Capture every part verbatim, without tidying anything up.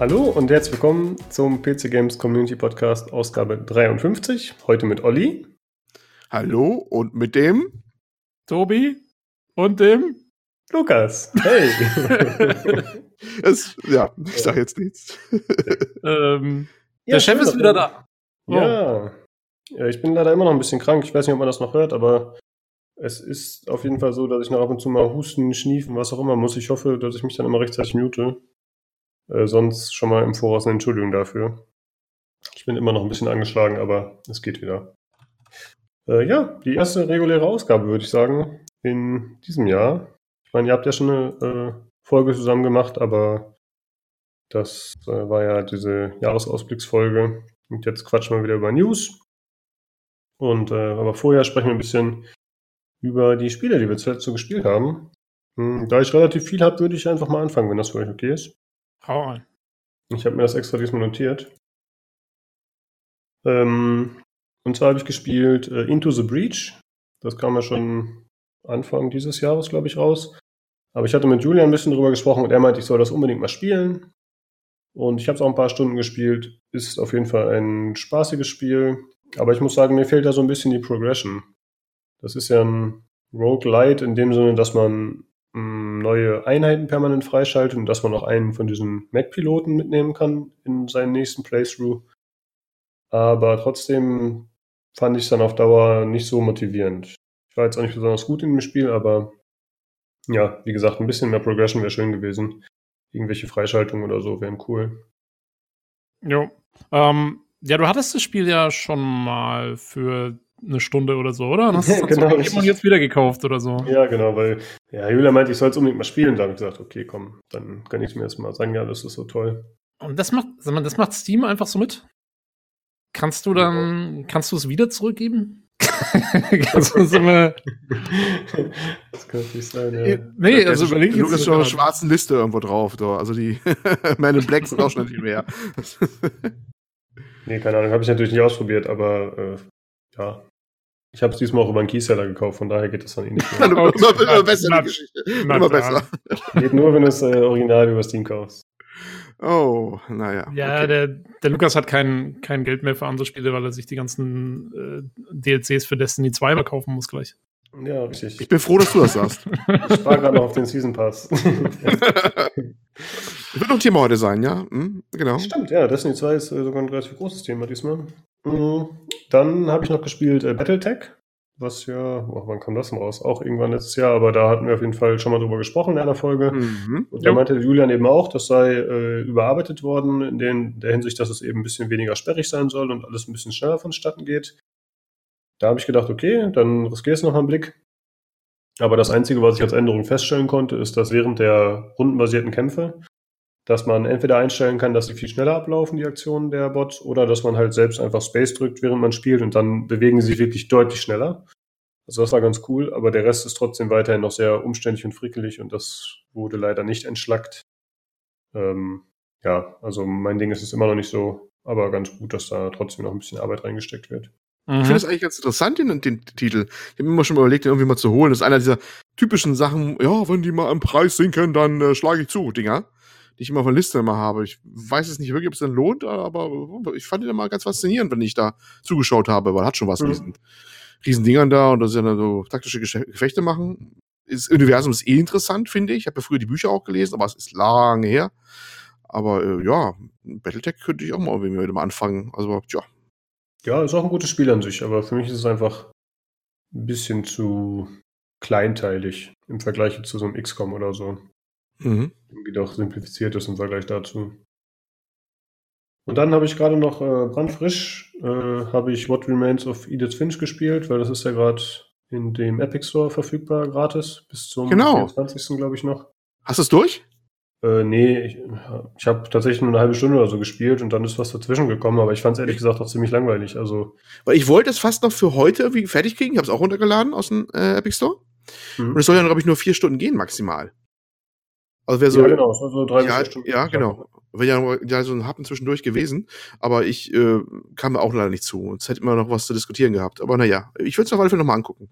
Hallo und herzlich willkommen zum P C Games Community Podcast Ausgabe dreiundfünfzig. Heute mit Olli. Hallo und mit dem Tobi und dem Lukas. Hey. es, ja, ich sag jetzt nichts. ähm, Ja, der Chef schön, ist wieder da. Oh. Ja. ja, ich bin leider immer noch ein bisschen krank. Ich weiß nicht, ob man das noch hört, aber es ist auf jeden Fall so, dass ich noch ab und zu mal husten, schniefen, was auch immer muss. Ich hoffe, dass ich mich dann immer rechtzeitig mute. Äh, sonst schon mal im Voraus eine Entschuldigung dafür. Ich bin immer noch ein bisschen angeschlagen, aber es geht wieder. Äh, ja, die erste reguläre Ausgabe, würde ich sagen, in diesem Jahr. Ich meine, ihr habt ja schon eine äh, Folge zusammen gemacht, aber das äh, war ja diese Jahresausblicksfolge. Und jetzt quatschen wir wieder über News. Und äh, aber vorher sprechen wir ein bisschen über die Spiele, die wir zuletzt so gespielt haben. Hm, da ich relativ viel habe, würde ich einfach mal anfangen, wenn das für euch okay ist. Hau rein. Ich habe mir das extra diesmal notiert. Ähm, und zwar habe ich gespielt äh, Into the Breach. Das kam ja schon Anfang dieses Jahres, glaube ich, raus. Aber ich hatte mit Julian ein bisschen drüber gesprochen und er meinte, ich soll das unbedingt mal spielen. Und ich habe es auch ein paar Stunden gespielt. Ist auf jeden Fall ein spaßiges Spiel. Aber ich muss sagen, mir fehlt da so ein bisschen die Progression. Das ist ja ein Roguelite in dem Sinne, dass man mh, neue Einheiten permanent freischaltet und dass man auch einen von diesen Mac-Piloten mitnehmen kann in seinen nächsten Playthrough. Aber trotzdem fand ich es dann auf Dauer nicht so motivierend. Ich war jetzt auch nicht besonders gut in dem Spiel, aber ja, wie gesagt, ein bisschen mehr Progression wäre schön gewesen. Irgendwelche Freischaltungen oder so wären cool. Jo. Ähm, ja, du hattest das Spiel ja schon mal für eine Stunde oder so, oder? Und hast es dann Genau, zurückgegeben und jetzt wieder gekauft oder so. Ja, genau, weil ja, Julia meinte, ich soll es unbedingt mal spielen. Da habe ich gesagt, okay, komm, dann kann ich mir jetzt mal sagen, ja, das ist so toll. Und das macht, sag mal, das macht Steam einfach so mit? Kannst du dann, ja. kannst du es wieder zurückgeben? Kannst du so eine das kann natürlich sein, ja. Nee, also überleg jetzt. Lukas ist schon auf einer schwarzen Liste irgendwo drauf. Da. Also die Men in Black sind auch schon nicht mehr. Nee, keine Ahnung, habe ich natürlich nicht ausprobiert, aber äh, ja. Ich habe es diesmal auch über einen Keyseller gekauft, von daher geht das dann eh nicht mehr. immer, immer, immer besser na, die Geschichte. Na, immer na, besser. Geht nur, wenn du es äh, original über Steam kaufst. Oh, naja. Ja, okay. der, der Lukas hat kein, kein Geld mehr für andere Spiele, weil er sich die ganzen äh, D L Cs für Destiny zwei mal kaufen muss gleich. Ja, richtig. Ich bin froh, dass du das sagst. Ich spare gerade noch auf den Season Pass. Wird noch Thema heute sein, ja? Hm, genau. Stimmt, ja. Destiny zwei ist äh, sogar ein relativ großes Thema diesmal. Mhm. Dann habe ich noch gespielt äh, Battletech. Was ja, oh, wann kam das denn raus? Auch irgendwann letztes Jahr, aber da hatten wir auf jeden Fall schon mal drüber gesprochen in einer Folge. Mhm. Und da meinte Julian eben auch, das sei äh, überarbeitet worden, in den, der Hinsicht, dass es eben ein bisschen weniger sperrig sein soll und alles ein bisschen schneller vonstatten geht. Da habe ich gedacht, okay, dann riskiere ich es noch mal einen Blick. Aber das Einzige, was ich als Änderung feststellen konnte, ist, dass während der rundenbasierten Kämpfe, dass man entweder einstellen kann, dass sie viel schneller ablaufen, die Aktionen der Bots, oder dass man halt selbst einfach Space drückt, während man spielt und dann bewegen sie sich wirklich deutlich schneller. Also das war ganz cool, aber der Rest ist trotzdem weiterhin noch sehr umständlich und frickelig und das wurde leider nicht entschlackt. Ähm, ja, also mein Ding ist es immer noch nicht so, aber ganz gut, dass da trotzdem noch ein bisschen Arbeit reingesteckt wird. Mhm. Ich finde das eigentlich ganz interessant, den, den Titel. Ich habe mir immer schon mal überlegt, den irgendwie mal zu holen. Das ist einer dieser typischen Sachen, ja, wenn die mal im Preis sinken, dann äh, schlage ich zu, Dinger, die ich immer auf der Liste immer habe. Ich weiß es nicht wirklich, ob es dann lohnt, aber ich fand ihn immer ganz faszinierend, wenn ich da zugeschaut habe, weil er hat schon was, mhm. riesen, riesen Dingern da und das ist ja dann so taktische Gefechte machen. Das Universum ist eh interessant, finde ich. Ich habe ja früher die Bücher auch gelesen, aber es ist lange her. Aber äh, ja, Battletech könnte ich auch mal irgendwie mal anfangen. Also, tja. Ja, ist auch ein gutes Spiel an sich, aber für mich ist es einfach ein bisschen zu kleinteilig im Vergleich zu so einem X COM oder so. Mhm. Irgendwie doch simplifiziert ist im Vergleich dazu. Und dann habe ich gerade noch äh, brandfrisch, äh, habe ich What Remains of Edith Finch gespielt, weil das ist ja gerade in dem Epic Store verfügbar, gratis, bis zum genau. vierundzwanzigsten glaube ich noch. Hast du es durch? Äh, nee, ich, ich habe tatsächlich nur eine halbe Stunde oder so gespielt und dann ist was dazwischen gekommen, aber ich fand es ehrlich gesagt auch ziemlich langweilig. Also, weil ich wollte es fast noch für heute irgendwie fertig kriegen, ich habe es auch runtergeladen aus dem äh, Epic Store. Mhm. Und es soll ja, glaube ich, nur vier Stunden gehen maximal. Also wäre so. Ja, genau, also drei ja, bis vier Stunden. Ja, genau. Wäre ja, ja so ein Happen zwischendurch gewesen, aber ich äh, kam mir auch leider nicht zu. Und es hätte immer noch was zu diskutieren gehabt. Aber naja, ich würde es auf alle Fälle nochmal angucken.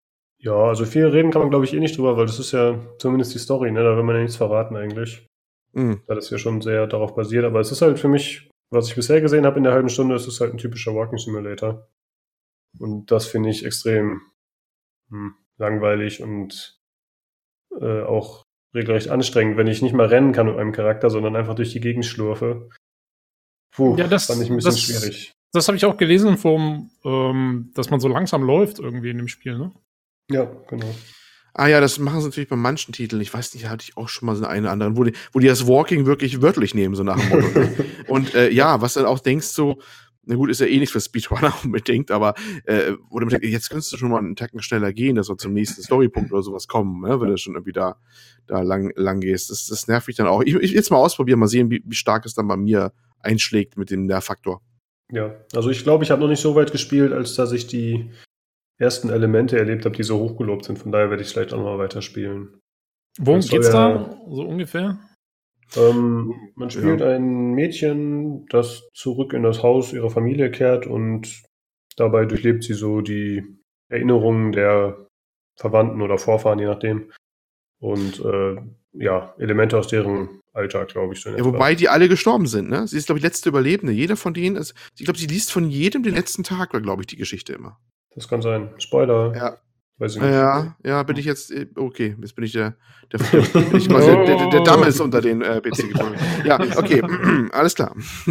Ja, also viel reden kann man, glaube ich, eh nicht drüber, weil das ist ja zumindest die Story, ne? Da will man ja nichts verraten eigentlich. Mhm. Da das ja schon sehr darauf basiert. Aber es ist halt für mich, was ich bisher gesehen habe in der halben Stunde, es ist halt ein typischer Walking Simulator. Und das finde ich extrem hm, langweilig und äh, auch regelrecht anstrengend, wenn ich nicht mal rennen kann mit meinem Charakter, sondern einfach durch die Gegend schlurfe. Puh, Ja, das, fand ich ein bisschen das, schwierig. das habe ich auch gelesen im Forum, ähm, dass man so langsam läuft irgendwie in dem Spiel, ne? Ja, genau. Ah ja, das machen sie natürlich bei manchen Titeln. Ich weiß nicht, da hatte ich auch schon mal so einen oder anderen, wo die, wo die das Walking wirklich wörtlich nehmen, so nach dem Motto. Ne? Und äh, ja, was dann auch denkst, so, na gut, ist ja eh nichts für Speedrunner unbedingt, aber äh, wo du denkst, jetzt könntest du schon mal einen Tacken schneller gehen, dass wir zum nächsten Storypunkt oder sowas kommen, ne? Wenn du schon irgendwie da, da lang, lang gehst. Das, das nervt mich dann auch. Ich, ich jetzt mal ausprobieren, mal sehen, wie, wie stark es dann bei mir einschlägt mit dem Nervfaktor. Ja, also ich glaube, ich habe noch nicht so weit gespielt, als dass ich die ersten Elemente erlebt habe, die so hochgelobt sind. Von daher werde ich vielleicht auch noch mal weiterspielen. Worum Das soll geht's ja- da so ungefähr? Ähm, man spielt Ja. ein Mädchen, das zurück in das Haus ihrer Familie kehrt und dabei durchlebt sie so die Erinnerungen der Verwandten oder Vorfahren, je nachdem. Und äh, ja, Elemente aus deren Alltag, glaube ich. So in Ja, etwa. wobei die alle gestorben sind, ne? Sie ist, glaube ich, letzte Überlebende. Jeder von denen ist, ich glaube, sie liest von jedem den letzten Tag, war, glaube ich, die Geschichte immer. Das kann sein. Spoiler. Ja. Weiß ich nicht. Ja, ja, bin ich jetzt, äh, okay, jetzt bin ich der, der, bin ich quasi der, der, der Dammes unter den äh, P C-Gefolgen. Ja, okay, alles klar.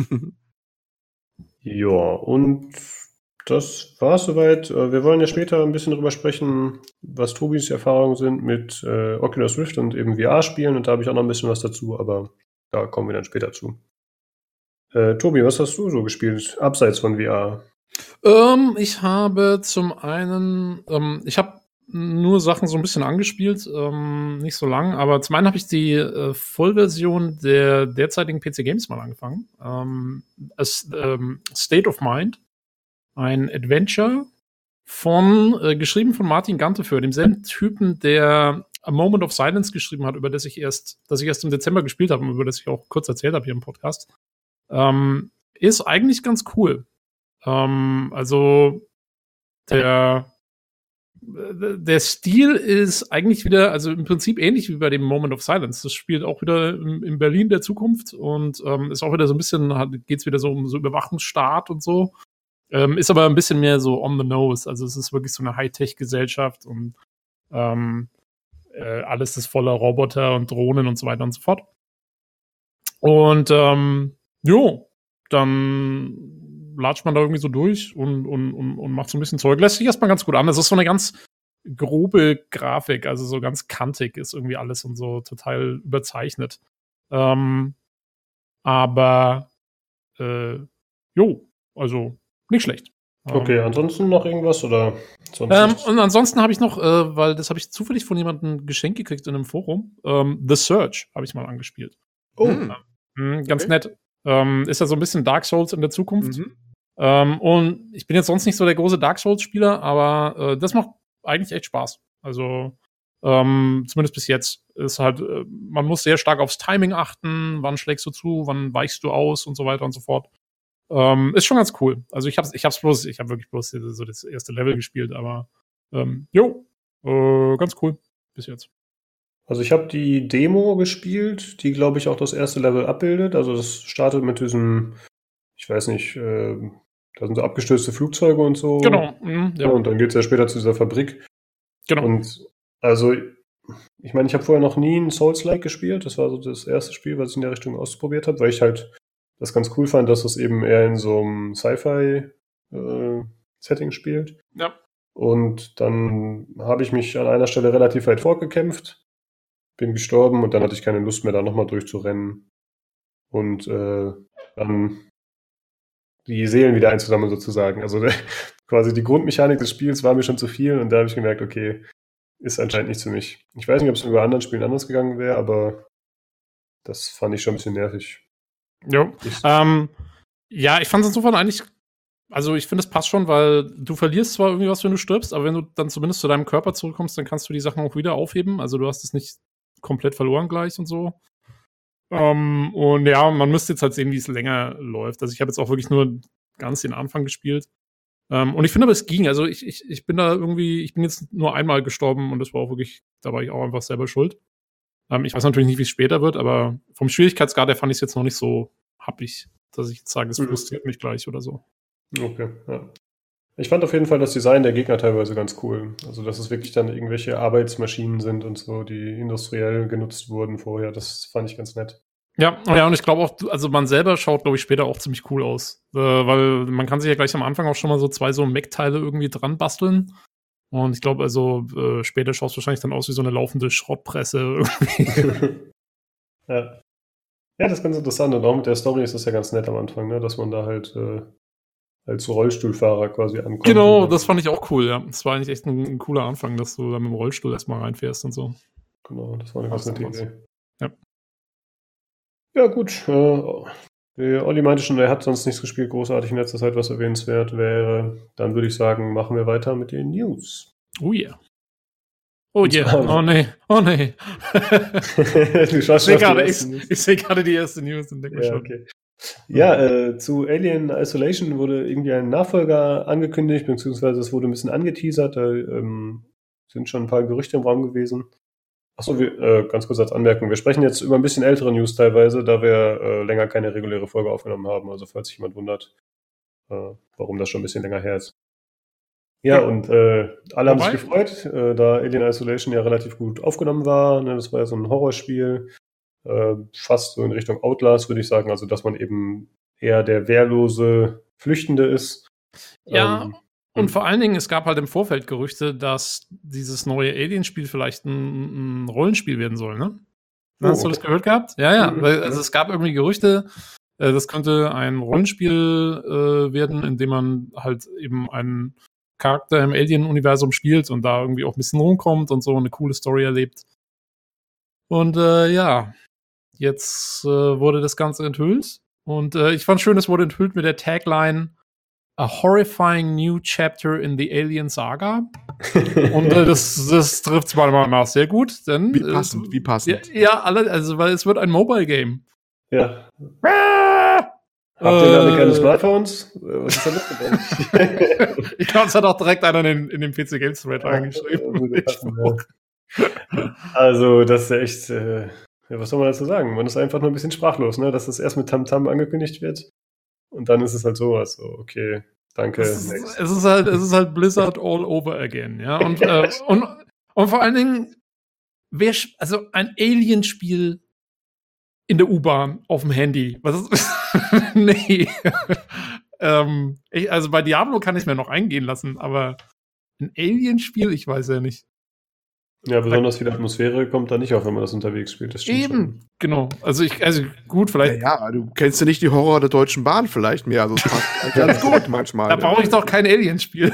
Ja, und das war's soweit. Äh, Wir wollen ja später ein bisschen darüber sprechen, was Tobis Erfahrungen sind mit äh, Oculus Rift und eben V R-Spielen. Und da habe ich auch noch ein bisschen was dazu, aber da kommen wir dann später zu. Äh, Tobi, was hast du so gespielt, abseits von V R? Ähm, ich habe zum einen, ähm, ich habe nur Sachen so ein bisschen angespielt, ähm, nicht so lang, aber zum einen habe ich die äh, Vollversion der derzeitigen P C Games mal angefangen. Ähm, es, ähm, State of Mind, ein Adventure von, äh, geschrieben von Martin Ganteföhr, demselben Typen, der A Moment of Silence geschrieben hat, über das ich erst, das ich erst im Dezember gespielt habe und über das ich auch kurz erzählt habe hier im Podcast. Ähm, ist eigentlich ganz cool. Ähm, also der, der Stil ist eigentlich wieder, also im Prinzip ähnlich wie bei dem Moment of Silence. Das spielt auch wieder in, in Berlin der Zukunft und ähm, ist auch wieder so ein bisschen, geht es wieder so um so Überwachungsstaat und so. Ähm, ist aber ein bisschen mehr so on the nose. Also es ist wirklich so eine Hightech-Gesellschaft und ähm, äh, alles ist voller Roboter und Drohnen und so weiter und so fort. Und ähm, jo, dann latscht man da irgendwie so durch und, und, und, und macht so ein bisschen Zeug. Lässt sich erstmal ganz gut an. Das ist so eine ganz grobe Grafik, also so ganz kantig ist irgendwie alles und so total überzeichnet. Ähm, aber äh, jo, also nicht schlecht. Okay, Ähm, ansonsten noch irgendwas oder sonst ähm, nichts? und ansonsten habe ich noch, äh, weil das habe ich zufällig von jemandem geschenkt gekriegt in einem Forum, ähm, The Search habe ich mal angespielt. Oh, Hm. Mhm, ganz Okay. nett. Ähm, ist ja so ein bisschen Dark Souls in der Zukunft. Mhm. Ähm, und ich bin jetzt sonst nicht so der große Dark Souls-Spieler, aber äh, das macht eigentlich echt Spaß. Also ähm, zumindest bis jetzt ist halt, äh, man muss sehr stark aufs Timing achten, wann schlägst du zu, wann weichst du aus und so weiter und so fort. Ähm, ist schon ganz cool. Also ich hab's, ich hab's bloß, ich habe wirklich bloß so das erste Level gespielt, aber ähm, jo, äh, ganz cool bis jetzt. also ich habe die Demo gespielt, die, glaube ich, auch das erste Level abbildet. Also das startet mit diesem, ich weiß nicht, äh, da sind so abgestürzte Flugzeuge und so. Genau, mhm, Ja, ja, und dann geht es ja später zu dieser Fabrik. genau. Und also, ich meine, ich habe vorher noch nie ein Souls-like gespielt. Das war so das erste Spiel, was ich in der Richtung ausprobiert habe, weil ich halt das ganz cool fand, dass es eben eher in so einem Sci-Fi-Setting spielt. Ja. Und dann habe ich mich an einer Stelle relativ weit vorgekämpft, bin gestorben und dann hatte ich keine Lust mehr, da nochmal durchzurennen und äh, dann die Seelen wieder einzusammeln sozusagen. Also der, quasi die Grundmechanik des Spiels war mir schon zu viel und da habe ich gemerkt, okay, ist anscheinend nichts für mich. Ich weiß nicht, ob es über anderen Spielen anders gegangen wäre, aber das fand ich schon ein bisschen nervig. Jo. Ich, Ähm, ja, ich fand es insofern eigentlich, also ich finde, es passt schon, weil du verlierst zwar irgendwie was, wenn du stirbst, aber wenn du dann zumindest zu deinem Körper zurückkommst, dann kannst du die Sachen auch wieder aufheben. Also du hast es nicht komplett verloren gleich und so. Ähm, und ja, man müsste jetzt halt sehen, wie es länger läuft. Also ich habe jetzt auch wirklich nur ganz den Anfang gespielt. Ähm, und ich finde aber, es ging. Also ich, ich, ich bin da irgendwie, ich bin jetzt nur einmal gestorben und das war auch wirklich, da war ich auch einfach selber schuld. Ähm, ich weiß natürlich nicht, wie es später wird, aber vom Schwierigkeitsgrad her fand ich es jetzt noch nicht so happig, dass ich jetzt sage, es Mhm. frustriert mich gleich oder so. Okay, ja. Ich fand auf jeden Fall das Design der Gegner teilweise ganz cool. Also, dass es wirklich dann irgendwelche Arbeitsmaschinen sind und so, die industriell genutzt wurden vorher. Das fand ich ganz nett. Ja, ja, und ich glaube auch, also man selber schaut, glaube ich, später auch ziemlich cool aus. Äh, weil man kann sich ja gleich am Anfang auch schon mal so zwei so Mech-Teile irgendwie dran basteln. Und ich glaube, also äh, später schaut es wahrscheinlich dann aus wie so eine laufende Schrottpresse irgendwie. Ja. Ja, das ist ganz interessant. Und auch mit der Story ist das ja ganz nett am Anfang, ne? Dass man da halt äh, als Rollstuhlfahrer quasi ankommt. Genau, Und das fand ich auch cool, ja. Das war eigentlich echt ein, ein cooler Anfang, dass du da mit dem Rollstuhl erstmal reinfährst und so. Genau, das war eine ganz Das nette war's. Idee. Ja. Ja, gut. Äh, der Olli meinte schon, er hat sonst nichts gespielt, großartig in letzter Zeit, was erwähnenswert wäre. Dann würde ich sagen, machen wir weiter mit den News. Oh yeah. Oh Und yeah. zwar- Oh nee. Oh nee. du ich schaust sehe schon auf die gerade, ich, ersten News. ich seh gerade die erste News und denke mir Ja, schon. okay. Ja, äh, zu Alien Isolation wurde irgendwie ein Nachfolger angekündigt, beziehungsweise es wurde ein bisschen angeteasert. Da ähm, sind schon ein paar Gerüchte im Raum gewesen. Achso, wir, äh, ganz kurz als Anmerkung. Wir sprechen jetzt über ein bisschen ältere News teilweise, da wir äh, länger keine reguläre Folge aufgenommen haben. Also falls sich jemand wundert, äh, warum das schon ein bisschen länger her ist. Ja, Ja. und äh, alle haben sich Wobei- gefreut, äh, da Alien Isolation ja relativ gut aufgenommen war. Ne? Das war ja so ein Horrorspiel, äh, fast so in Richtung Outlast, würde ich sagen. Also, dass man eben eher der wehrlose Flüchtende ist. Ja, Ähm, und hm. vor allen Dingen, es gab halt im Vorfeld Gerüchte, dass dieses neue Alien-Spiel vielleicht ein, ein Rollenspiel werden soll, ne? Oh, Hast du das okay. gehört gehabt? Ja, ja. Mhm, Weil, ja. also es gab irgendwie Gerüchte, äh, das könnte ein Rollenspiel äh, werden, in dem man halt eben einen Charakter im Alien-Universum spielt und da irgendwie auch ein bisschen rumkommt und so eine coole Story erlebt. Und äh, ja, jetzt äh, wurde das Ganze enthüllt. Und äh, ich fand schön, es wurde enthüllt mit der Tagline A horrifying new chapter in the Alien Saga. Und äh, das, das trifft es meiner Meinung nach sehr gut, denn Wie passend, äh, wie passend. Ja, ja, alle, also weil es wird ein Mobile Game. Ja. Habt Habt ihr da alle keine Smartphones? Äh, Was ist da mitgekommen? Ich glaube, es hat auch direkt einer in den, in den P C Games Thread Ja, reingeschrieben. würde Ich passen, auch. Also, das ist ja echt, äh, ja, was soll man dazu sagen? Man ist einfach nur ein bisschen sprachlos, ne? Dass das erst mit Tamtam angekündigt wird und dann ist es halt sowas. So, okay, danke, Es ist, next. es, ist halt, es ist halt Blizzard all over again, ja. Und, äh, und, und vor allen Dingen, wer, sch- also ein Alien-Spiel in der U-Bahn auf dem Handy. Was ist. Nee. ähm, ich, also bei Diablo kann ich mir noch eingehen lassen, aber ein Alien-Spiel, ich weiß ja nicht. Ja, besonders viel Atmosphäre kommt da nicht auf, wenn man das unterwegs spielt. Das stimmt schon. Eben, genau. Also ich, also gut, vielleicht. Ja, ja, du kennst ja nicht die Horror der Deutschen Bahn vielleicht mehr. Also es passt ganz gut manchmal. Da brauche ich doch kein Alien-Spiel.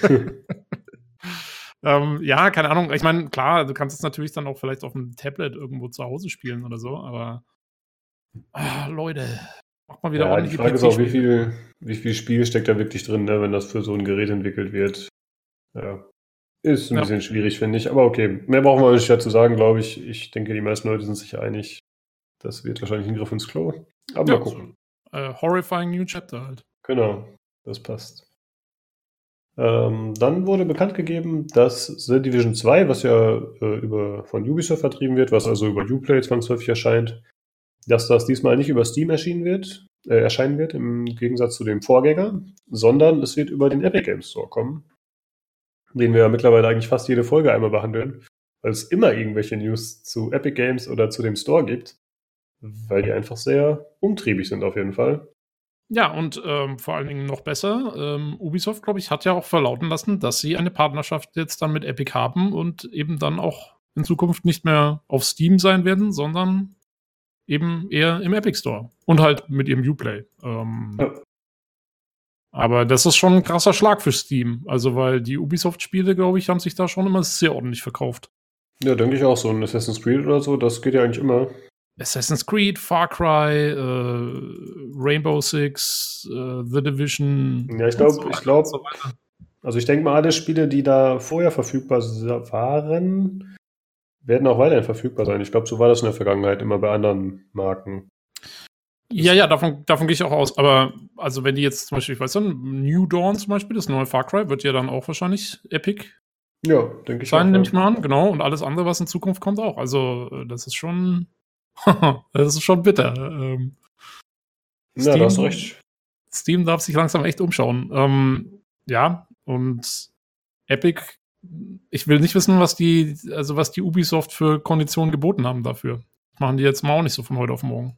ähm, ja, keine Ahnung. Ich meine, klar, du kannst es natürlich dann auch vielleicht auf dem Tablet irgendwo zu Hause spielen oder so, aber ah, Leute, macht mal wieder Ja, die ordentliche Frage ist auch, wie P C-Spiele. viel, wie viel Spiel steckt da wirklich drin, ne, wenn das für so ein Gerät entwickelt wird. Ja. Ist ein Ja. bisschen schwierig, finde ich. Aber okay, mehr brauchen wir nicht dazu sagen, glaube ich. Ich denke, die meisten Leute sind sich einig. Das wird wahrscheinlich ein Griff ins Klo. Aber Ja, mal gucken. Äh, horrifying New Chapter halt. Genau, das passt. Ähm, dann wurde bekannt gegeben, dass The Division zwei, was ja äh, über, von Ubisoft vertrieben wird, was also über Uplay zwangsläufig erscheint, dass das diesmal nicht über Steam erschienen wird, äh, erscheinen wird, im Gegensatz zu dem Vorgänger, sondern es wird über den Epic Games Store kommen, den wir ja mittlerweile eigentlich fast jede Folge einmal behandeln, weil es immer irgendwelche News zu Epic Games oder zu dem Store gibt, weil die einfach sehr umtriebig sind auf jeden Fall. Ja, und ähm, vor allen Dingen noch besser, ähm, Ubisoft, glaube ich, hat ja auch verlauten lassen, dass sie eine Partnerschaft jetzt dann mit Epic haben und eben dann auch in Zukunft nicht mehr auf Steam sein werden, sondern eben eher im Epic Store. Und halt mit ihrem Uplay. Ähm, Ja. Aber das ist schon ein krasser Schlag für Steam. Also, weil die Ubisoft-Spiele, glaube ich, haben sich da schon immer sehr ordentlich verkauft. Ja, denke ich auch. So ein Assassin's Creed oder so, das geht ja eigentlich immer. Assassin's Creed, Far Cry, äh, Rainbow Six, äh, The Division. Ja, ich und glaube, so ich weiter glaube, und so weiter. also ich denke mal, alle Spiele, die da vorher verfügbar waren, werden auch weiterhin verfügbar sein. Ich glaube, so war das in der Vergangenheit immer bei anderen Marken. Ja, ja, davon, davon gehe ich auch aus. Aber also wenn die jetzt zum Beispiel, ich weiß nicht, New Dawn zum Beispiel, das neue Far Cry, wird ja dann auch wahrscheinlich Epic Ja, denke ich auch. Sein, nehme ich Ja. mal an, genau. Und alles andere, was in Zukunft kommt, auch. Also, äh, das ist schon, das ist schon bitter. Ähm, Ja, da hast du Steam, recht. Steam darf sich langsam echt umschauen. Ähm, ja, und Epic, ich will nicht wissen, was die, also was die Ubisoft für Konditionen geboten haben dafür. Das machen die jetzt mal auch nicht so von heute auf morgen.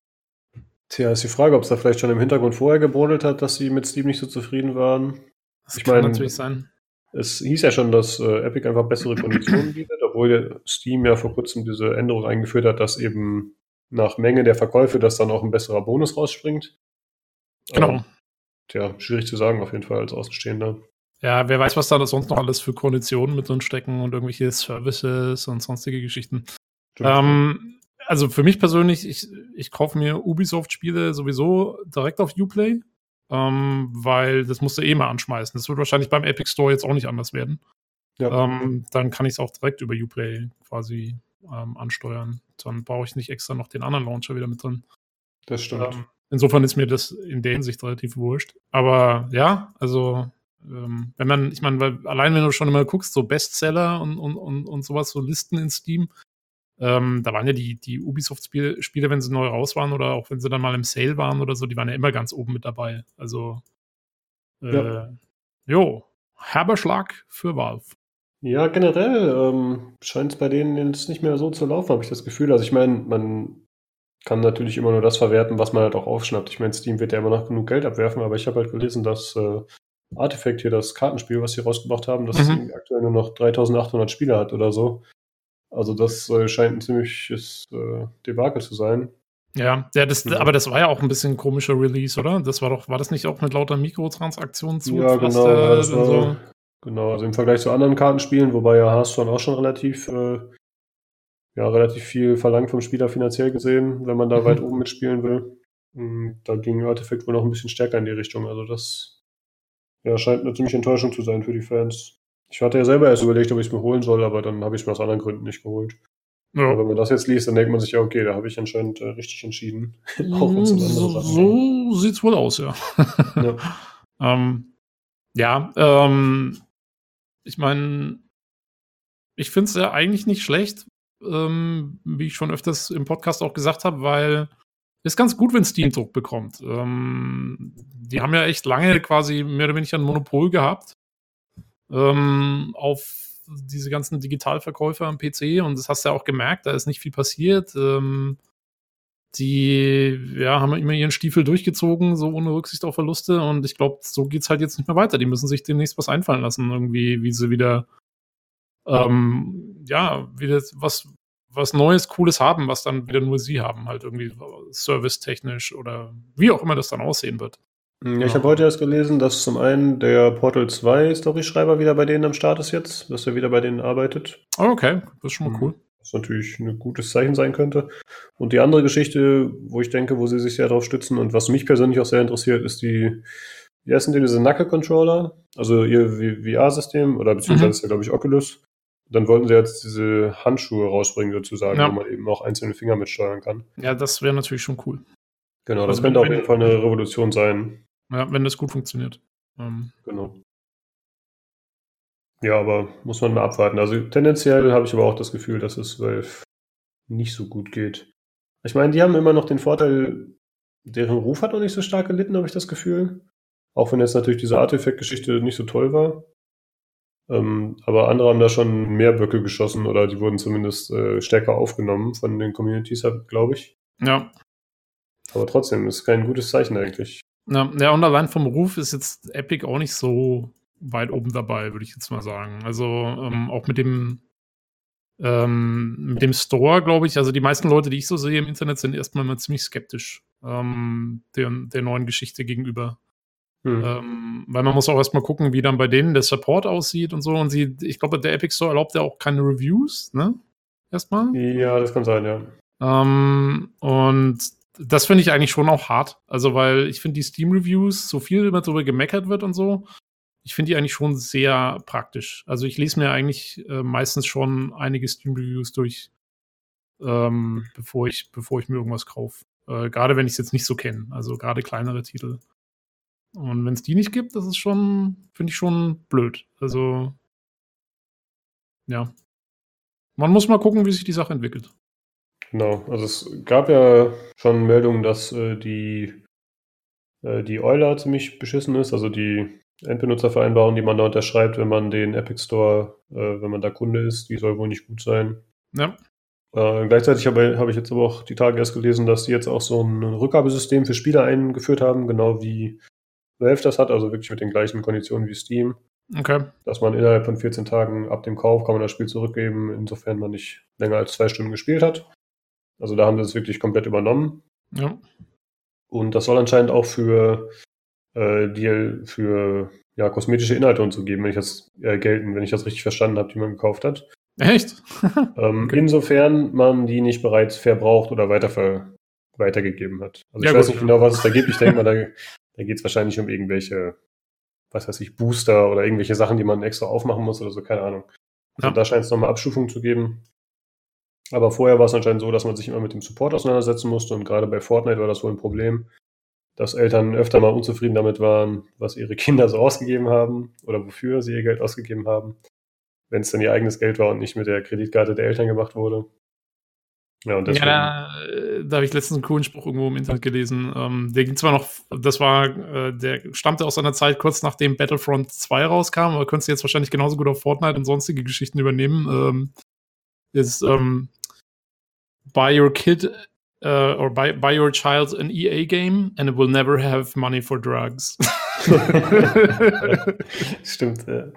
Tja, ist die Frage, ob es da vielleicht schon im Hintergrund vorher gebrodelt hat, dass sie mit Steam nicht so zufrieden waren. Das Ich kann meine, natürlich sein. es hieß ja schon, dass äh, Epic einfach bessere Konditionen bietet, obwohl ja Steam ja vor kurzem diese Änderung eingeführt hat, dass eben nach Menge der Verkäufe, dass dann auch ein besserer Bonus rausspringt. Genau. Ähm, tja, schwierig zu sagen auf jeden Fall als Außenstehender. Ja, wer weiß, was da sonst noch alles für Konditionen mit drin stecken und irgendwelche Services und sonstige Geschichten. Stimmt. Ähm, also für mich persönlich, ich, ich kaufe mir Ubisoft-Spiele sowieso direkt auf Uplay, ähm, weil das musst du eh mal anschmeißen. Das wird wahrscheinlich beim Epic Store jetzt auch nicht anders werden. Ja. Ähm, dann kann ich es auch direkt über Uplay quasi ähm, ansteuern. Dann brauche ich nicht extra noch den anderen Launcher wieder mit drin. Das stimmt. Ähm, insofern ist mir das in der Hinsicht relativ wurscht. Aber ja, also ähm, wenn man, ich meine, weil allein wenn du schon immer guckst, so Bestseller und, und, und, und sowas, so Listen in Steam, ähm, da waren ja die, die Ubisoft-Spiele, Spiele, wenn sie neu raus waren oder auch wenn sie dann mal im Sale waren oder so, die waren ja immer ganz oben mit dabei. Also äh, Ja. jo, herber Schlag für Valve. Ja, generell ähm, scheint es bei denen jetzt nicht mehr so zu laufen, habe ich das Gefühl. Also ich meine, man kann natürlich immer nur das verwerten, was man halt auch aufschnappt. Ich meine, Steam wird ja immer noch genug Geld abwerfen, aber ich habe halt gelesen, dass äh, Artifact hier, das Kartenspiel, was sie rausgebracht haben, dass Mhm. mhm. aktuell nur noch dreitausendachthundert Spieler hat oder so. Also das äh, scheint ein ziemliches äh, Debakel zu sein. Ja, ja, das, Ja. aber das war ja auch ein bisschen ein komischer Release, oder? Das war doch, war das nicht auch mit lauter Mikrotransaktionen Ja, genau. Ja, das zugepflastert und so? war genau. Also im Vergleich zu anderen Kartenspielen, wobei ja Hearthstone auch schon relativ, äh, ja, relativ viel verlangt vom Spieler finanziell gesehen, wenn man da Mhm. weit oben mitspielen will. Mm, Da ging Artifact wohl noch ein bisschen stärker in die Richtung. Also das ja, scheint eine ziemliche Enttäuschung zu sein für die Fans. Ich hatte ja selber erst überlegt, ob ich es mir holen soll, aber dann habe ich es mir aus anderen Gründen nicht geholt. Aber Ja. wenn man das jetzt liest, dann denkt man sich ja, okay, da habe ich anscheinend äh, richtig entschieden. Auch wenn es um andere So, Sachen ging. so sieht's wohl aus, ja. Ja. ähm, ja, ähm, ich meine, ich finde es ja eigentlich nicht schlecht, ähm, wie ich schon öfters im Podcast auch gesagt habe, weil ist ganz gut, wenn Steam Druck bekommt. Ähm, die haben ja echt lange quasi mehr oder weniger ein Monopol gehabt ähm, auf diese ganzen Digitalverkäufer am P C und das hast du ja auch gemerkt, da ist nicht viel passiert. Ähm, die ja, haben immer ihren Stiefel durchgezogen, so ohne Rücksicht auf Verluste und ich glaube, so geht's halt jetzt nicht mehr weiter. Die müssen sich demnächst was einfallen lassen, irgendwie, wie sie wieder ähm, ja, wieder was, was Neues, Cooles haben, was dann wieder nur sie haben, halt irgendwie servicetechnisch oder wie auch immer das dann aussehen wird. Ja, ich habe heute erst gelesen, dass zum einen der Portal zwei Storyschreiber wieder bei denen am Start ist jetzt, dass er wieder bei denen arbeitet. Oh, okay, das ist schon mal cool. Was natürlich ein gutes Zeichen sein könnte. Und die andere Geschichte, wo ich denke, wo sie sich sehr darauf stützen und was mich persönlich auch sehr interessiert, ist die, wie heißen die, diese Knuckle-Controller, also ihr V R-System, oder beziehungsweise Mhm. ist ja, glaube ich, Oculus. Dann wollten sie jetzt diese Handschuhe rausbringen, sozusagen, Ja. wo man eben auch einzelne Finger mitsteuern kann. Ja, das wäre natürlich schon cool. Genau, das Also könnte wenn- auf jeden Fall eine Revolution sein. Ja, wenn das gut funktioniert. Ähm, Genau. Ja, aber muss man mal abwarten. Also tendenziell habe ich aber auch das Gefühl, dass es Valve nicht so gut geht. Ich meine, die haben immer noch den Vorteil, deren Ruf hat noch nicht so stark gelitten, habe ich das Gefühl. Auch wenn jetzt natürlich diese Artifact-Geschichte nicht so toll war. Ähm, aber andere haben da schon mehr Böcke geschossen oder die wurden zumindest äh, stärker aufgenommen von den Communities, glaube ich. ja. Aber trotzdem ist kein gutes Zeichen eigentlich. Ja, ja, und allein vom Ruf ist jetzt Epic auch nicht so weit oben dabei, würde ich jetzt mal sagen. Also ähm, auch mit dem ähm, mit dem Store, glaube ich, also die meisten Leute, die ich so sehe im Internet, sind erstmal immer ziemlich skeptisch ähm, der, der neuen Geschichte gegenüber. Hm. Ähm, weil man muss auch erstmal gucken, wie dann bei denen der Support aussieht und so. Und sie, ich glaube, der Epic Store erlaubt ja auch keine Reviews, ne? Erstmal. Ja, das kann sein, ja. Ähm, und das finde ich eigentlich schon auch hart. Also, weil ich finde die Steam-Reviews, so viel immer drüber gemeckert wird und so, ich finde die eigentlich schon sehr praktisch. Also, ich lese mir eigentlich äh, meistens schon einige Steam-Reviews durch, ähm, bevor ich, bevor ich mir irgendwas kaufe. Äh, gerade wenn ich es jetzt nicht so kenne. Also, gerade kleinere Titel. Und wenn es die nicht gibt, das ist schon, finde ich schon blöd. Also, ja. Man muss mal gucken, wie sich die Sache entwickelt. Genau, also es gab ja schon Meldungen, dass äh, die, äh, die Euler ziemlich beschissen ist, also die Endbenutzervereinbarung, die man da unterschreibt, wenn man den Epic Store, äh, wenn man da Kunde ist, die soll wohl nicht gut sein. Ja. Äh, gleichzeitig habe hab ich jetzt aber auch die Tage erst gelesen, dass die jetzt auch so ein Rückgabesystem für Spieler eingeführt haben, genau wie Valve das hat, also wirklich mit den gleichen Konditionen wie Steam. Okay. Dass man innerhalb von vierzehn Tagen ab dem Kauf kann man das Spiel zurückgeben, insofern man nicht länger als zwei Stunden gespielt hat. Also da haben sie es wirklich komplett übernommen. Ja. Und das soll anscheinend auch für, äh, die, für ja, kosmetische Inhalte und so geben, wenn ich das äh, gelten, wenn ich das richtig verstanden habe, die man gekauft hat. Echt? ähm, Okay. Insofern man die nicht bereits verbraucht oder weiter weitergegeben hat. Also Ja, ich weiß gut, nicht ja. genau, was es da gibt. Ich denke mal, da, da geht es wahrscheinlich um irgendwelche, was weiß ich, Booster oder irgendwelche Sachen, die man extra aufmachen muss oder so, keine Ahnung. Also Ja. da scheint es nochmal Abstufungen zu geben. Aber vorher war es anscheinend so, dass man sich immer mit dem Support auseinandersetzen musste und gerade bei Fortnite war das wohl ein Problem, dass Eltern öfter mal unzufrieden damit waren, was ihre Kinder so ausgegeben haben oder wofür sie ihr Geld ausgegeben haben, wenn es dann ihr eigenes Geld war und nicht mit der Kreditkarte der Eltern gemacht wurde. Ja, und deswegen, Ja, da, äh, da habe ich letztens einen coolen Spruch irgendwo im Internet gelesen. Ähm, der ging zwar noch, das war, äh, der stammte aus einer Zeit kurz nachdem Battlefront zwei rauskam, aber könntest du jetzt wahrscheinlich genauso gut auf Fortnite und sonstige Geschichten übernehmen. Ähm, ist, ähm, buy your kid uh, or buy, buy your child an E A game and it will never have money for drugs. stimmt, ja.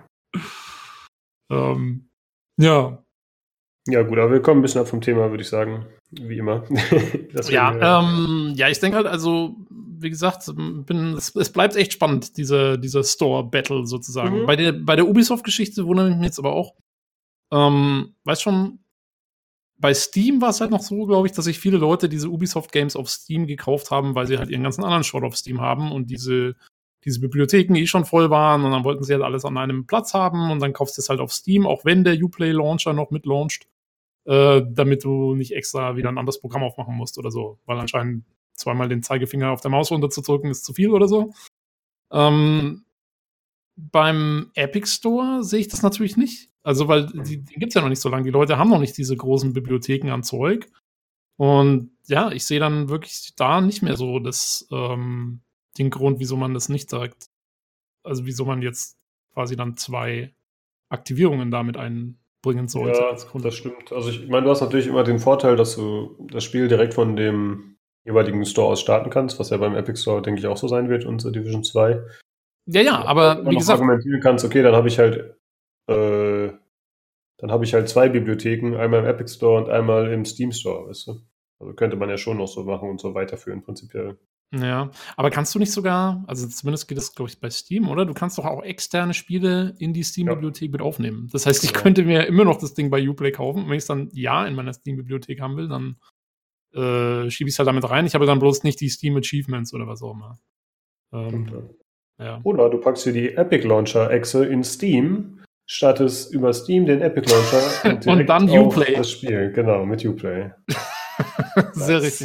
ähm, ja. Ja gut, aber wir kommen ein bisschen ab vom Thema, würde ich sagen, wie immer. Deswegen, Ja, ähm, ja, ich denke halt, also, wie gesagt, bin, es, es bleibt echt spannend, diese, dieser Store-Battle sozusagen. Mhm. Bei der, bei der Ubisoft-Geschichte wundere ich mich jetzt aber auch, ähm, weißt schon, bei Steam war es halt noch so, glaube ich, dass sich viele Leute diese Ubisoft-Games auf Steam gekauft haben, weil sie halt ihren ganzen anderen Schrott auf Steam haben und diese, diese Bibliotheken eh schon voll waren und dann wollten sie halt alles an einem Platz haben und dann kaufst du es halt auf Steam, auch wenn der Uplay-Launcher noch mitlauncht, äh, damit du nicht extra wieder ein anderes Programm aufmachen musst oder so, weil anscheinend zweimal den Zeigefinger auf der Maus runterzudrücken ist zu viel oder so. Ähm, beim Epic Store sehe ich das natürlich nicht. Also, weil die, die gibt es ja noch nicht so lange. Die Leute haben noch nicht diese großen Bibliotheken an Zeug. Und ja, ich sehe dann wirklich da nicht mehr so das, ähm, den Grund, wieso man das nicht sagt. Also, wieso man jetzt quasi dann zwei Aktivierungen damit einbringen sollte. Ja, als Kunde. das stimmt. Also ich meine, du hast natürlich immer den Vorteil, dass du das Spiel direkt von dem jeweiligen Store aus starten kannst, was ja beim Epic Store, denke ich, auch so sein wird und The Division zwei. Ja, ja, aber Wenn wie du noch gesagt, argumentieren kannst, okay, dann habe ich halt äh, dann habe ich halt zwei Bibliotheken, einmal im Epic Store und einmal im Steam Store, weißt du? Also könnte man ja schon noch so machen und so weiterführen, prinzipiell. ja, aber kannst du nicht sogar, also zumindest geht das, glaube ich, bei Steam, oder? Du kannst doch auch externe Spiele in die Steam-Bibliothek mit aufnehmen. Das heißt, ich Ja. könnte mir immer noch das Ding bei Uplay kaufen. Und wenn ich es dann ja in meiner Steam-Bibliothek haben will, dann äh, schiebe ich es halt damit rein. Ich habe dann bloß nicht die Steam-Achievements oder was auch immer. Ähm, Stimmt, ja. ja. Oder du packst dir die Epic Launcher-Echse in Steam, startest über Steam den Epic Launcher und, Und dann auf Uplay. das Spiel. Genau, mit Uplay. Sehr richtig.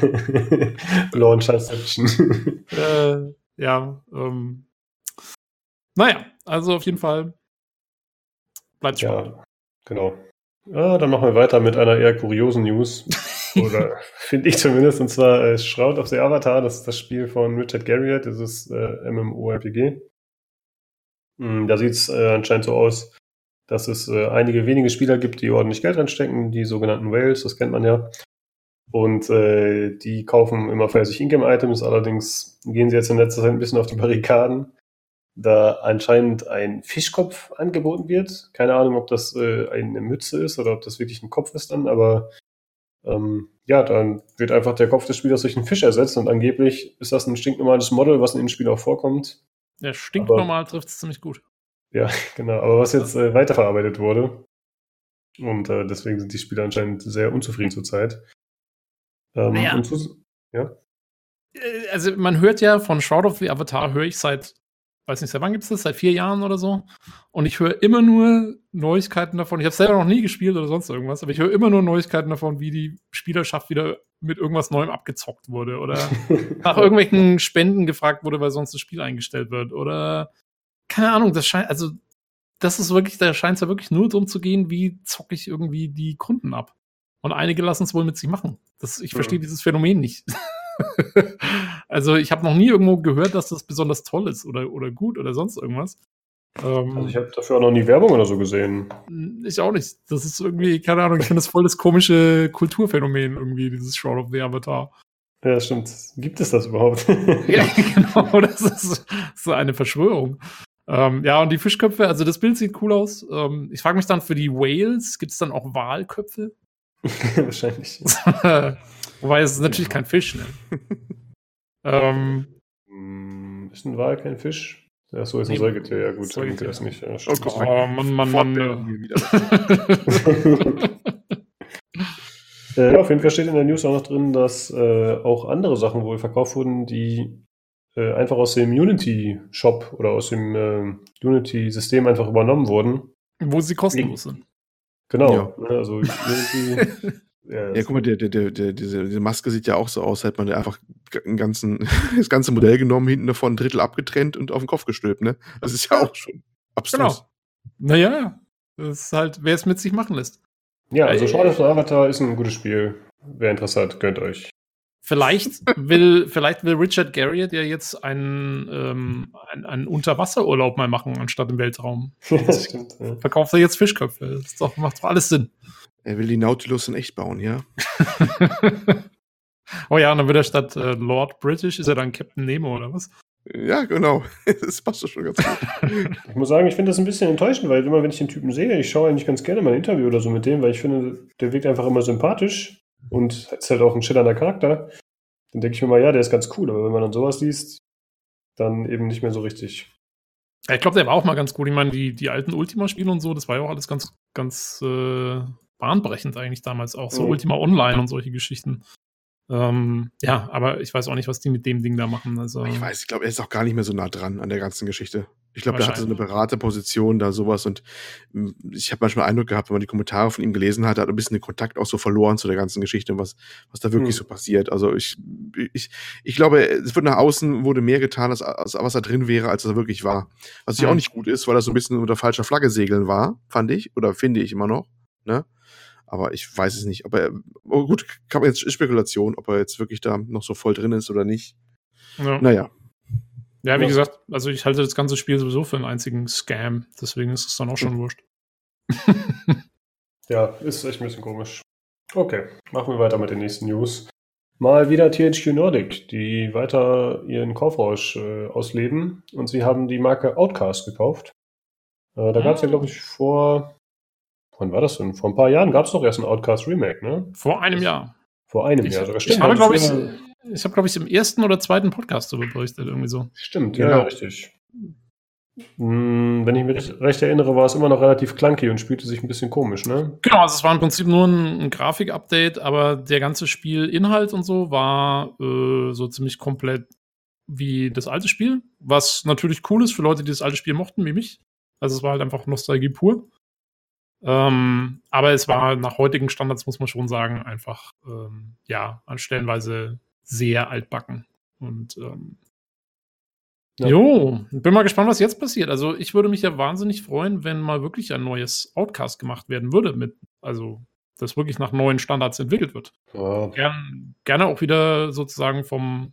Launcherception. äh, ja, ähm, naja, also auf jeden Fall bleibt spannend. Ja, genau. Ja, dann machen wir weiter mit einer eher kuriosen News. Oder finde ich zumindest, und zwar äh, Shroud of the Avatar, das ist das Spiel von Richard Garriott, das ist äh, MMORPG. Mm, Da sieht es äh, anscheinend so aus, dass es äh, einige wenige Spieler gibt, die ordentlich Geld reinstecken, die sogenannten Whales, das kennt man ja. Und äh, die kaufen immer fleißig Ingame-Items, allerdings gehen sie jetzt in letzter Zeit ein bisschen auf die Barrikaden, da anscheinend ein Fischkopf angeboten wird. Keine Ahnung, ob das äh, eine Mütze ist oder ob das wirklich ein Kopf ist dann, aber ähm, ja, dann wird einfach der Kopf des Spielers durch einen Fisch ersetzt und angeblich ist das ein stinknormales Model, was in dem Spiel auch vorkommt. Der stinkt Aber- normal, trifft es ziemlich gut. Ja, genau, aber was jetzt äh, weiterverarbeitet wurde. Und äh, deswegen sind die Spieler anscheinend sehr unzufrieden zurzeit. Ähm, Naja. und zu, Äh, Also man hört ja von Shroud of the Avatar, höre ich seit, weiß nicht, seit wann gibt es das? Seit vier Jahren oder so. Und ich höre immer nur Neuigkeiten davon. Ich habe selber noch nie gespielt oder sonst irgendwas, aber ich höre immer nur Neuigkeiten davon, wie die Spielerschaft wieder mit irgendwas Neuem abgezockt wurde oder nach irgendwelchen Spenden gefragt wurde, weil sonst das Spiel eingestellt wird. Oder keine Ahnung, das scheint, also das ist wirklich, da scheint es ja wirklich nur darum zu gehen, wie zocke ich irgendwie die Kunden ab. Und einige lassen es wohl mit sich machen. Das, ich verstehe Mhm. dieses Phänomen nicht. Also ich habe noch nie irgendwo gehört, dass das besonders toll ist oder, oder gut oder sonst irgendwas. Ähm, Also ich habe dafür auch noch nie Werbung oder so gesehen. ich auch nicht. Das ist irgendwie, keine Ahnung, ich finde das voll das komische Kulturphänomen irgendwie, dieses Shroud of the Avatar. Ja, das stimmt. Gibt es das überhaupt? Ja, genau, das ist so eine Verschwörung. Ähm, ja, und die Fischköpfe, also das Bild sieht cool aus. Ähm, ich frage mich dann für die Whales, gibt es dann auch Walköpfe? Wahrscheinlich. Wobei es ist natürlich kein Fisch, ne? ähm, Hm, Ist ein Wal kein Fisch? Ja, so ist ein Nee, Säugetier. Ja, gut, dann Säugetier. das nicht. Ja, Oh stimmt. Gott. oh, Mann, Mann, Mann. Fortbildung hier wieder. Äh, ja, auf jeden Fall steht in der News auch noch drin, dass äh, auch andere Sachen wohl verkauft wurden, die äh, einfach aus dem Unity-Shop oder aus dem äh, Unity-System einfach übernommen wurden. Wo sie kostenlos sind. Genau. Ja. Ne, also Unity. ja, Ja, guck mal, der, der, der, der, diese, diese Maske sieht ja auch so aus, hätte man ja einfach einen ganzen, das ganze Modell genommen, hinten davon ein Drittel abgetrennt und auf den Kopf gestülpt, ne? Das ist ja auch schon abstrus. Genau. Naja, das ist halt, wer es mit sich machen lässt. ja, also Shroud of the Avatar ist ein gutes Spiel. Wer Interesse hat, gönnt euch. Vielleicht will, vielleicht will Richard Garriott ja jetzt einen, ähm, einen, einen Unterwasserurlaub mal machen, anstatt im Weltraum. das stimmt. Ja. Verkauft er jetzt Fischköpfe. Das ist doch, macht doch alles Sinn. Er will die Nautilus in echt bauen, ja? Oh ja, und dann wird er statt äh, Lord British, ist er dann Captain Nemo oder was? Ja, genau. Das passt doch schon ganz gut. Ich muss sagen, ich finde das ein bisschen enttäuschend, weil immer, wenn ich den Typen sehe, ich schaue eigentlich ganz gerne mal ein Interview oder so mit dem, weil ich finde, der wirkt einfach immer sympathisch und ist halt auch ein schillernder Charakter. Dann denke ich mir mal, ja, der ist ganz cool, aber wenn man dann sowas liest, dann eben nicht mehr so richtig. Ja, ich glaube, der war auch mal ganz gut. Ich meine, die, die alten Ultima-Spiele und so, das war ja auch alles ganz, ganz äh, bahnbrechend eigentlich damals auch. So Mhm. Ultima Online und solche Geschichten. Ähm, ja, aber ich weiß auch nicht, was die mit dem Ding da machen. Also, Ich weiß, ich glaube, er ist auch gar nicht mehr so nah dran an der ganzen Geschichte. Ich glaube, der hatte so eine Wahrscheinlich. Beraterposition da, sowas. Und mm, ich habe manchmal Eindruck gehabt, wenn man die Kommentare von ihm gelesen hat, er hat ein bisschen den Kontakt auch so verloren zu der ganzen Geschichte und was, was da wirklich Hm. so passiert. Also ich, ich, ich glaube, es wird nach außen wurde mehr getan, als, als was da drin wäre, als er wirklich war. Was ja Hm. auch nicht gut ist, weil das so ein bisschen unter falscher Flagge segeln war, fand ich, oder finde ich immer noch. Ne? Aber ich weiß es nicht. Ob er, oh gut, kann man jetzt ist Spekulation, ob er jetzt wirklich da noch so voll drin ist oder nicht. Ja. Naja. Ja, wie Ja. gesagt, also ich halte das ganze Spiel sowieso für einen einzigen Scam. Deswegen ist es dann auch schon wurscht. Ja, ist echt ein bisschen komisch. Okay, machen wir weiter mit den nächsten News. Mal wieder T H Q Nordic, die weiter ihren Kaufrausch äh, ausleben und sie haben die Marke Outcast gekauft. Äh, da gab es ja, Ah. glaube ich, vor, wann war das denn? Vor ein paar Jahren gab es doch erst ein Outcast Remake, ne? Vor einem Jahr. Vor einem Ich, Jahr sogar. ich habe, das glaube ich, wäre- ich habe, glaube ich, im ersten oder zweiten Podcast darüber berichtet, irgendwie so. Stimmt, Genau. ja, richtig. Hm, wenn ich mich recht erinnere, war es immer noch relativ clunky und spielte sich ein bisschen komisch, ne? Genau, also es war im Prinzip nur ein, ein Grafik-Update, aber der ganze Spielinhalt und so war äh, so ziemlich komplett wie das alte Spiel, was natürlich cool ist für Leute, die das alte Spiel mochten, wie mich. Also es war halt einfach Nostalgie pur. Ähm, aber es war nach heutigen Standards, muss man schon sagen, einfach ähm, ja, an stellenweise sehr altbacken. Und ähm, Ja. jo, bin mal gespannt, was jetzt passiert. Also ich würde mich ja wahnsinnig freuen, wenn mal wirklich ein neues Outcast gemacht werden würde, mit, also das wirklich nach neuen Standards entwickelt wird. Ja, Gern, gerne auch wieder sozusagen vom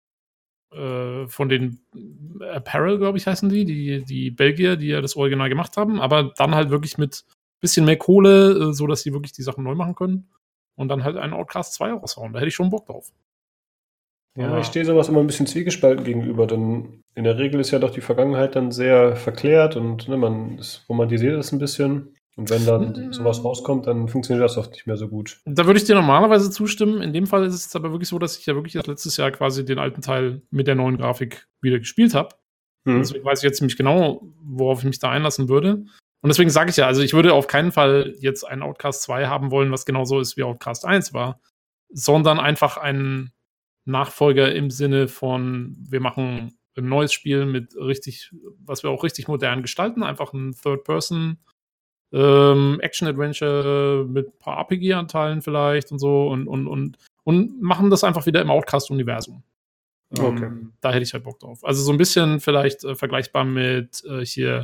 äh, von den Apparel, glaube ich, heißen die, die, die Belgier, die ja das Original gemacht haben, aber dann halt wirklich mit bisschen mehr Kohle, äh, so dass sie wirklich die Sachen neu machen können und dann halt einen Outcast zwei raushauen. Da hätte ich schon Bock drauf. Ja, ich stehe sowas immer ein bisschen zwiegespalten gegenüber, denn in der Regel ist ja doch die Vergangenheit dann sehr verklärt und ne, man ist, romantisiert das ein bisschen. Und wenn dann sowas rauskommt, dann funktioniert das oft nicht mehr so gut. Da würde ich dir normalerweise zustimmen. In dem Fall ist es aber wirklich so, dass ich ja wirklich erst letztes Jahr quasi den alten Teil mit der neuen Grafik wieder gespielt habe. Hm. Deswegen weiß ich jetzt ziemlich genau, worauf ich mich da einlassen würde. Und deswegen sage ich ja, also ich würde auf keinen Fall jetzt einen Outcast zwei haben wollen, was genauso ist wie Outcast eins war, sondern einfach einen Nachfolger im Sinne von, wir machen ein neues Spiel mit richtig, was wir auch richtig modern gestalten, einfach ein Third-Person ähm, Action-Adventure mit ein paar R P G-Anteilen vielleicht und so und, und, und, und machen das einfach wieder im Outcast-Universum. Okay. Ähm, da hätte ich halt Bock drauf. Also so ein bisschen vielleicht äh, vergleichbar mit äh, hier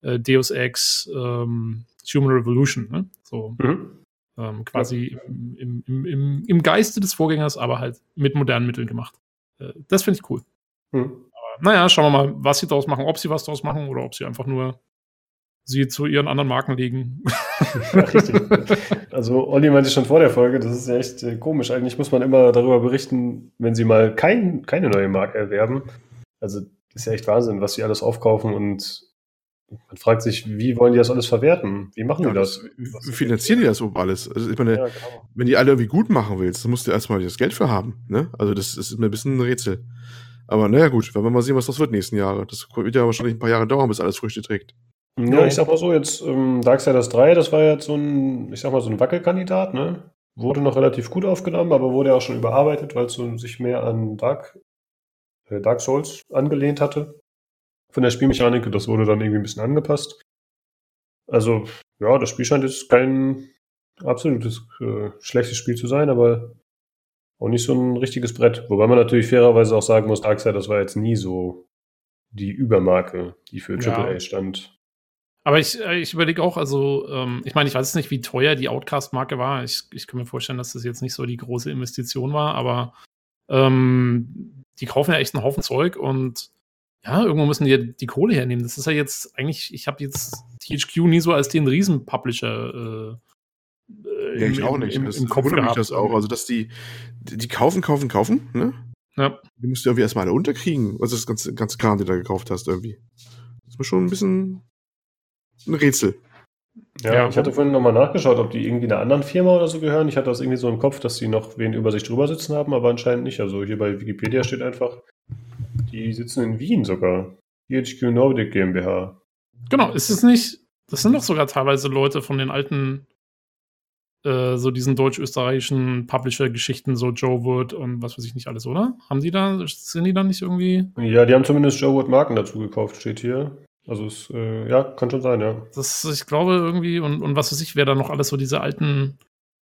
äh, Deus Ex, ähm, Human Revolution, ne? So Mhm. ähm, quasi im, im, im, im, im Geiste des Vorgängers, aber halt mit modernen Mitteln gemacht. Äh, das finde ich cool. Mhm. Aber, naja, schauen wir mal, was sie daraus machen, ob sie was daraus machen oder ob sie einfach nur sie zu ihren anderen Marken legen. Ja, richtig. Also Olli meinte schon vor der Folge, das ist ja echt äh, komisch. Eigentlich muss man immer darüber berichten, wenn sie mal kein, keine neue Marke erwerben. Also das ist ja echt Wahnsinn, was sie alles aufkaufen und man fragt sich, wie wollen die das alles verwerten? Wie machen Ja, die das? das, wie finanzieren die das so alles? Also ich meine, Ja, genau. wenn die alle irgendwie gut machen willst, dann musst du erstmal das Geld für haben. Ne? Also das, das ist mir ein bisschen ein Rätsel. Aber naja gut, werden wir mal sehen, was das wird nächsten Jahre. Das wird ja wahrscheinlich ein paar Jahre dauern, bis alles Früchte trägt. Ja, ich sag mal so, jetzt ähm, Darksiders drei, das war jetzt so ein, ich sag mal so ein Wackelkandidat, ne? Wurde noch relativ gut aufgenommen, aber wurde ja auch schon überarbeitet, weil es so sich mehr an Dark, äh, Dark Souls angelehnt hatte. Von der Spielmechanik, das wurde dann irgendwie ein bisschen angepasst. Also, ja, das Spiel scheint jetzt kein absolutes äh, schlechtes Spiel zu sein, aber auch nicht so ein richtiges Brett. Wobei man natürlich fairerweise auch sagen muss, Darksiders war jetzt nie so die Übermarke, die für Ja. Triple A stand. Aber ich, äh, ich überlege auch, also, ähm, ich meine, ich weiß jetzt nicht, wie teuer die Outcast-Marke war. Ich, ich kann mir vorstellen, dass das jetzt nicht so die große Investition war, aber ähm, die kaufen ja echt einen Haufen Zeug und ja, irgendwo müssen die ja die Kohle hernehmen. Das ist ja jetzt eigentlich, ich habe jetzt T H Q nie so als den Riesen-Publisher äh, äh, Ja, im, ich auch im, nicht. im, Das im Kopf wundert mich gehabt. das auch. Also, dass die, die die kaufen, kaufen, kaufen, ne? Ja. Die musst du irgendwie erstmal alle unterkriegen. Also das ganze, ganze Kram, den du da gekauft hast, irgendwie. Das ist mir schon ein bisschen ein Rätsel. Ja, Ja. ich hatte vorhin nochmal nachgeschaut, ob die irgendwie einer anderen Firma oder so gehören. Ich hatte das irgendwie so im Kopf, dass die noch wen über sich drüber sitzen haben, aber anscheinend nicht. Also hier bei Wikipedia steht einfach, die sitzen in Wien sogar. T H Q Nordic GmbH. Genau, ist es nicht, das sind doch sogar teilweise Leute von den alten, äh, so diesen deutsch-österreichischen Publisher-Geschichten, so Joe Wood und was weiß ich nicht alles, oder? Haben die da, sind die da nicht irgendwie? Ja, die haben zumindest Joe Wood Marken dazu gekauft, steht hier. Also es, äh, ja, kann schon sein, ja. Das, ich glaube irgendwie, und, und was weiß ich, wer da noch alles so diese alten,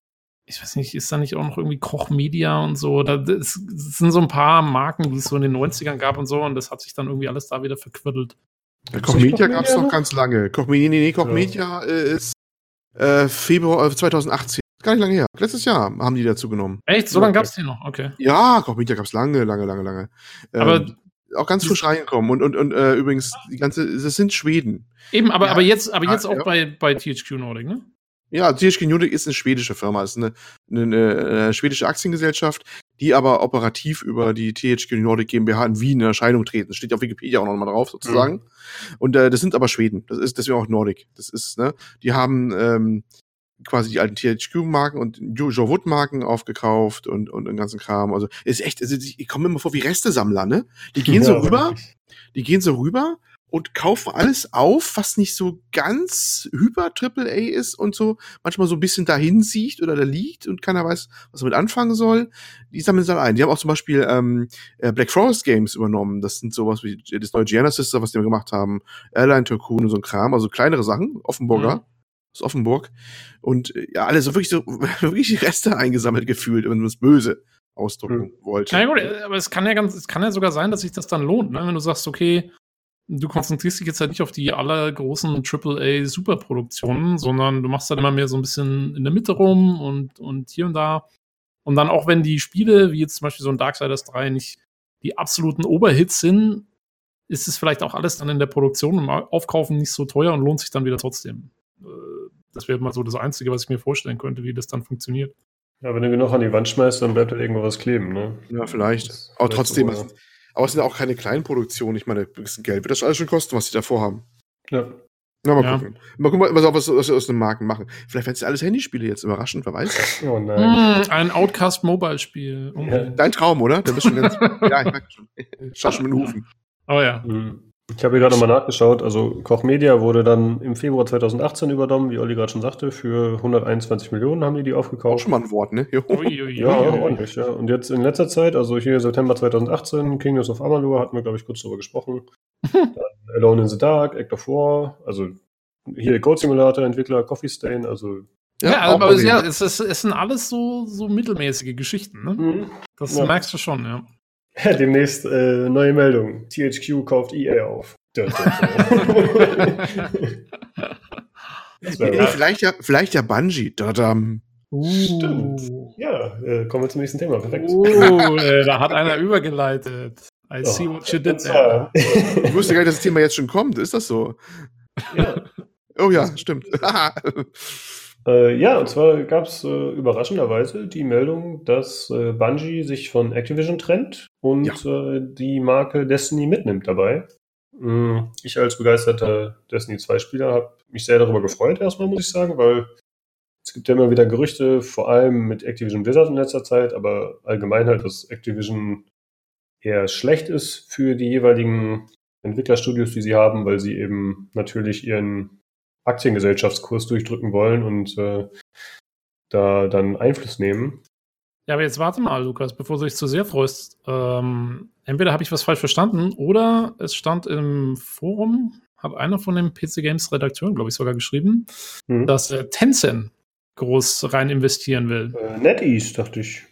ich weiß nicht, ist da nicht auch noch irgendwie Koch Media und so? Da, das, das sind so ein paar Marken, die es so in den neunzigern gab und so, und das hat sich dann irgendwie alles da wieder verquiddelt. Ja, Gibt's Koch nicht Media Koch gab es Media noch noch? ganz lange. Koch Media, nee, nee, Koch Ja. Media äh, ist äh, Februar zweitausendachtzehn. Gar nicht lange her. Letztes Jahr haben die dazu genommen. Echt? So Okay. lange gab es die noch? Okay. Ja, Koch Media gab es lange, lange, lange, lange. Ähm, Aber auch ganz frisch reingekommen. Und, und, und äh, übrigens, die ganze, das sind Schweden. eben, aber, Ja. aber jetzt, aber Ja, jetzt auch ja. bei, bei T H Q Nordic, ne? Ja, T H Q Nordic ist eine schwedische Firma, ist eine, eine, eine schwedische Aktiengesellschaft, die aber operativ über die T H Q Nordic GmbH in Wien in Erscheinung treten. Steht ja auf Wikipedia auch noch mal drauf, sozusagen. Mhm. Und äh, das sind aber Schweden. Das ist deswegen auch Nordic. Das ist, ne, die haben ähm, quasi die alten T H Q-Marken und Joe Wood-Marken aufgekauft und, und den ganzen Kram. Also ist echt, also die kommen immer vor wie Restesammler, ne? Die gehen so Ja, rüber, wirklich. die gehen so rüber und kaufen alles auf, was nicht so ganz hyper Triple A ist und so manchmal so ein bisschen dahin sieht oder da liegt und keiner weiß, was damit anfangen soll. Die sammeln es dann ein. Die haben auch zum Beispiel ähm, Black Forest Games übernommen. Das sind sowas wie das neue Genesis, was die gemacht haben, Airline Tycoon und so ein Kram, also kleinere Sachen, Offenburger. Mhm. Aus Offenburg. Und äh, ja, alle so wirklich so wirklich Reste eingesammelt gefühlt, wenn man es böse ausdrücken Hm. wollte. Na gut, aber es kann ja ganz, es kann ja sogar sein, dass sich das dann lohnt, ne? Wenn du sagst, okay, du konzentrierst dich jetzt halt nicht auf die allergroßen Triple A Superproduktionen, sondern du machst halt immer mehr so ein bisschen in der Mitte rum und, und hier und da. Und dann auch, wenn die Spiele, wie jetzt zum Beispiel so ein Darksiders drei, nicht die absoluten Oberhits sind, ist es vielleicht auch alles dann in der Produktion und Aufkaufen nicht so teuer und lohnt sich dann wieder trotzdem. Das wäre mal so das Einzige, was ich mir vorstellen könnte, wie das dann funktioniert. Ja, wenn du genug an die Wand schmeißt, dann bleibt halt irgendwo was kleben, ne? Ja, vielleicht. Das ist Aber vielleicht trotzdem, so, ja. aber es sind ja auch keine kleinen Produktionen. Ich meine, ein bisschen Geld wird das alles schon kosten, was sie davor haben. Ja. Na, mal Ja. gucken. Mal gucken, was, was, was sie aus den Marken machen. Vielleicht werden es ja alles Handyspiele jetzt überraschend, wer weiß. Oh nein. Mm, ein Outcast-Mobile-Spiel. Ja. Dein Traum, oder? Da bist schon ganz. Ja, ich merke schon. Schau schon mit den Hufen. Oh ja. Hm. Ich habe hier gerade nochmal nachgeschaut. Also Koch Media wurde dann im Februar zweitausendachtzehn übernommen, wie Olli gerade schon sagte. Für hunderteinundzwanzig Millionen haben die die Auch aufgekauft. schon mal ein Wort, ne? Jo. Ui, ui, Ja, ui, ui. ordentlich, ja. Und jetzt in letzter Zeit, also hier September zweitausendachtzehn, Kingdoms of Amalur, hatten wir, glaube ich, kurz drüber gesprochen. Dann Alone in the Dark, Act of War, also hier Code Simulator, Entwickler, Coffee Stain, also Ja, auch aber mal es, sehen. ja, es, ist, es sind alles so, so mittelmäßige Geschichten, ne? mhm. Das Ja. merkst du schon, ja. Demnächst äh, neue Meldung. T H Q kauft E A auf. Da, da, da. Das wäre Nee, was. vielleicht, ja, vielleicht ja Bungie. Dadam. Stimmt. Ja, äh, kommen wir zum nächsten Thema. Perfekt. Uh, äh, da hat einer übergeleitet. I see what you did Und there. zwar, Ich wusste gar nicht, dass das Thema jetzt schon kommt. Ist das so? ja, Oh ja, stimmt. äh, ja, und zwar gab es äh, überraschenderweise die Meldung, dass äh, Bungie sich von Activision trennt und Ja. äh, die Marke Destiny mitnimmt dabei. Mm, Ich als begeisterter Destiny zwei Spieler habe mich sehr darüber gefreut, erstmal muss ich sagen, weil es gibt ja immer wieder Gerüchte, vor allem mit Activision Blizzard in letzter Zeit, aber allgemein halt, dass Activision eher schlecht ist für die jeweiligen Entwicklerstudios, die sie haben, weil sie eben natürlich ihren Aktiengesellschaftskurs durchdrücken wollen und äh, da dann Einfluss nehmen. Ja, aber jetzt warte mal, Lukas, bevor du dich zu sehr freust. Ähm, entweder habe ich was falsch verstanden oder es stand im Forum, hat einer von den P C Games Redakteuren, glaube ich, sogar geschrieben, Hm. dass äh, Tencent groß rein investieren will. Äh, NetEase, dachte ich.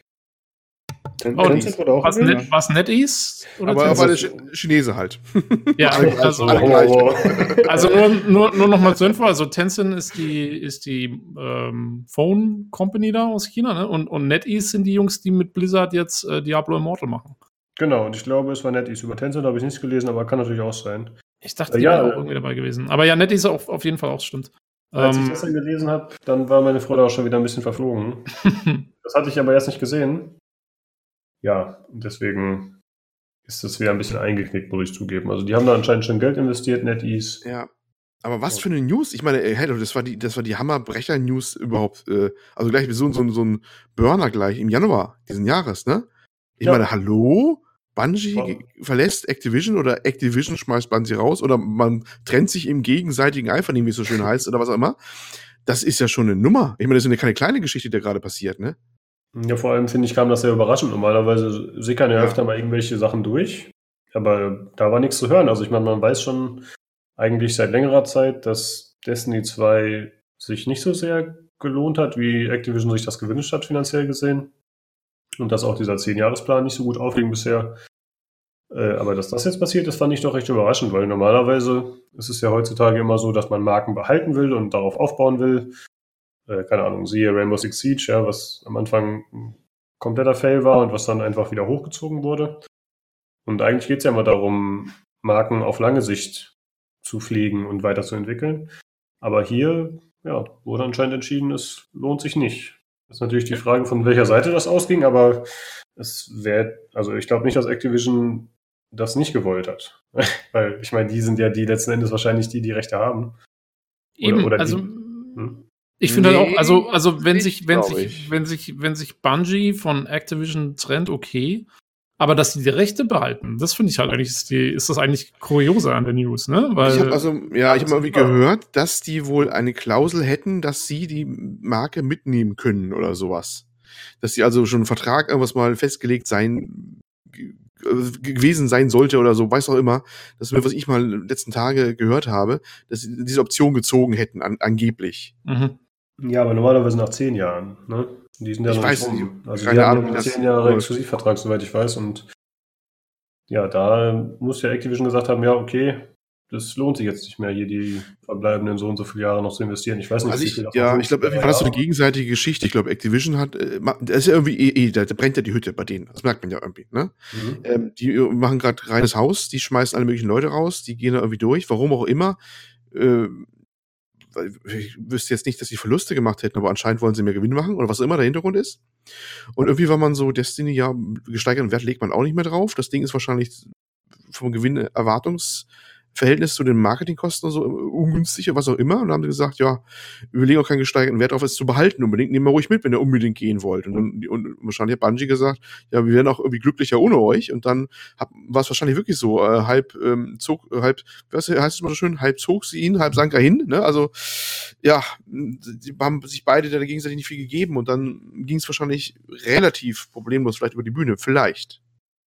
Ten- Oh, Tencent wurde auch Was, erwähnt? Net, was NetEase? Oder Aber, aber Tencent? der Ch- Chinese halt. Ja, alle- also, alle gleich. also nur, nur, nur noch mal zur Info, also Tencent ist die, ist die ähm, Phone Company da aus China, ne? Und, und NetEase sind die Jungs, die mit Blizzard jetzt äh, Diablo Immortal machen. Genau, und ich glaube, es war NetEase. Über Tencent habe ich nichts gelesen, aber kann natürlich auch sein. Ich dachte, Äh, die ja, wären auch äh, irgendwie dabei gewesen. Aber ja, NetEase auf, auf jeden Fall auch, stimmt. Als ich Ähm, das dann gelesen habe, dann war meine Freude auch schon wieder ein bisschen verflogen. Das hatte ich aber erst nicht gesehen. Ja, und deswegen ist das wieder ein bisschen eingeknickt, muss ich zugeben. Also die haben da anscheinend schon Geld investiert, NetEase. Ja. Aber was für eine News? Ich meine, ey, hey, das war die, das war die Hammerbrecher-News überhaupt. Äh, also gleich wie so, so, so ein Burner gleich im Januar diesen Jahres, ne? Ich Ja. meine, hallo? Bungie Wow. ge- verlässt Activision oder Activision schmeißt Bungie raus oder man trennt sich im gegenseitigen Einvernehmen, wie es so schön heißt, oder was auch immer. Das ist ja schon eine Nummer. Ich meine, das ist ja keine kleine Geschichte, die da gerade passiert, ne? Ja, vor allem finde ich, kam das sehr überraschend. Normalerweise sickern ja, Ja. öfter mal irgendwelche Sachen durch. Aber da war nichts zu hören. Also ich meine, man weiß schon eigentlich seit längerer Zeit, dass Destiny zwei sich nicht so sehr gelohnt hat, wie Activision sich das gewünscht hat, finanziell gesehen. Und dass auch dieser zehn-Jahres-Plan nicht so gut aufging bisher. Äh, aber dass das jetzt passiert ist, fand ich doch recht überraschend, weil normalerweise ist es ja heutzutage immer so, dass man Marken behalten will und darauf aufbauen will. Äh, keine Ahnung, siehe Rainbow Six Siege, ja, was am Anfang ein kompletter Fail war und was dann einfach wieder hochgezogen wurde. Und eigentlich geht es ja immer darum, Marken auf lange Sicht zu pflegen und weiterzuentwickeln. Aber hier, ja, wurde anscheinend entschieden, es lohnt sich nicht. Das ist natürlich die Frage, von welcher Seite das ausging, aber es wäre, also ich glaube nicht, dass Activision das nicht gewollt hat. Weil, ich meine, die sind ja die letzten Endes wahrscheinlich die, die Rechte haben. eben, oder die- also Hm? ich finde Nee, halt auch, also, also wenn nicht, sich, wenn glaub sich, ich. wenn sich, wenn sich Bungie von Activision trennt, okay. Aber dass sie die Rechte behalten, das finde ich halt eigentlich, ist, die, ist das eigentlich kurioser an der News, ne? Weil, Ich habe also, ja, ich habe mal irgendwie Ja. gehört, dass die wohl eine Klausel hätten, dass sie die Marke mitnehmen können oder sowas. Dass sie also schon ein Vertrag irgendwas mal festgelegt sein ge- äh, gewesen sein sollte oder so, weiß auch immer. Das ist, was ich mal in den letzten Tage gehört habe, dass sie diese Option gezogen hätten, an, angeblich. mhm. Ja, aber normalerweise nach zehn Jahren, ne? Die sind ja Ich noch weiß nicht nicht. rum. Also Keine die haben Ahnung, ja wie einen das zehn Jahre läuft. Exklusivvertrag, soweit ich weiß. Und ja, da muss ja Activision gesagt haben, ja, okay, das lohnt sich jetzt nicht mehr, hier die verbleibenden so und so viele Jahre noch zu investieren. Ich weiß nicht, Also wie ich, viel davon ja, sind. ich glaube, irgendwie war das so eine gegenseitige Geschichte. Ich glaube, Activision hat, äh, ma- da ist ja irgendwie, eh, eh, da, da brennt ja die Hütte bei denen. Das merkt man ja irgendwie, ne? Mhm. Ähm, die äh, machen gerade reines Haus, die schmeißen alle möglichen Leute raus, die gehen da irgendwie durch, warum auch immer. Äh, weil ich wüsste jetzt nicht, dass sie Verluste gemacht hätten, aber anscheinend wollen sie mehr Gewinn machen oder was auch immer der Hintergrund ist. Und irgendwie war man so, Destiny, ja, gesteigerten Wert legt man auch nicht mehr drauf. Das Ding ist wahrscheinlich vom Gewinn-Erwartungsverhältnis zu den Marketingkosten so ungünstig oder was auch immer. Und dann haben sie gesagt, ja, wir legen auch keinen gesteigerten Wert drauf, es zu behalten unbedingt. Nehmen wir ruhig mit, wenn ihr unbedingt gehen wollt. Und, dann, und wahrscheinlich hat Bungie gesagt, ja, wir werden auch irgendwie glücklicher ohne euch. Und dann hab- war es wahrscheinlich wirklich so, äh, halb ähm, zog, äh, halb, was heißt es immer so schön, halb zog sie ihn, halb sank er hin. Ne? Also, ja, die haben sich beide da gegenseitig nicht viel gegeben. Und dann ging es wahrscheinlich relativ problemlos vielleicht über die Bühne. Vielleicht.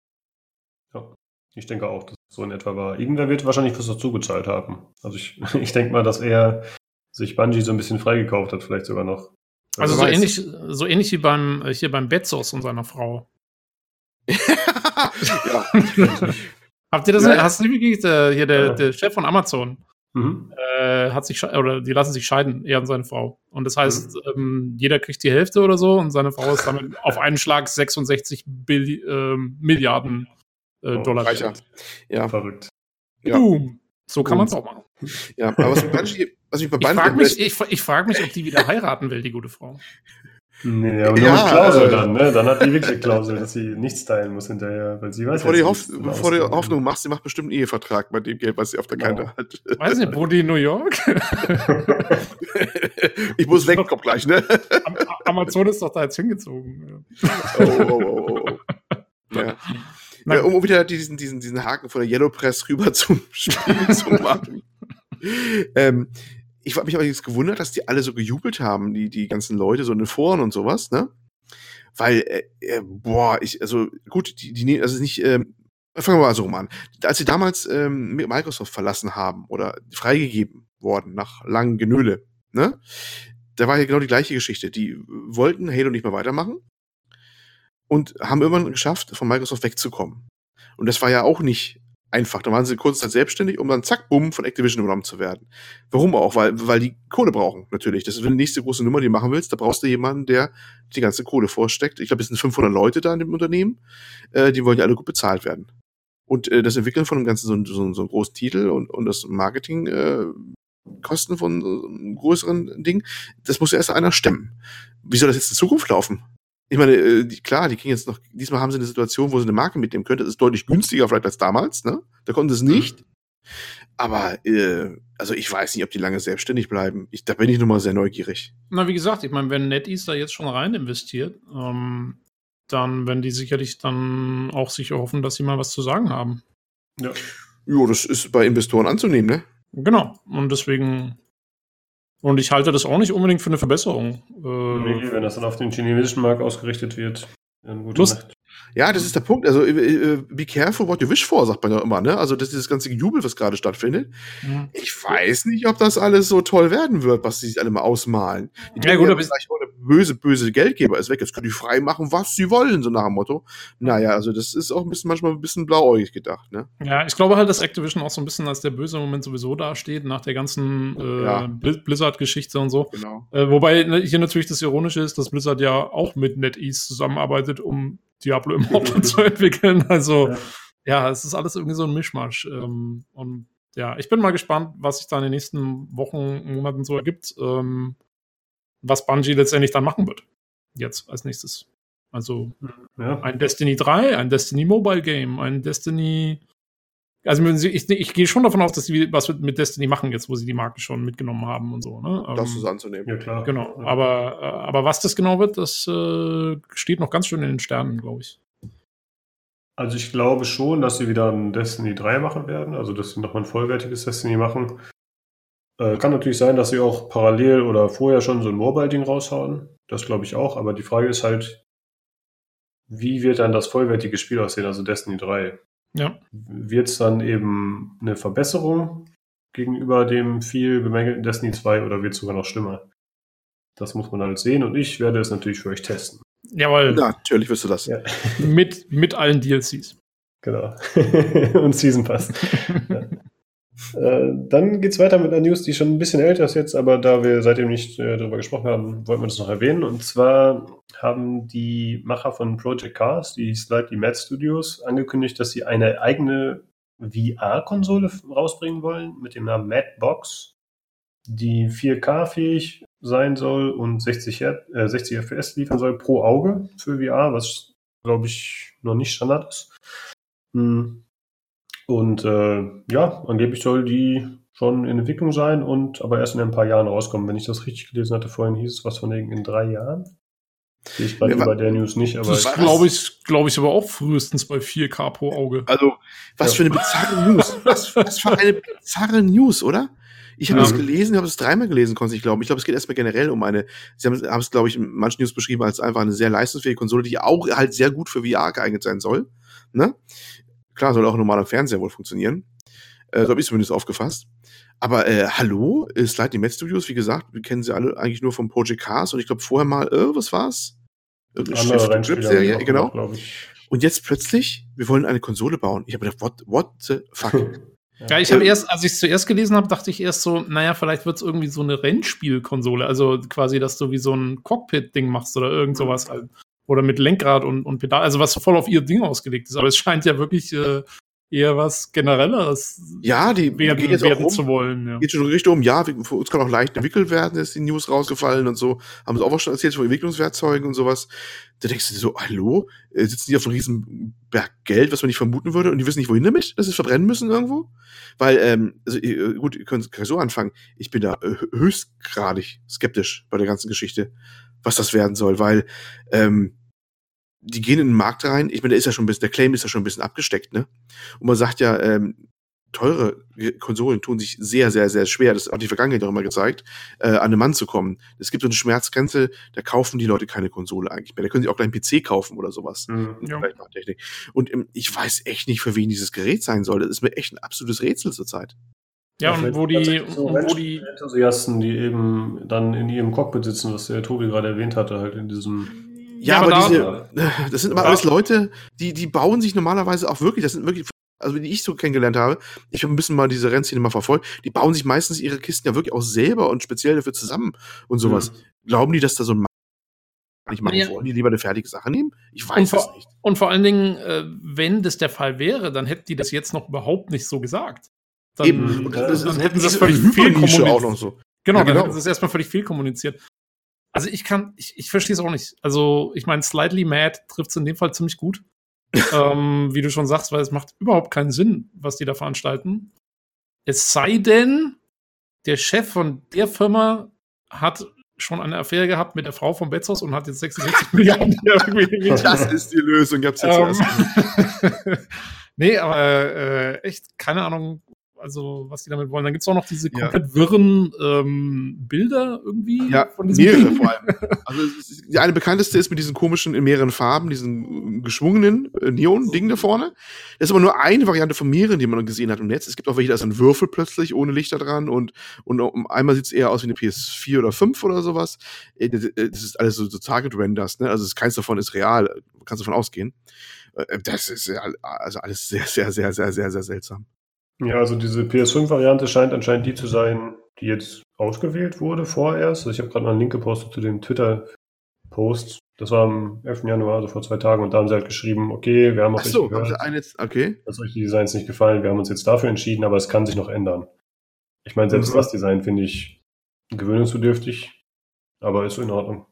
Ja, ich denke auch, dass es so in etwa war. Irgendwer wird wahrscheinlich was dazu gezahlt haben. Also ich, ich denke mal, dass er sich Bungie so ein bisschen freigekauft hat, vielleicht sogar noch. Also so weiß. ähnlich, so ähnlich wie beim, äh, hier beim Bezos und seiner Frau. ja. Habt ihr das, Ja, ja. hast du wirklich, äh, hier der, Ja. der Chef von Amazon, Mhm. äh, hat sich, sche- oder die lassen sich scheiden, er und seine Frau. Und das heißt, Mhm. ähm, jeder kriegt die Hälfte oder so und seine Frau ist damit auf einen Schlag sechsundsechzig Billi ähm, Milliarden äh, Oh, Dollar Reicher. wert. Ja, Verrückt. ja, Boom. So kann man es Und- auch machen. ja. Aber was mich, Bungie, was mich bei Ich Bungie frage am mich, besten- ich, ich frag mich, ob die wieder heiraten will, die gute Frau. Nee, aber nur Ja, mit Klausel äh, dann, ne? Dann hat die wirklich Klausel, dass sie nichts teilen muss hinterher, weil sie weiß bevor du jetzt die, nichts Hoff von bevor du die Ausgaben. Hoffnung machst, sie macht bestimmt einen Ehevertrag bei dem Geld, was sie auf der Genau. Kante hat. Weiß nicht, wo die in New York? Ich muss weg, komm gleich, ne? Am- Amazon ist doch da jetzt hingezogen. Oh, oh, oh, oh. Ja. Na Ja, um um wieder diesen, diesen, diesen Haken von der Yellow Press rüber zum Spiel zu machen. ähm, ich habe mich aber jetzt gewundert, dass die alle so gejubelt haben, die, die ganzen Leute, so in den Foren und sowas, ne? Weil, äh, äh, boah, ich, also gut, die, die nehmen, also nicht, ähm, fangen wir mal so rum an. Als sie damals ähm, Microsoft verlassen haben oder freigegeben worden nach langem Genöle, ne? Da war ja genau die gleiche Geschichte. Die wollten Halo nicht mehr weitermachen und haben irgendwann geschafft, von Microsoft wegzukommen. Und das war ja auch nicht einfach. Da waren sie kurz Zeit selbstständig, um dann zack, bumm, von Activision übernommen zu werden. Warum auch? Weil, weil die Kohle brauchen, natürlich. Das ist die nächste große Nummer, die du machen willst. Da brauchst du jemanden, der die ganze Kohle vorsteckt. Ich glaube, es sind fünfhundert Leute da in dem Unternehmen. Äh, die wollen ja alle gut bezahlt werden. Und äh, das Entwickeln von dem ganzen so, so, so einem großen Titel und, und das Marketing äh, Kosten von so einem größeren Ding, das muss ja erst einer stemmen. Wie soll das jetzt in Zukunft laufen? Ich meine, äh, die, klar, die kriegen jetzt noch, diesmal haben sie eine Situation, wo sie eine Marke mitnehmen können. Das ist deutlich günstiger vielleicht als damals, ne? Da konnten sie es nicht. Aber, äh, also ich weiß nicht, ob die lange selbstständig bleiben. Ich, da bin ich nur mal sehr neugierig. Na, wie gesagt, ich meine, wenn NetEase da jetzt schon rein investiert, ähm, dann werden die sicherlich dann auch sich erhoffen, dass sie mal was zu sagen haben. Ja. Jo, das ist bei Investoren anzunehmen, ne? Genau. Und deswegen. Und ich halte das auch nicht unbedingt für eine Verbesserung. Äh, Nee, wenn das dann auf den chinesischen Markt ausgerichtet wird, dann gute Lust- Nacht. Ja, das ist der Punkt. Also, äh, äh, be careful what you wish for, sagt man ja immer, ne? Also, das ist das ganze Jubel, was gerade stattfindet. ja. Ich weiß nicht, ob das alles so toll werden wird, was sie sich alle mal ausmalen. Die Ja, denken gut, ja aber gleich, oh, der böse, böse Geldgeber ist weg. Jetzt können die frei machen, was sie wollen, so nach dem Motto. Naja, also, das ist auch ein bisschen, manchmal ein bisschen blauäugig gedacht, ne? Ja, ich glaube halt, dass Activision auch so ein bisschen als der böse Moment sowieso dasteht, nach der ganzen äh, Ja. Bli- Blizzard-Geschichte und so. Genau. Äh, wobei ne, hier natürlich das Ironische ist, dass Blizzard ja auch mit NetEase zusammenarbeitet, um Diablo Immortal zu entwickeln. Also, Ja. ja, es ist alles irgendwie so ein Mischmasch. Ähm, und ja, ich bin mal gespannt, was sich da in den nächsten Wochen, Monaten so ergibt, ähm, was Bungie letztendlich dann machen wird. Jetzt als nächstes. Also Ja. ein Destiny drei, ein Destiny Mobile Game, ein Destiny. Also wenn sie- ich, ich gehe schon davon aus, dass sie was mit Destiny machen, jetzt wo sie die Marke schon mitgenommen haben und so. Ne? Das Ähm, ist anzunehmen. Ja, klar. Genau, Ja. aber, äh, aber was das genau wird, das äh, steht noch ganz schön in den Sternen, glaube ich. Also ich glaube schon, dass sie wieder ein Destiny drei machen werden, also dass sie nochmal ein vollwertiges Destiny machen. Äh, kann natürlich sein, dass sie auch parallel oder vorher schon so ein Mobile-Ding raushauen. Das glaube ich auch, aber die Frage ist halt, wie wird dann das vollwertige Spiel aussehen, also Destiny drei? Ja. Wird es dann eben eine Verbesserung gegenüber dem viel bemängelten Destiny zwei oder wird es sogar noch schlimmer? Das muss man halt sehen und ich werde es natürlich für euch testen. Jawohl, Ja, natürlich wirst du das. Ja. mit, mit allen D L Cs. Genau. Und Season Pass. Ja. Äh, dann geht's weiter mit einer News, die schon ein bisschen älter ist jetzt, aber da wir seitdem nicht äh, darüber gesprochen haben, wollten wir das noch erwähnen. Und zwar haben die Macher von Project Cars, die Slightly Mad Studios, angekündigt, dass sie eine eigene V R-Konsole rausbringen wollen mit dem Namen Madbox, die vier K-fähig sein soll und sechzig, Her- äh, sechzig F P S liefern soll pro Auge für V R, was, glaube ich, noch nicht Standard ist. Hm. Und äh, ja, angeblich soll die schon in Entwicklung sein und aber erst in ein paar Jahren rauskommen. Wenn ich das richtig gelesen hatte, vorhin hieß es was von wegen in drei Jahren. Sehe ich gerade Ja, wa- bei der News nicht, aber Das Was? glaube ich, glaube ich aber auch frühestens bei vier K pro Auge. Also, was Ja. für eine bizarre News. Was, was für eine bizarre News, oder? Ich habe Ja. das gelesen, habe es dreimal gelesen, konnte ich glauben. Ich glaube, es geht erstmal generell um eine, sie haben, haben es, glaube ich, in manchen News beschrieben als einfach eine sehr leistungsfähige Konsole, die auch halt sehr gut für V R geeignet sein soll. Ne? Klar, soll auch ein normaler Fernseher wohl funktionieren. Äh, so habe ich zumindest aufgefasst. Aber äh, hallo, äh, Slightly Mad Studios, wie gesagt, wir kennen sie alle eigentlich nur vom Project Cars und ich glaube vorher mal, äh, was war's? Irgendeine andere Shift- Rennspieler Grip-Serie, haben die auch genau. gemacht, glaube ich. Und jetzt plötzlich, wir wollen eine Konsole bauen. Ich habe gedacht, what, what the fuck? Ja, ich habe erst, als ich es zuerst gelesen habe, dachte ich erst so, naja, vielleicht wird es irgendwie so eine Rennspielkonsole, also quasi, dass du wie so ein Cockpit-Ding machst oder irgend sowas halt. Oder mit Lenkrad und, und Pedal, also was voll auf ihr Ding ausgelegt ist. Aber es scheint ja wirklich äh, eher was Generelleres ja, die werden, geht jetzt werden auch rum. zu wollen. Ja. Geht schon in Richtung, ja, für uns kann auch leicht entwickelt werden, ist die News rausgefallen und so. Haben sie auch schon erzählt von Entwicklungswerkzeugen und sowas. Da denkst du dir so, hallo? Äh, sitzen die auf einem riesen Berg Geld, was man nicht vermuten würde, und die wissen nicht, wohin damit, dass sie es verbrennen müssen irgendwo? Weil, ähm, also, äh, gut, ihr könnt so anfangen. Ich bin da äh, höchstgradig skeptisch bei der ganzen Geschichte, was das werden soll, weil, ähm, die gehen in den Markt rein. Ich meine, der ist ja schon ein bisschen, der Claim ist ja schon ein bisschen abgesteckt, ne? Und man sagt ja, ähm, teure Konsolen tun sich sehr, sehr, sehr schwer, das hat die Vergangenheit auch immer gezeigt, äh, an den Mann zu kommen. Es gibt so eine Schmerzgrenze, da kaufen die Leute keine Konsole eigentlich mehr. Da können sie auch gleich einen P C kaufen oder sowas. Mhm. Ja. Und ähm, ich weiß echt nicht, für wen dieses Gerät sein soll. Das ist mir echt ein absolutes Rätsel zurzeit. Ja, und wo die, so und wo die Enthusiasten, die eben dann in ihrem Cockpit sitzen, was der Tobi gerade erwähnt hatte, halt in diesem. Ja, Ja, aber, aber diese, das sind immer Ja. alles Leute, die, die bauen sich normalerweise auch wirklich, das sind wirklich, also die ich so kennengelernt habe, ich habe ein bisschen mal diese Rennszene mal verfolgt, die bauen sich meistens ihre Kisten ja wirklich auch selber und speziell dafür zusammen und sowas. Glauben die, dass da so ein Mann nicht machen Ja. wollen? Die lieber eine fertige Sache nehmen? Ich Und weiß es vor, nicht. und vor allen Dingen, äh, wenn das der Fall wäre, dann hätten die das jetzt noch überhaupt nicht so gesagt. Dann, Eben. Und das dann ist- hätten sie das diese völlig viel Hypernische kommuniziert. auch noch so. Genau, Ja, dann genau. hätten sie es erstmal völlig viel kommuniziert. Also ich kann, ich, ich verstehe es auch nicht. Also ich meine, Slightly Mad trifft es in dem Fall ziemlich gut. ähm, wie du schon sagst, weil es macht überhaupt keinen Sinn, was die da veranstalten. Es sei denn, der Chef von der Firma hat schon eine Affäre gehabt mit der Frau von Bezos und hat jetzt sechsundsechzig Milliarden. irgendwie Das ist die Lösung. Ich hab's jetzt ähm, erst. nee, aber äh, echt, keine Ahnung, also was die damit wollen. Dann gibt es auch noch diese Ja. komplett wirren ähm, Bilder irgendwie Ja, von diesem mehrere Ding. vor allem. Also es ist, die eine bekannteste ist mit diesen komischen, in mehreren Farben, diesen äh, geschwungenen äh, Neon-Ding da vorne. Das ist aber nur eine Variante von mehreren, die man gesehen hat im Netz. Es gibt auch welche, da ist ein Würfel plötzlich, ohne Lichter dran, und, und um, einmal sieht es eher aus wie eine P S vier oder fünf oder sowas. Äh, Das, das ist alles so, so Target-Renders, ne? Also es- keins davon ist real, du kannst davon ausgehen. Äh, Das ist ja also alles sehr, sehr, sehr, sehr, sehr, sehr seltsam. Ja, also diese P S fünf Variante scheint anscheinend die zu sein, die jetzt ausgewählt wurde vorerst. Also ich habe gerade mal einen Link gepostet zu dem Twitter-Post. Das war am elften Januar, also vor zwei Tagen. Und da haben sie halt geschrieben, okay, wir haben auch Ach so, richtig haben sie gehört, einen jetzt, okay. dass euch die Designs nicht gefallen. Wir haben uns jetzt dafür entschieden, aber es kann sich noch ändern. Ich meine, selbst Mhm. das Design finde ich gewöhnungsbedürftig, aber ist in Ordnung.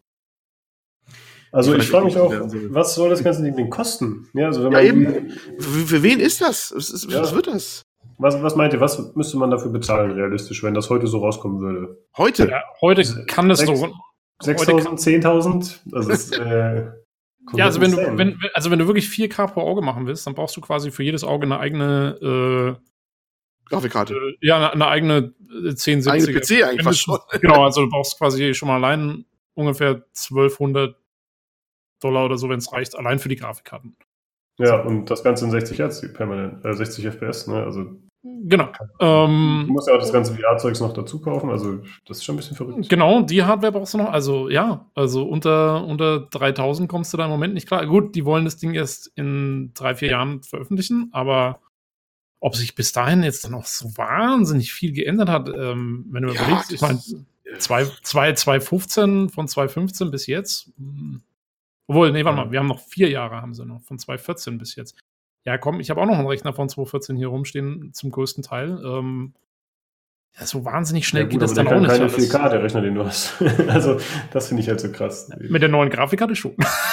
Also Ich ich weiß frage nicht, mich auch, wie das werden soll. was soll das ganze Ding denn kosten? Ja, also wenn Ja, man eben. Für, für wen ist das? Was, ist, Ja. was wird das? Was, was meint ihr, was müsste man dafür bezahlen, realistisch, wenn das heute so rauskommen würde? Heute? Ja, heute kann das Sechs- doch. sechstausend, zehntausend? Das ist, äh, Ja, also wenn du, insane. wenn, wenn- also wenn du wirklich vier K pro Auge machen willst, dann brauchst du quasi für jedes Auge eine eigene, Grafikkarte. äh, ja, eine, eine eigene äh, zehn Eigene siebziger. P C eigentlich fast schon. Genau, also du brauchst quasi schon mal allein ungefähr zwölfhundert Dollar oder so, wenn es reicht, allein für die Grafikkarten. Ja, und das Ganze in sechzig Hertz permanent, äh, sechzig F P S, ne? Also Genau. du Ähm, musst ja auch das ganze V R-Zeugs noch dazu kaufen, also das ist schon ein bisschen verrückt. Genau, die Hardware brauchst du noch. Also ja, also unter, unter dreitausend kommst du da im Moment nicht klar. Gut, die wollen das Ding erst in drei, vier Jahren veröffentlichen, aber ob sich bis dahin jetzt noch so wahnsinnig viel geändert hat, ähm, wenn du Ja, überlegst, ich meine, das- zwei, zwei, zwei fünfzehn von zwei fünfzehn bis jetzt. hm. Obwohl, nee, warte mal, wir haben noch vier Jahre, haben sie noch, von zwei vierzehn bis jetzt. Ja, komm, ich habe auch noch einen Rechner von zwei vierzehn hier rumstehen, zum größten Teil. Ähm, ja, so wahnsinnig schnell Ja, geht gut, das aber dann der auch kann nicht. keine Ja, vier K, der Rechner, den du hast. Also das finde ich halt so krass. das, mit der neuen Grafikkarte schon.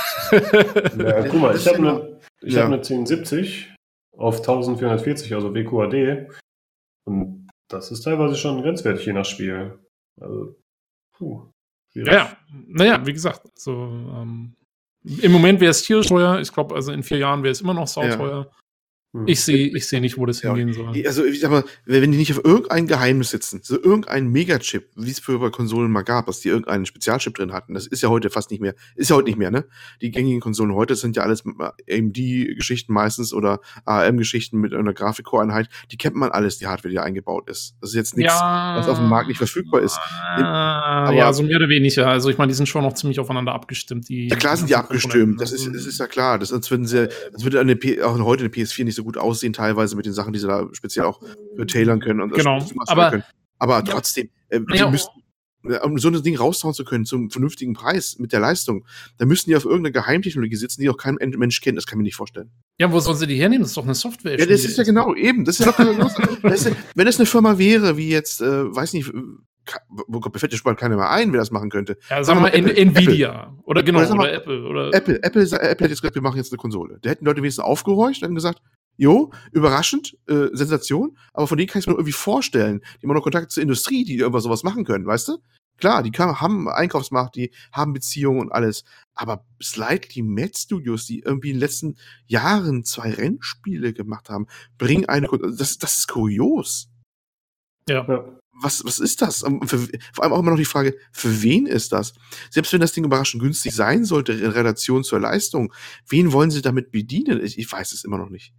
Ja, guck mal, Das ich habe ist ja eine, ich ja. hab eine zehn siebzig auf eintausendvierhundertvierzig, also W Q A D. Und das ist teilweise schon grenzwertig je nach Spiel. Also, puh. schwierig. Ja, ja, naja, wie gesagt, also ähm, im Moment wäre es tierisch teuer. Ich glaube, also in vier Jahren wäre es immer noch sauteuer. Ich sehe ich seh nicht, wo das Ja, hingehen soll. also, ich sag mal, wenn die nicht auf irgendein Geheimnis sitzen, so irgendein Megachip, wie es früher bei Konsolen mal gab, dass die irgendeinen Spezialchip drin hatten, das ist ja heute fast nicht mehr, ist ja heute nicht mehr, ne? Die gängigen Konsolen heute sind ja alles A M D-Geschichten meistens oder A R M-Geschichten mit einer Grafikcore-Einheit, die kennt man alles, die Hardware, die eingebaut ist. Das ist jetzt nichts, Ja. was auf dem Markt nicht verfügbar ist. Ah, Aber- ja, so mehr oder weniger. Also ich meine, die sind schon noch ziemlich aufeinander abgestimmt. Die, Ja klar sind die ganzen abgestimmt, Komponenten. das ist, das ist ja klar. Das, sonst würden sie, das würde eine P, auch heute eine P S vier nicht so gut aussehen, teilweise mit den Sachen, die sie da speziell auch für tailern können und das Genau, Spiel aber- können. Aber trotzdem, äh, die Ja. müssten, äh, um so ein Ding raushauen zu können zum vernünftigen Preis mit der Leistung, da müssen die auf irgendeine Geheimtechnologie sitzen, die auch kein Mensch kennt. Das kann ich mir nicht vorstellen. Ja, wo sollen sie die hernehmen? Das ist doch eine Software. Ja, das ist ja genau, eben. Das ist ja doch das ist, wenn es eine Firma wäre, wie jetzt, äh, weiß nicht, Ka- oh Gott, mir fällt ja schon mal keiner mehr ein, wer das machen könnte. Ja, sagen wir mal Apple, in, Nvidia. Oder genau, Oder sag mal, oder Apple. Oder Apple, Apple, sa- Apple hat jetzt gesagt, wir machen jetzt eine Konsole. Da hätten Leute wenigstens aufgehorcht und hätten gesagt, jo, überraschend, äh, Sensation, aber von denen kann ich mir irgendwie vorstellen, die haben noch Kontakt zur Industrie, die irgendwas sowas machen können, weißt du? Klar, die kann, haben Einkaufsmacht, die haben Beziehungen und alles, aber Slightly Mad Studios, die irgendwie in den letzten Jahren zwei Rennspiele gemacht haben, bringen eine, Kon- das, das ist kurios. ja. Ja. Was, was ist das? Und für, vor allem auch immer noch die Frage, für wen ist das? Selbst wenn das Ding überraschend günstig sein sollte in Relation zur Leistung, wen wollen sie damit bedienen? Ich, ich weiß es immer noch nicht.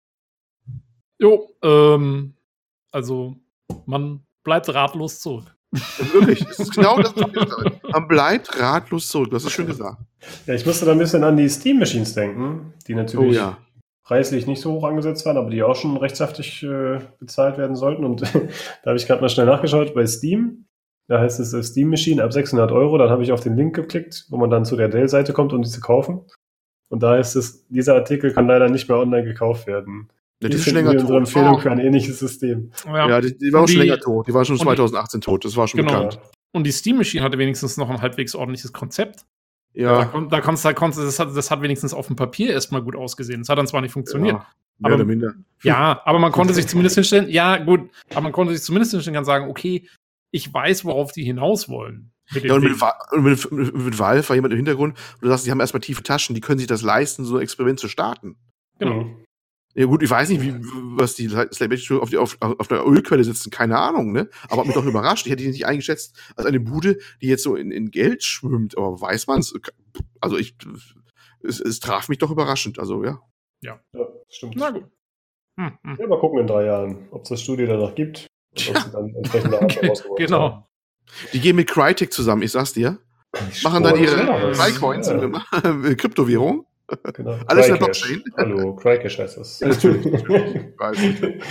Jo, ähm, also man bleibt ratlos zurück. Also wirklich, es ist genau das, was ich gesagt habe. Man bleibt ratlos zurück. Du hast es schön gesagt. Ja, ich musste da ein bisschen an die Steam Machines denken, die natürlich Oh ja. preislich nicht so hoch angesetzt waren, aber die auch schon recht saftig äh, bezahlt werden sollten. Und da habe ich gerade mal schnell nachgeschaut bei Steam. Da heißt es äh, Steam Machine ab sechshundert Euro. Dann habe ich auf den Link geklickt, wo man dann zu der Dell-Seite kommt, um die zu kaufen. Und da heißt es, dieser Artikel kann leider nicht mehr online gekauft werden. Ja, die Hier ist schon finden länger wir unsere tot. Empfehlung Oh. für ein ähnliches System. Ja, die, die war auch Und schon die- länger tot. Die war schon und die- zweitausendachtzehn tot. Das war schon Genau. bekannt. Und die Steam Machine hatte wenigstens noch ein halbwegs ordentliches Konzept. Da, Ja. kon, da konntest, da konntest, das, hat, das hat wenigstens auf dem Papier erstmal gut ausgesehen. Das hat dann zwar nicht funktioniert. Ja, mehr Aber- oder minder. Ja, aber man konnte sich zumindest hinstellen, ja, gut, aber man konnte sich zumindest hinstellen und sagen, okay, ich weiß, worauf die hinaus wollen. Mit dem Ja, und Ding. mit, Va- und mit, mit, mit Valve war jemand im Hintergrund, und du sagst, die haben erstmal tiefe Taschen, die können sich das leisten, so ein Experiment zu starten. Genau. Mhm. Ja gut, ich weiß nicht, wie, was die Slave auf, die, auf, auf der Ölquelle sitzen, keine Ahnung, ne? Aber hat mich doch überrascht. Ich hätte die nicht eingeschätzt als eine Bude, die jetzt so in, in Geld schwimmt. Aber weiß man's? Also ich, es, es traf mich doch überraschend. Also ja. Ja, stimmt. Na gut. Hm, hm. Ja, mal gucken in drei Jahren, ob es das Studio dann noch gibt. Und ob sie dann entsprechende Hardware rausgebracht Genau. haben. Die gehen mit Crytek zusammen, ich sag's dir. Machen dann ihre Ja, Bitcoins, ja. äh, Kryptowährung. Genau. Alles in der Crycash. Blockchain. Hallo, Crycash heißt das. Ja, natürlich, natürlich. Ich weiß nicht.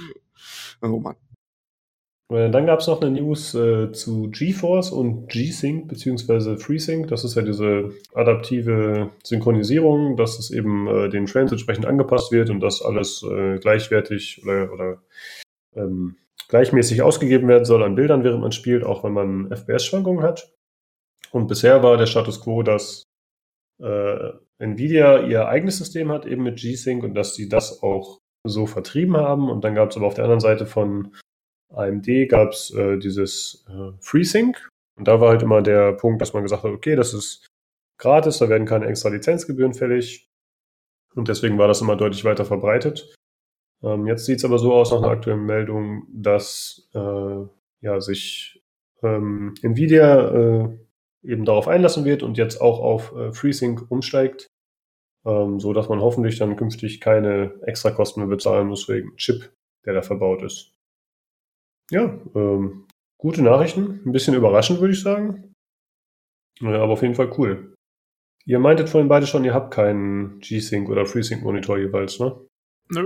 Oh Mann. Äh, Dann gab es noch eine News äh, zu GeForce und G-Sync beziehungsweise FreeSync. Das ist ja diese adaptive Synchronisierung, dass es eben äh, den Frames entsprechend angepasst wird und dass alles äh, gleichwertig oder, oder ähm, gleichmäßig ausgegeben werden soll an Bildern, während man spielt, auch wenn man F P S-Schwankungen hat. Und bisher war der Status quo, dass äh, Nvidia ihr eigenes System hat, eben mit G-Sync, und dass sie das auch so vertrieben haben. Und dann gab es aber auf der anderen Seite von A M D gab es äh, dieses äh, FreeSync. Und da war halt immer der Punkt, dass man gesagt hat, okay, das ist gratis, da werden keine extra Lizenzgebühren fällig. Und deswegen war das immer deutlich weiter verbreitet. Ähm, jetzt sieht es aber so aus nach einer aktuellen Meldung, dass äh, ja, sich ähm, Nvidia äh, eben darauf einlassen wird und jetzt auch auf äh, FreeSync umsteigt, ähm, so dass man hoffentlich dann künftig keine Extrakosten mehr bezahlen muss wegen Chip, der da verbaut ist. Ja, ähm, gute Nachrichten, ein bisschen überraschend, würde ich sagen, äh, aber auf jeden Fall cool. Ihr meintet vorhin beide schon, ihr habt keinen G-Sync oder FreeSync-Monitor jeweils, ne? Nö,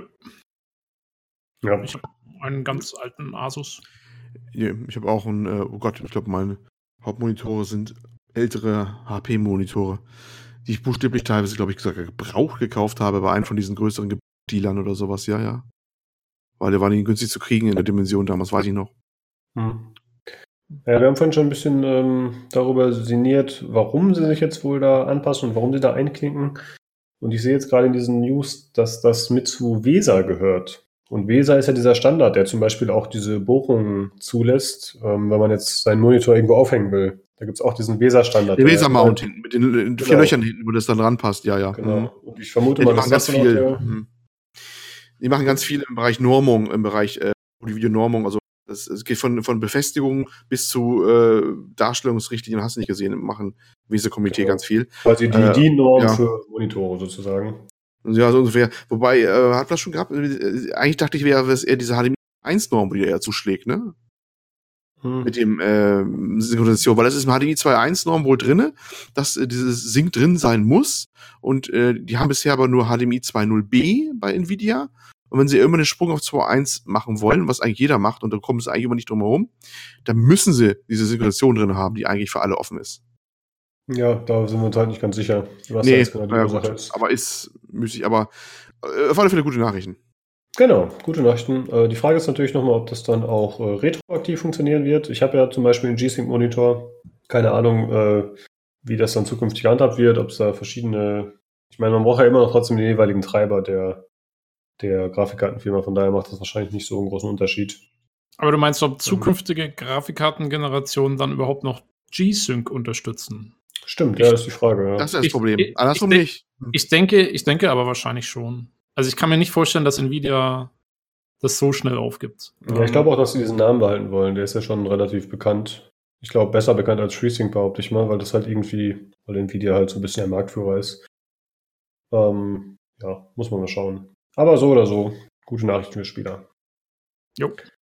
Ja. ich habe einen ganz alten Asus. Ja, ich habe auch einen, äh, oh Gott, ich glaube, meine Hauptmonitore sind ältere H P-Monitore, die ich buchstäblich teilweise, glaube ich, sogar gebraucht gekauft habe bei einem von diesen größeren Dealern oder sowas, ja, ja. Weil der war nicht günstig zu kriegen in der Dimension damals, weiß ich noch. Hm. Ja, wir haben vorhin schon ein bisschen ähm, darüber sinniert, warum sie sich jetzt wohl da anpassen und warum sie da einklinken. Und ich sehe jetzt gerade in diesen News, dass das mit zu VESA gehört. Und VESA ist ja dieser Standard, der zum Beispiel auch diese Bohrungen zulässt, ähm, wenn man jetzt seinen Monitor irgendwo aufhängen will. Da gibt es auch diesen VESA-Standard. Der der- Laser-Mount hinten, mit den, den vier Genau. Löchern hinten, wo das dann ranpasst, ja, ja. Genau. Mhm. Und ich vermute Ja, mal, die dass machen ganz das dann auch viel. der, Mhm. Die machen ganz viel im Bereich Normung, im Bereich äh, Videonormung, also es, es geht von, von Befestigung bis zu äh, Darstellungsrichtlinien, hast du nicht gesehen, machen Visa Komitee genau. ganz viel. Quasi die, äh, die Norm ja. für Monitore sozusagen. Ja, so ungefähr. Wobei, äh, hat das schon gehabt, äh, eigentlich dachte ich, wäre es eher diese H D M I eins Norm, die eher zuschlägt, ne? Hm. Mit dem äh, Synchronisation, weil das ist im H D M I zwei Punkt eins Norm wohl drinne, dass äh, dieses Sync drin sein muss und äh, die haben bisher aber nur H D M I zwei Punkt null B bei Nvidia. Und wenn sie irgendwann den Sprung auf zwei Punkt eins machen wollen, was eigentlich jeder macht, und da kommen sie eigentlich immer nicht drum herum, dann müssen sie diese Synchronisation drin haben, die eigentlich für alle offen ist. Ja, da sind wir uns halt nicht ganz sicher, was nee, jetzt genau die ja, Ursache gut, ist. Aber ist müßig, aber äh, auf alle Fälle gute Nachrichten. Genau, gute Nachrichten. Äh, die Frage ist natürlich nochmal, ob das dann auch äh, retroaktiv funktionieren wird. Ich habe ja zum Beispiel einen G-Sync-Monitor. Keine Ahnung, äh, wie das dann zukünftig gehandhabt wird, ob es da verschiedene... Ich meine, man braucht ja immer noch trotzdem den jeweiligen Treiber der der Grafikkartenfirma, von daher macht das wahrscheinlich nicht so einen großen Unterschied. Aber du meinst, ob zukünftige Grafikkartengenerationen dann überhaupt noch G-Sync unterstützen? Stimmt, ich, ja, ist die Frage. Ja. Das ist das ich, Problem. Ich, Andersrum ich, nicht. Ich denke, ich denke aber wahrscheinlich schon. Also ich kann mir nicht vorstellen, dass Nvidia das so schnell aufgibt. Ja, ich glaube auch, dass sie diesen Namen behalten wollen. Der ist ja schon relativ bekannt. Ich glaube, besser bekannt als FreeSync, behaupte ich mal, weil das halt irgendwie, weil Nvidia halt so ein bisschen der Marktführer ist. Ähm, ja, muss man mal schauen. Aber so oder so, gute Nachrichten für Spieler. Jo.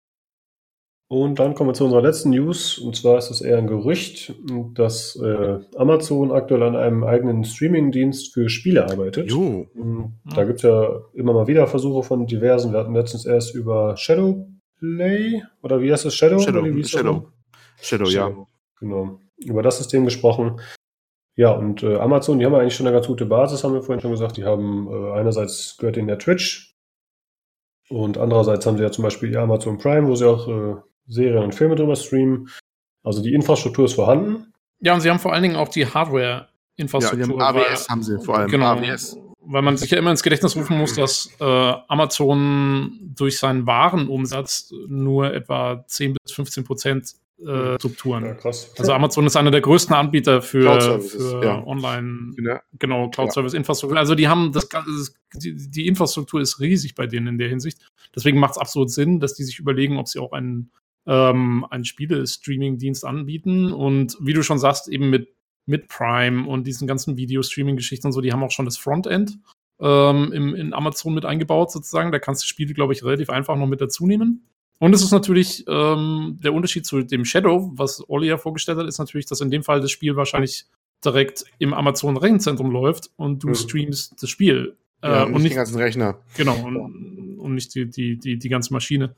Und dann kommen wir zu unserer letzten News. Und zwar ist es eher ein Gerücht, dass äh, Amazon aktuell an einem eigenen Streaming-Dienst für Spiele arbeitet. Jo. Da gibt es ja immer mal wieder Versuche von diversen. Wir hatten letztens erst über Shadowplay, oder wie heißt das? Shadow? Shadow, oder wie Shadow. Shadow, ja. Genau. Über das System gesprochen. Ja, und äh, Amazon, die haben eigentlich schon eine ganz gute Basis, haben wir vorhin schon gesagt. Die haben äh, einerseits gehört ihnen der Twitch und andererseits haben sie ja zum Beispiel ihr Amazon Prime, wo sie auch äh, Serien und Filme drüber streamen. Also die Infrastruktur ist vorhanden. Ja, und sie haben vor allen Dingen auch die Hardware-Infrastruktur. Ja, die haben A W S weil, haben sie vor allem. Genau, A W S. Weil man sich ja immer ins Gedächtnis rufen muss, dass äh, Amazon durch seinen Warenumsatz nur etwa zehn bis fünfzehn Prozent Äh, Strukturen. Ja, krass. Also Amazon ist einer der größten Anbieter für, für ja. Online, ja. genau, Cloud-Service-Infrastruktur. Also die haben das, die, die Infrastruktur ist riesig bei denen in der Hinsicht. Deswegen macht es absolut Sinn, dass die sich überlegen, ob sie auch einen, ähm, einen Spiele-Streaming-Dienst anbieten. Und wie du schon sagst, eben mit, mit Prime und diesen ganzen Video-Streaming-Geschichten und so, die haben auch schon das Frontend ähm, im, in Amazon mit eingebaut sozusagen. Da kannst du Spiele, glaube ich, relativ einfach noch mit dazu nehmen. Und es ist natürlich ähm, der Unterschied zu dem Shadow, was Olli ja vorgestellt hat, ist natürlich, dass in dem Fall das Spiel wahrscheinlich direkt im Amazon-Rechenzentrum läuft und du mhm. streamst das Spiel. Ja, äh, und und nicht den ganzen Rechner. Genau, und, und nicht die, die, die, die ganze Maschine.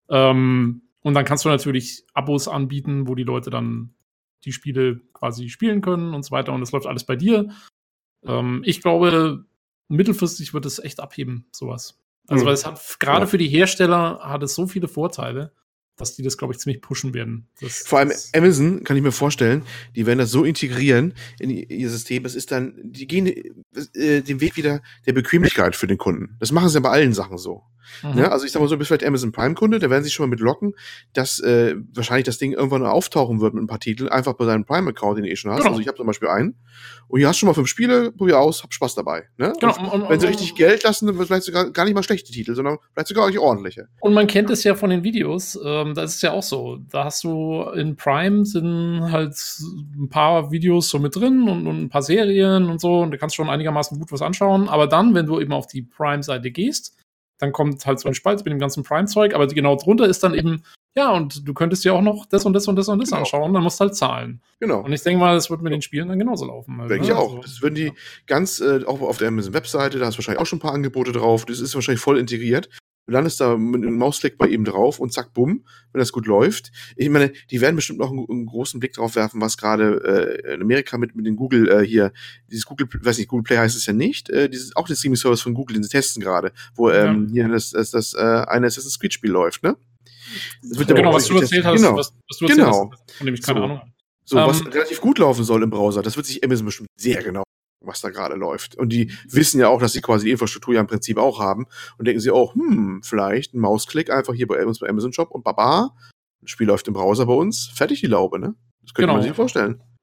Ähm, und dann kannst du natürlich Abos anbieten, wo die Leute dann die Spiele quasi spielen können und so weiter. Und das läuft alles bei dir. Ähm, ich glaube, mittelfristig wird es echt abheben, sowas. Also, weil es hat, gerade ja. für die Hersteller hat es so viele Vorteile, dass die das, glaube ich, ziemlich pushen werden. Das, Vor allem Amazon, kann ich mir vorstellen, die werden das so integrieren in ihr System, es ist dann, die gehen äh, den Weg wieder der Bequemlichkeit für den Kunden. Das machen sie ja bei allen Sachen so. Mhm. Ja, also ich sag mal so, bist vielleicht Amazon Prime-Kunde, da werden sie schon mal mit locken, dass äh, wahrscheinlich das Ding irgendwann auftauchen wird mit ein paar Titeln, einfach bei deinem Prime-Account, den du eh schon hast. Genau. Also ich habe zum Beispiel einen. Und hier hast du schon mal fünf Spiele, probier aus, hab Spaß dabei. Ne? Genau. Und, und, wenn sie und, richtig Geld lassen, dann wird vielleicht sogar gar nicht mal schlechte Titel, sondern vielleicht sogar auch ordentliche. Und man kennt es ja von den Videos, ähm, da ist es ja auch so. Da hast du in Prime sind halt ein paar Videos so mit drin und, und ein paar Serien und so und da kannst du schon einigermaßen gut was anschauen. Aber dann, wenn du eben auf die Prime-Seite gehst, dann kommt halt so ein Spalt mit dem ganzen Prime-Zeug, aber genau drunter ist dann eben, ja, und du könntest ja auch noch das und das und das und das genau. anschauen, dann musst du halt zahlen. Genau. Und ich denke mal, das wird mit den Spielen dann genauso laufen. Halt, denke ne? ich auch. Also, das würden die ja. ganz, äh, auch auf der Amazon-Webseite, da hast du wahrscheinlich auch schon ein paar Angebote drauf, das ist wahrscheinlich voll integriert. Du landest da mit einem Mausklick bei ihm drauf und zack, bumm, wenn das gut läuft. Ich meine, die werden bestimmt noch einen, einen großen Blick drauf werfen, was gerade äh, in Amerika mit, mit den Google äh, hier, dieses Google, weiß nicht, Google Play heißt es ja nicht, äh, dieses, auch der Streaming-Service von Google, den sie testen gerade, wo ähm, ja. hier das, das, das äh, eine Assassin's Creed-Spiel läuft, ne? Das wird ja, genau, was du erzählt hast, genau. was, was du erzählt genau. hast, von dem ich keine so. Ahnung habe. So, um, was ähm, relativ gut laufen soll im Browser, das wird sich Amazon bestimmt sehr genau was da gerade läuft. Und die wissen ja auch, dass sie quasi die Infrastruktur ja im Prinzip auch haben und denken sie auch, hm, vielleicht ein Mausklick einfach hier bei uns bei Amazon Shop und baba, das Spiel läuft im Browser bei uns, fertig die Laube, ne? Das könnte genau. man sich vorstellen.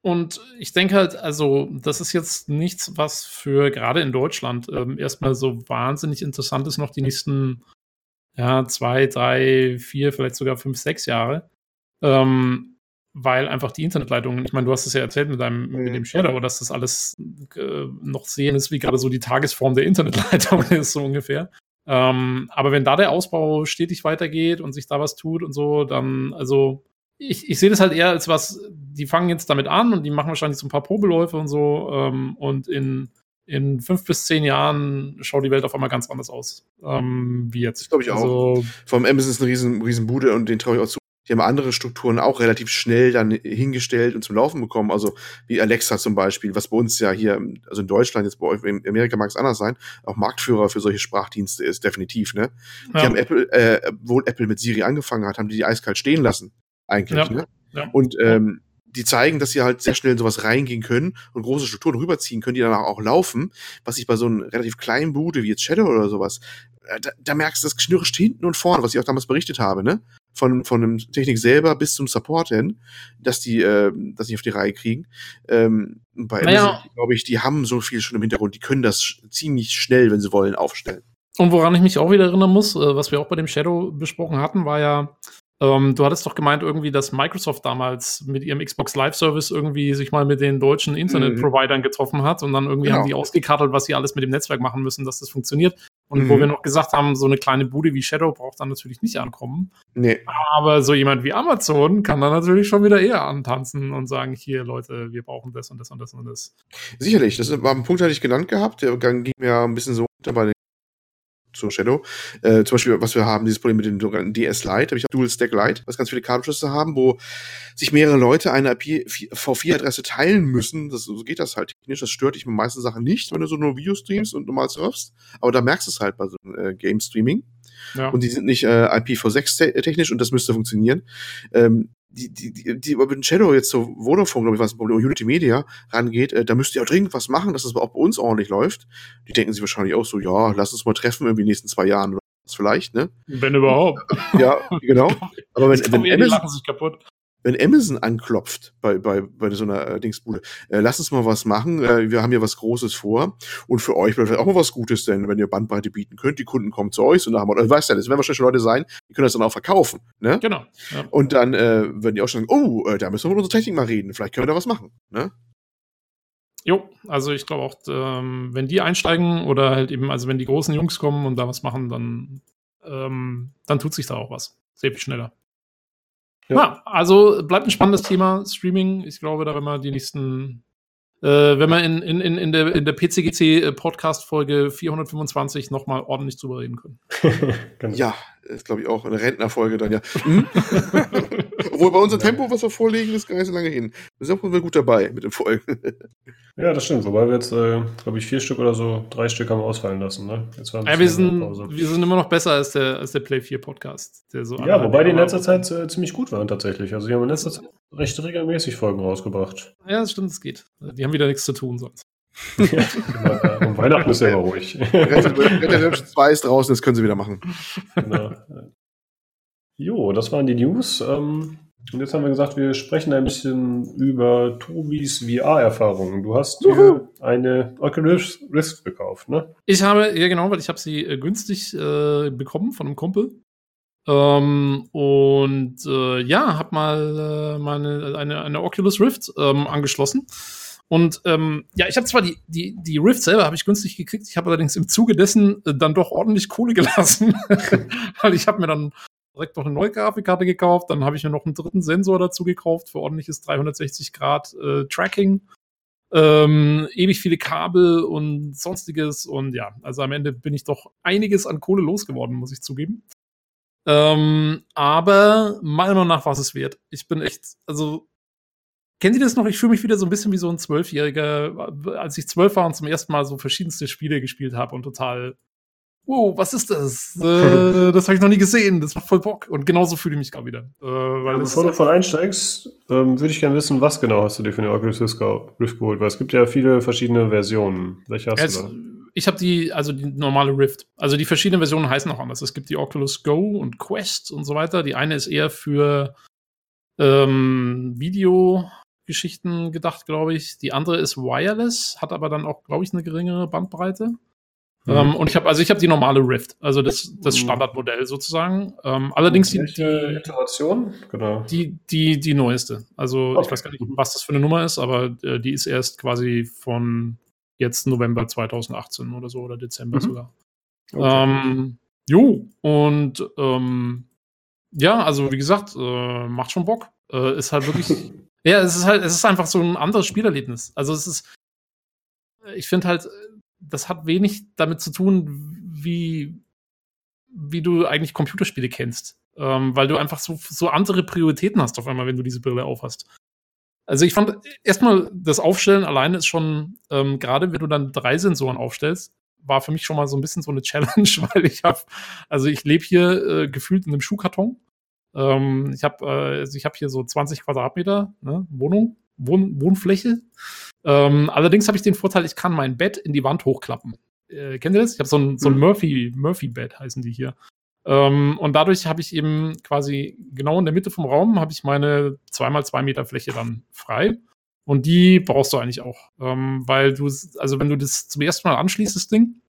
Und ich denke halt, also, das ist jetzt nichts, was für gerade in Deutschland ähm, erstmal so wahnsinnig interessant ist, noch die nächsten ja, zwei, drei, vier, vielleicht sogar fünf, sechs Jahre. Ähm, weil einfach die Internetleitungen, ich meine, du hast es ja erzählt mit deinem, Mhm. mit dem Shadow, dass das alles äh, noch sehen ist, wie gerade so die Tagesform der Internetleitung ist, so ungefähr. Ähm, aber wenn da der Ausbau stetig weitergeht und sich da was tut und so, dann, also, ich, ich sehe das halt eher als was, die fangen jetzt damit an und die machen wahrscheinlich so ein paar Probeläufe und so, ähm, und in, in fünf bis zehn Jahren schaut die Welt auf einmal ganz anders aus, ähm, wie jetzt. Das glaube ich auch. Also, Vom Amazon ist eine riesen, riesen Bude und den traue ich auch zu. Die haben andere Strukturen auch relativ schnell dann hingestellt und zum Laufen bekommen. Also wie Alexa zum Beispiel, was bei uns ja hier, also in Deutschland, jetzt bei euch, in Amerika mag es anders sein, auch Marktführer für solche Sprachdienste ist, definitiv, ne? Die Ja. haben Apple, äh, obwohl Apple mit Siri angefangen hat, haben die die eiskalt stehen lassen. Eigentlich, Ja. ne? Ja. Und ähm, die zeigen, dass sie halt sehr schnell in sowas reingehen können und große Strukturen rüberziehen können, die danach auch laufen, was ich bei so einem relativ kleinen Bude wie jetzt Shadow oder sowas, äh, da, da merkst du, das knirscht hinten und vorne, was ich auch damals berichtet habe, ne? Von, von dem Technik selber bis zum Support hin, dass die äh, das nicht auf die Reihe kriegen. Ähm, bei Naja. Amazon, glaube ich, die haben so viel schon im Hintergrund, die können das sch- ziemlich schnell, wenn sie wollen, aufstellen. Und woran ich mich auch wieder erinnern muss, äh, was wir auch bei dem Shadow besprochen hatten, war ja, ähm, du hattest doch gemeint irgendwie, dass Microsoft damals mit ihrem Xbox Live Service irgendwie sich mal mit den deutschen Internetprovidern getroffen hat und dann irgendwie Genau. haben die ausgekartelt, was sie alles mit dem Netzwerk machen müssen, dass das funktioniert. Und Mhm. wo wir noch gesagt haben, so eine kleine Bude wie Shadow braucht dann natürlich nicht ankommen. Nee. Aber so jemand wie Amazon kann dann natürlich schon wieder eher antanzen und sagen, hier Leute, wir brauchen das und das und das und das. Sicherlich, das war ein Punkt, hatte ich genannt gehabt, der ging mir ein bisschen so unter bei den zu Shadow. Äh, zum Beispiel, was wir haben, dieses Problem mit dem sogenannten D S Lite, habe ich auch Dual Stack Lite, was ganz viele Kabelschlüsse haben, wo sich mehrere Leute eine V vier Adresse teilen müssen. Das, so geht das halt technisch. Das stört dich mit den meisten Sachen nicht, wenn du so nur Video streamst und normal surfst. Aber da merkst du es halt bei so einem äh, Game Streaming. Ja. Und die sind nicht äh, I P v sechs te- technisch und das müsste funktionieren. Ähm, die, die, die, die über den Shadow jetzt so Vodafone, glaube ich, was Problem Unity Media rangeht, äh, da müsst ihr auch dringend was machen, dass das auch bei uns ordentlich läuft. Die denken sich wahrscheinlich auch so, ja, lass uns mal treffen irgendwie in den nächsten zwei Jahren oder was vielleicht, ne? Wenn überhaupt. Ja, genau. Aber wenn, Ich wenn glaube, die Amazon, lachen sich kaputt. wenn Amazon anklopft bei, bei, bei so einer äh, Dingsbude, äh, lass uns mal was machen, äh, wir haben hier was Großes vor und für euch wäre vielleicht auch mal was Gutes, denn wenn ihr Bandbreite bieten könnt, die Kunden kommen zu euch und da haben wir, weißt du, das werden wahrscheinlich schon Leute sein, die können das dann auch verkaufen, ne? Genau. Ja. Und dann äh, werden die auch schon sagen, oh, äh, da müssen wir mit unserer Technik mal reden, vielleicht können wir da was machen, ne? Jo, also ich glaube auch, ähm, wenn die einsteigen oder halt eben, also wenn die großen Jungs kommen und da was machen, dann, ähm, dann tut sich da auch was. Sehr viel schneller. Ja. ja, also bleibt ein spannendes Thema, Streaming. Ich glaube, da werden wir die nächsten, äh, wenn wir in, in, in, in der, in der P C G C-Podcast-Folge vierhundertfünfundzwanzig nochmal ordentlich drüber reden können. Genau. Ja, ist glaube ich auch eine Rentnerfolge dann, ja. Hm? Obwohl bei unserem Tempo, was wir vorlegen, ist gar nicht so lange hin. Wir sind auch gut dabei mit den Folgen. Ja, das stimmt. Wobei wir jetzt, äh, glaube ich, vier Stück oder so, drei Stück haben wir ausfallen lassen. Ne? Jetzt war ein Ja, bisschen wir, sind, Pause. wir sind immer noch besser als der, als der Play vier Podcast. Der so Ja, wobei die in letzter Jahre- Zeit äh, ziemlich gut waren tatsächlich. Also die haben in letzter Zeit recht regelmäßig Folgen rausgebracht. Ja, das stimmt, es geht. Die haben wieder nichts zu tun sonst. Ja, genau, ja. Um Weihnachten ist ja immer ruhig. Red Dead Redemption zwei ist draußen, das können sie wieder machen. Genau. Jo, das waren die News. Ähm, und jetzt haben wir gesagt, wir sprechen ein bisschen über Tobis V R-Erfahrungen. Du hast dir eine Oculus Rift gekauft, ne? Ich habe, ja genau, weil ich habe sie äh, günstig äh, bekommen von einem Kumpel. Ähm, und äh, ja, habe mal äh, meine, eine, eine Oculus Rift ähm, angeschlossen. Und ähm, ja, ich habe zwar die, die, die Rift selber habe ich günstig gekriegt, ich habe allerdings im Zuge dessen äh, dann doch ordentlich Kohle gelassen. Weil ich habe mir dann direkt noch eine neue Grafikkarte gekauft, dann habe ich mir noch einen dritten Sensor dazu gekauft für ordentliches dreihundertsechzig Grad äh, Tracking. Ähm, ewig viele Kabel und sonstiges und ja, also am Ende bin ich doch einiges an Kohle losgeworden, muss ich zugeben. Ähm, aber meiner Meinung nach war es es wert. Ich bin echt, also kennt ihr das noch? Ich fühle mich wieder so ein bisschen wie so ein Zwölfjähriger, als ich zwölf war und zum ersten Mal so verschiedenste Spiele gespielt habe und total, wow, was ist das? äh, das habe ich noch nie gesehen, das macht voll Bock. Und genauso fühle ich mich gerade wieder. Äh, weil Ja, das bevor du ist, voll einsteigst, ähm, würde ich gerne wissen, was genau hast du dir für eine Oculus Rift geholt? Weil es gibt ja viele verschiedene Versionen. Welche hast jetzt, du da? ich habe die, also die normale Rift. Also die verschiedenen Versionen heißen auch anders. Es gibt die Oculus Go und Quest und so weiter. Die eine ist eher für ähm, Video, Geschichten gedacht, glaube ich. Die andere ist wireless, hat aber dann auch, glaube ich, eine geringere Bandbreite. Mhm. Ähm, und ich habe, also ich habe die normale Rift, also das, das Standardmodell sozusagen. Ähm, allerdings die, die Iteration, genau. Die, die, die neueste. Also okay. Ich weiß gar nicht, was das für eine Nummer ist, aber äh, die ist erst quasi von jetzt November zweitausendachtzehn oder so oder Dezember mhm. sogar. Okay. Ähm, jo, und ähm, ja, also wie gesagt, äh, macht schon Bock. Äh, ist halt wirklich, ja, es ist halt, es ist einfach so ein anderes Spielerlebnis. Also es ist, ich finde halt, das hat wenig damit zu tun, wie, wie du eigentlich Computerspiele kennst. Ähm, weil du einfach so, so andere Prioritäten hast auf einmal, wenn du diese Brille aufhast. Also ich fand, erstmal das Aufstellen alleine ist schon, ähm, gerade wenn du dann drei Sensoren aufstellst, war für mich schon mal so ein bisschen so eine Challenge, weil ich habe, also ich lebe hier äh, gefühlt in einem Schuhkarton. Ähm, ich habe äh, also ich hab hier so zwanzig Quadratmeter ne, Wohnung, Wohn- Wohnfläche. Ähm, allerdings habe ich den Vorteil, ich kann mein Bett in die Wand hochklappen. Äh, kennt ihr das? Ich habe so ein, so ein Murphy, Murphy-Bett heißen die hier. Ähm, und dadurch habe ich eben quasi genau in der Mitte vom Raum habe ich meine zwei mal zwei Meter Fläche dann frei. Und die brauchst du eigentlich auch. Ähm, weil du, also wenn du das zum ersten Mal anschließt, das Ding,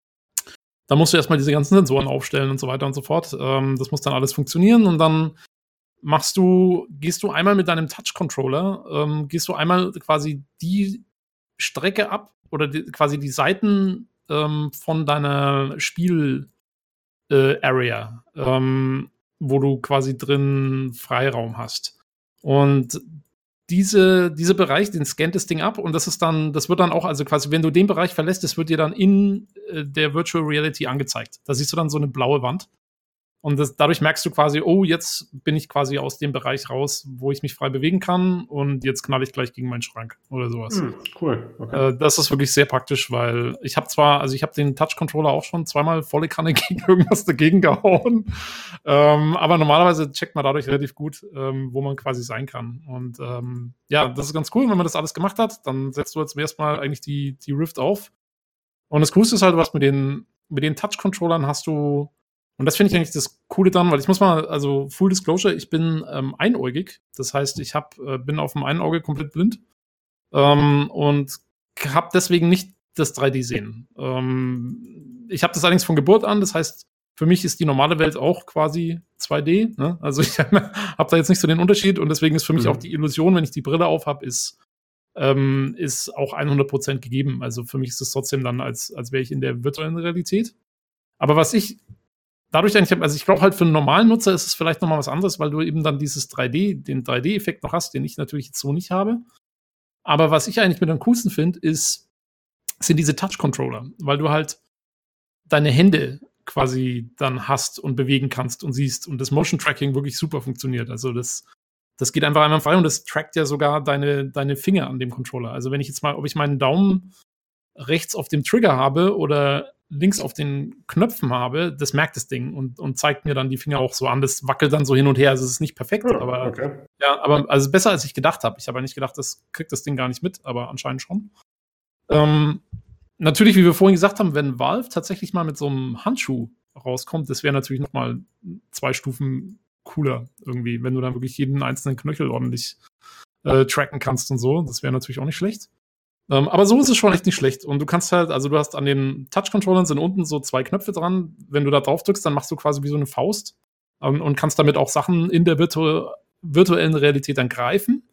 dann musst du erstmal diese ganzen Sensoren aufstellen und so weiter und so fort. Ähm, das muss dann alles funktionieren und dann machst du, gehst du einmal mit deinem Touch-Controller, ähm, gehst du einmal quasi die Strecke ab oder die, quasi die Seiten ähm, von deiner Spiel- Äh, Area, ähm, wo du quasi drin Freiraum hast. Und diese, dieser Bereich, den scannt das Ding ab und das ist dann, das wird dann auch, also quasi, wenn du den Bereich verlässt, das wird dir dann in äh, der Virtual Reality angezeigt. Da siehst du dann so eine blaue Wand. Und das, dadurch merkst du quasi, oh, jetzt bin ich quasi aus dem Bereich raus, wo ich mich frei bewegen kann und jetzt knall ich gleich gegen meinen Schrank oder sowas. Hm, cool. Okay. Äh, das ist wirklich sehr praktisch, weil ich habe zwar, also ich habe den Touch-Controller auch schon zweimal volle Kanne gegen irgendwas dagegen gehauen, ähm, aber normalerweise checkt man dadurch relativ gut, ähm, wo man quasi sein kann. Und ähm, ja, das ist ganz cool, wenn man das alles gemacht hat, dann setzt du jetzt zum ersten Mal eigentlich die, die Rift auf. Und das Coolste ist halt, was mit den, mit den Touch-Controllern hast du. Und das finde ich eigentlich das Coole dann, weil ich muss mal, also Full Disclosure, ich bin ähm, einäugig. Das heißt, ich hab, äh, bin auf dem einen Auge komplett blind ähm, und habe deswegen nicht das drei D-Sehen. Ähm, ich habe das allerdings von Geburt an. Das heißt, für mich ist die normale Welt auch quasi zwei D. Ne? Also ich habe da jetzt nicht so den Unterschied und deswegen ist für mich mhm. auch die Illusion, wenn ich die Brille auf habe, ist, ähm, ist auch hundert Prozent gegeben. Also für mich ist es trotzdem dann, als, als wäre ich in der virtuellen Realität. Aber was ich dadurch eigentlich, also ich glaube halt für einen normalen Nutzer ist es vielleicht nochmal was anderes, weil du eben dann dieses drei D, den drei D-Effekt noch hast, den ich natürlich jetzt so nicht habe. Aber was ich eigentlich mit am coolsten finde, ist, sind diese Touch-Controller, weil du halt deine Hände quasi dann hast und bewegen kannst und siehst und das Motion-Tracking wirklich super funktioniert. Also das, das geht einfach einmal frei und das trackt ja sogar deine, deine Finger an dem Controller. Also wenn ich jetzt mal, ob ich meinen Daumen rechts auf dem Trigger habe oder links auf den Knöpfen habe, das merkt das Ding und, und zeigt mir dann die Finger auch so an. Das wackelt dann so hin und her. Also es ist nicht perfekt, ja, aber okay. ja, aber also besser als ich gedacht habe. Ich habe ja nicht gedacht, das kriegt das Ding gar nicht mit, aber anscheinend schon. Ähm, natürlich, wie wir vorhin gesagt haben, wenn Valve tatsächlich mal mit so einem Handschuh rauskommt, das wäre natürlich noch mal zwei Stufen cooler irgendwie, wenn du dann wirklich jeden einzelnen Knöchel ordentlich äh, tracken kannst und so. Das wäre natürlich auch nicht schlecht. Ähm, aber so ist es schon echt nicht schlecht. Und du kannst halt, also du hast an den Touch-Controllern sind unten so zwei Knöpfe dran. Wenn du da drauf drückst, dann machst du quasi wie so eine Faust ähm, und kannst damit auch Sachen in der virtu- virtuellen Realität dann greifen.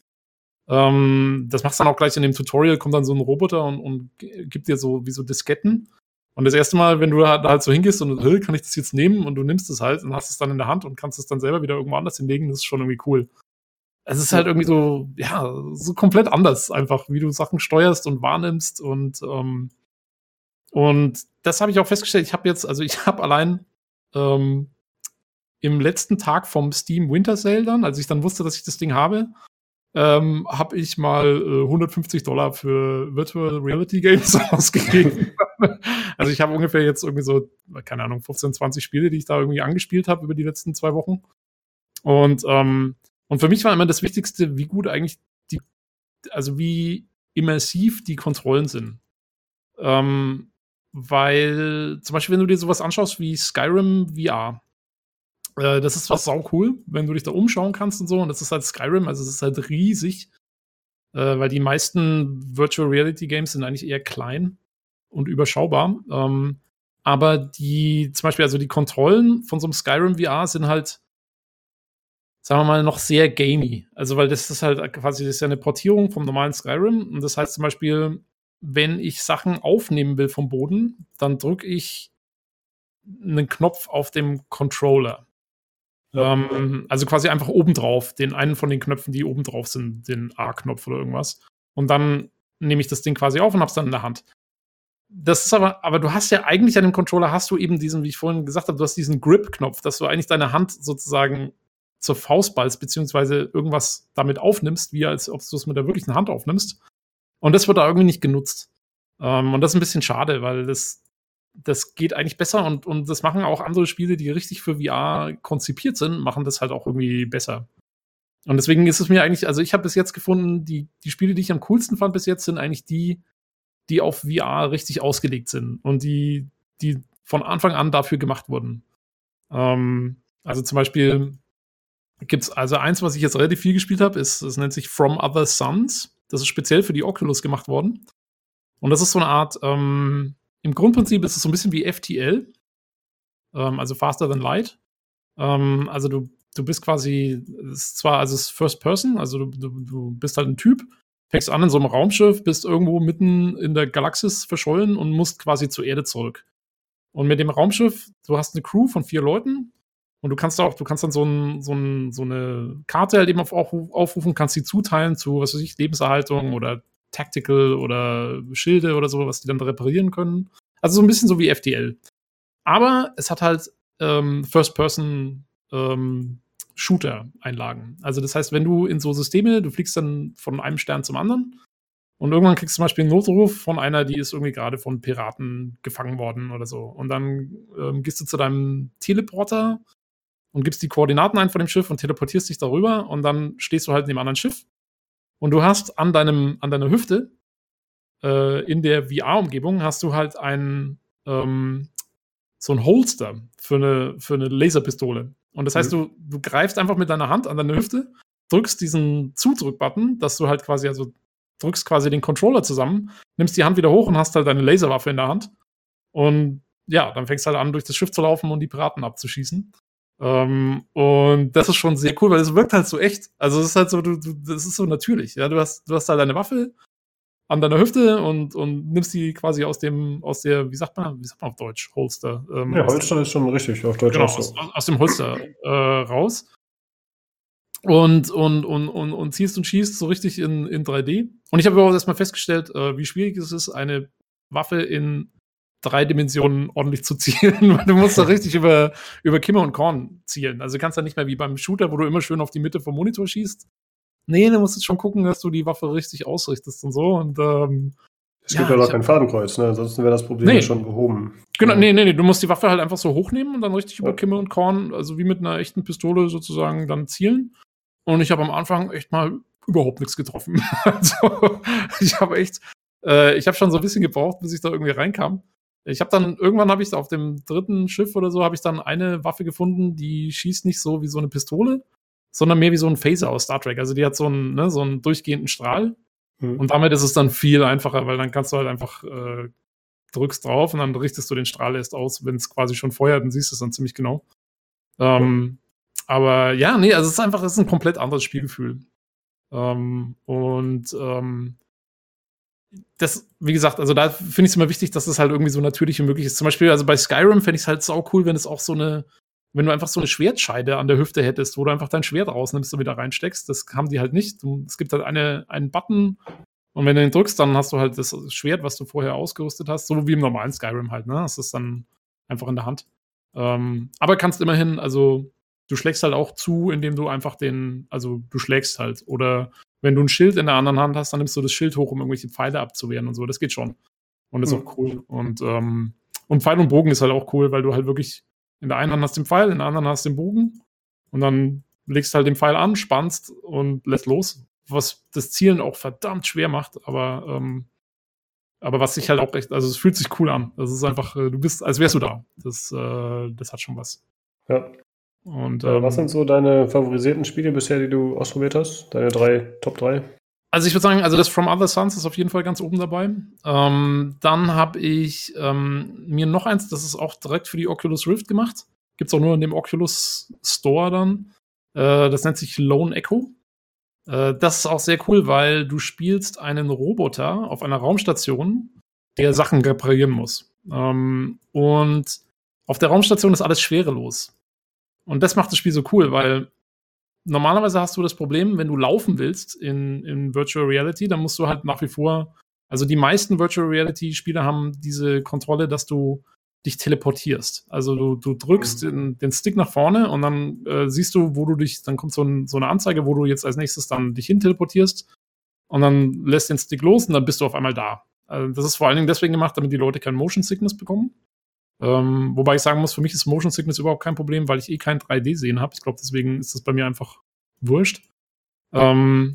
Ähm, das machst du dann auch gleich in dem Tutorial, kommt dann so ein Roboter und, und gibt dir so wie so Disketten. Und das erste Mal, wenn du da halt so hingehst und hey, kann ich das jetzt nehmen? Und du nimmst es halt und hast es dann in der Hand und kannst es dann selber wieder irgendwo anders hinlegen, das ist schon irgendwie cool. Es ist halt irgendwie so, ja, so komplett anders einfach, wie du Sachen steuerst und wahrnimmst und ähm, und das habe ich auch festgestellt. Ich habe jetzt, also ich habe allein ähm, im letzten Tag vom Steam Winter Sale dann, als ich dann wusste, dass ich das Ding habe, ähm, habe ich mal äh, hundertfünfzig Dollar für Virtual Reality Games ausgegeben. Also ich habe ungefähr jetzt irgendwie so, keine Ahnung, fünfzehn, zwanzig Spiele, die ich da irgendwie angespielt habe über die letzten zwei Wochen. Und ähm, Und für mich war immer das Wichtigste, wie gut eigentlich die, also wie immersiv die Kontrollen sind. Ähm, weil, zum Beispiel, wenn du dir sowas anschaust wie Skyrim V R, äh, das ist was sau cool, wenn du dich da umschauen kannst und so, und das ist halt Skyrim, also es ist halt riesig. äh, weil die meisten Virtual Reality Games sind eigentlich eher klein und überschaubar. Ähm, aber die, zum Beispiel, also die Kontrollen von so einem Skyrim V R sind halt, sagen wir mal, noch sehr gamey. Also, weil das ist halt quasi, das ist ja eine Portierung vom normalen Skyrim. Und das heißt zum Beispiel, wenn ich Sachen aufnehmen will vom Boden, dann drücke ich einen Knopf auf dem Controller. Ja. Ähm, also quasi einfach obendrauf, den einen von den Knöpfen, die obendrauf sind, den A-Knopf oder irgendwas. Und dann nehme ich das Ding quasi auf und hab's dann in der Hand. Das ist aber, aber du hast ja eigentlich an dem Controller hast du eben diesen, wie ich vorhin gesagt habe, du hast diesen Grip-Knopf, dass du eigentlich deine Hand sozusagen zur Faust ballst, beziehungsweise irgendwas damit aufnimmst, wie als ob du es mit der wirklichen Hand aufnimmst. Und das wird da irgendwie nicht genutzt. Ähm, und das ist ein bisschen schade, weil das, das geht eigentlich besser und, und das machen auch andere Spiele, die richtig für V R konzipiert sind, machen das halt auch irgendwie besser. Und deswegen ist es mir eigentlich, also ich habe bis jetzt gefunden, die, die Spiele, die ich am coolsten fand bis jetzt, sind eigentlich die, die auf V R richtig ausgelegt sind und die, die von Anfang an dafür gemacht wurden. Ähm, also zum Beispiel gibt's also eins, was ich jetzt relativ viel gespielt habe, ist, das nennt sich From Other Suns. Das ist speziell für die Oculus gemacht worden. Und das ist so eine Art, ähm, im Grundprinzip ist es so ein bisschen wie F T L, ähm, also Faster Than Light. Ähm, also du, du bist quasi, es ist zwar, also es ist First Person, also du, du, du bist halt ein Typ, fängst an in so einem Raumschiff, bist irgendwo mitten in der Galaxis verschollen und musst quasi zur Erde zurück. Und mit dem Raumschiff, du hast eine Crew von vier Leuten und du kannst auch, du kannst dann so, ein, so, ein, so eine Karte halt eben auf, aufrufen, kannst sie zuteilen zu, was weiß ich, Lebenserhaltung oder Tactical oder Schilde oder so, was die dann reparieren können. Also so ein bisschen so wie F T L. Aber es hat halt ähm, First-Person ähm, Shooter-Einlagen. Also das heißt, wenn du in so Systeme, du fliegst dann von einem Stern zum anderen und irgendwann kriegst du zum Beispiel einen Notruf von einer, die ist irgendwie gerade von Piraten gefangen worden oder so. Und dann ähm, gehst du zu deinem Teleporter und gibst die Koordinaten ein von dem Schiff und teleportierst dich darüber und dann stehst du halt in dem anderen Schiff und du hast an deinem, an deiner Hüfte äh, in der V R-Umgebung hast du halt ein ähm, so ein Holster für eine, für eine Laserpistole. Und das heißt, du, du greifst einfach mit deiner Hand an deine Hüfte, drückst diesen Zudrückbutton, dass du halt quasi, also drückst quasi den Controller zusammen, nimmst die Hand wieder hoch und hast halt deine Laserwaffe in der Hand. Und ja, dann fängst du halt an, durch das Schiff zu laufen und die Piraten abzuschießen. Ähm, und das ist schon sehr cool, weil es wirkt halt so echt. Also es ist halt so, du, du, das ist so natürlich. Ja, du hast, du hast halt deine Waffe an deiner Hüfte und, und nimmst die quasi aus dem, aus der, wie sagt man, wie sagt man auf Deutsch, Holster. Ähm, ja, Holster ist schon richtig, auf Deutsch genau, auch so. aus, aus dem Holster äh, raus. Und, und, und, und, und ziehst und schießt so richtig in, in drei D. Und ich habe überhaupt erstmal festgestellt, äh, wie schwierig es ist, eine Waffe in drei Dimensionen ordentlich zu zielen, weil du musst da richtig über, über Kimme und Korn zielen. Also du kannst da nicht mehr wie beim Shooter, wo du immer schön auf die Mitte vom Monitor schießt. Nee, du musst jetzt schon gucken, dass du die Waffe richtig ausrichtest und so. Und ähm, es gibt ja noch kein Fadenkreuz, ne? Ansonsten wäre das Problem nee. ja schon behoben. Genau, nee, nee, nee, du musst die Waffe halt einfach so hochnehmen und dann richtig ja. über Kimme und Korn, also wie mit einer echten Pistole sozusagen, dann zielen. Und ich habe am Anfang echt mal überhaupt nichts getroffen. Also ich habe echt, äh, ich habe schon so ein bisschen gebraucht, bis ich da irgendwie reinkam. Ich habe dann, irgendwann habe ich auf dem dritten Schiff oder so, habe ich dann eine Waffe gefunden, die schießt nicht so wie so eine Pistole, sondern mehr wie so ein Phaser aus Star Trek. Also die hat so einen, ne, so einen durchgehenden Strahl. Mhm. Und damit ist es dann viel einfacher, weil dann kannst du halt einfach äh, drückst drauf und dann richtest du den Strahl erst aus, wenn es quasi schon feuert, dann siehst du es dann ziemlich genau. Ähm, mhm. Aber ja, nee, also es ist einfach, es ist ein komplett anderes Spielgefühl. Ähm, und ähm, das, wie gesagt, also da finde ich es immer wichtig, dass es halt irgendwie so natürlich wie möglich ist. Zum Beispiel, also bei Skyrim fände ich es halt sau cool, wenn es auch so eine, wenn du einfach so eine Schwertscheide an der Hüfte hättest, wo du einfach dein Schwert rausnimmst und wieder reinsteckst. Das haben die halt nicht. Du, es gibt halt eine, einen Button und wenn du den drückst, dann hast du halt das Schwert, was du vorher ausgerüstet hast, so wie im normalen Skyrim halt, ne? Das ist dann einfach in der Hand. Ähm, aber kannst immerhin, also du schlägst halt auch zu, indem du einfach den, also du schlägst halt. Oder wenn du ein Schild in der anderen Hand hast, dann nimmst du das Schild hoch, um irgendwelche Pfeile abzuwehren und so. Das geht schon. Und das ist mhm. auch cool. Und, ähm, und Pfeil und Bogen ist halt auch cool, weil du halt wirklich in der einen Hand hast den Pfeil, in der anderen hast den Bogen. Und dann legst halt den Pfeil an, spannst und lässt los. Was das Zielen auch verdammt schwer macht, aber, ähm, aber was sich halt auch echt, also es fühlt sich cool an. Das ist einfach, du bist, als wärst du da. Das, äh, das hat schon was. Ja. Und, ja, ähm, was sind so deine favorisierten Spiele bisher, die du ausprobiert hast? Deine drei, Top drei? Also ich würde sagen, also das From Other Suns ist auf jeden Fall ganz oben dabei. Ähm, dann habe ich ähm, mir noch eins, das ist auch direkt für die Oculus Rift gemacht. Gibt's auch nur in dem Oculus Store dann. Äh, das nennt sich Lone Echo. Äh, das ist auch sehr cool, weil du spielst einen Roboter auf einer Raumstation, der Sachen reparieren muss. Ähm, und auf der Raumstation ist alles schwerelos. Und das macht das Spiel so cool, weil normalerweise hast du das Problem, wenn du laufen willst in, in Virtual Reality, dann musst du halt nach wie vor, also die meisten Virtual Reality Spiele haben diese Kontrolle, dass du dich teleportierst. Also du, du drückst mhm. den, den Stick nach vorne und dann äh, siehst du, wo du dich, dann kommt so, ein, so eine Anzeige, wo du jetzt als nächstes dann dich hin teleportierst und dann lässt den Stick los und dann bist du auf einmal da. Also das ist vor allen Dingen deswegen gemacht, damit die Leute kein Motion Sickness bekommen. Ähm, wobei ich sagen muss, für mich ist Motion Sickness überhaupt kein Problem, weil ich eh kein drei D sehen habe. Ich glaube, deswegen ist das bei mir einfach wurscht. Ähm,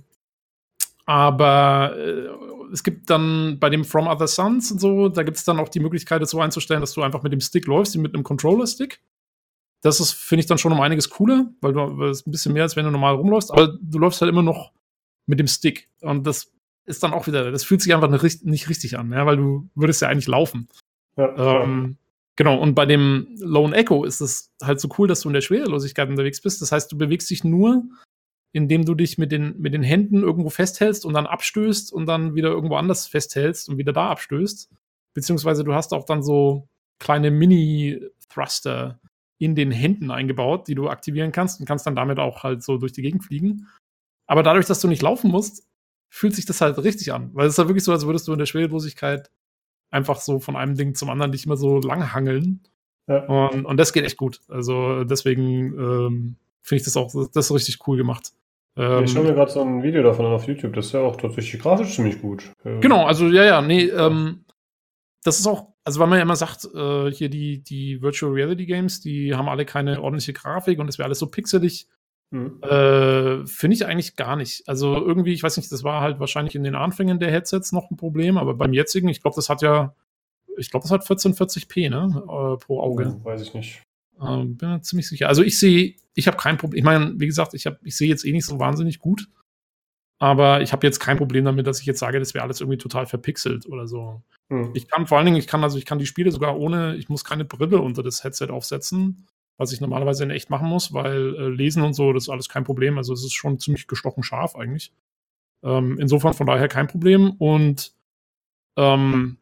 aber äh, es gibt dann bei dem From Other Suns und so, da gibt es dann auch die Möglichkeit, das so einzustellen, dass du einfach mit dem Stick läufst, wie mit einem Controller-Stick. Das ist, finde ich, dann schon um einiges cooler, weil du weil es ein bisschen mehr, als wenn du normal rumläufst, aber du läufst halt immer noch mit dem Stick. Und das ist dann auch wieder, das fühlt sich einfach nicht, nicht richtig an, ja, weil du würdest ja eigentlich laufen. Ja, ähm, Genau, und bei dem Lone Echo ist es halt so cool, dass du in der Schwerelosigkeit unterwegs bist. Das heißt, du bewegst dich nur, indem du dich mit den, mit den Händen irgendwo festhältst und dann abstößt und dann wieder irgendwo anders festhältst und wieder da abstößt. Beziehungsweise du hast auch dann so kleine Mini-Thruster in den Händen eingebaut, die du aktivieren kannst und kannst dann damit auch halt so durch die Gegend fliegen. Aber dadurch, dass du nicht laufen musst, fühlt sich das halt richtig an. Weil es ist halt wirklich so, als würdest du in der Schwerelosigkeit einfach so von einem Ding zum anderen nicht mehr so lang hangeln. Ja. Und, und das geht echt gut. Also deswegen ähm, finde ich das auch, das ist richtig cool gemacht. Ähm, ich schaue mir gerade so ein Video davon an auf YouTube. Das ist ja auch tatsächlich grafisch ziemlich gut. Genau, also ja, ja, nee, ähm, das ist auch, also weil man ja immer sagt, äh, hier die, die Virtual Reality Games, die haben alle keine ordentliche Grafik und das wäre alles so pixelig. Mhm. Äh, finde ich eigentlich gar nicht. Also irgendwie, ich weiß nicht, das war halt wahrscheinlich in den Anfängen der Headsets noch ein Problem, aber beim jetzigen, ich glaube, das hat ja, ich glaube, das hat vierzehn vierzig p, ne, äh, pro Auge. Oh, weiß ich nicht. Äh, bin mir ziemlich sicher. Also ich sehe, ich habe kein Problem. Ich meine, wie gesagt, ich, hab, ich sehe jetzt eh nicht so wahnsinnig gut, aber ich habe jetzt kein Problem damit, dass ich jetzt sage, das wäre alles irgendwie total verpixelt oder so. Mhm. Ich kann vor allen Dingen, ich kann also, ich kann die Spiele sogar ohne, ich muss keine Brille unter das Headset aufsetzen, was ich normalerweise in echt machen muss, weil äh, Lesen und so, das ist alles kein Problem. Also es ist schon ziemlich gestochen scharf eigentlich. Ähm, insofern von daher kein Problem. Und ähm,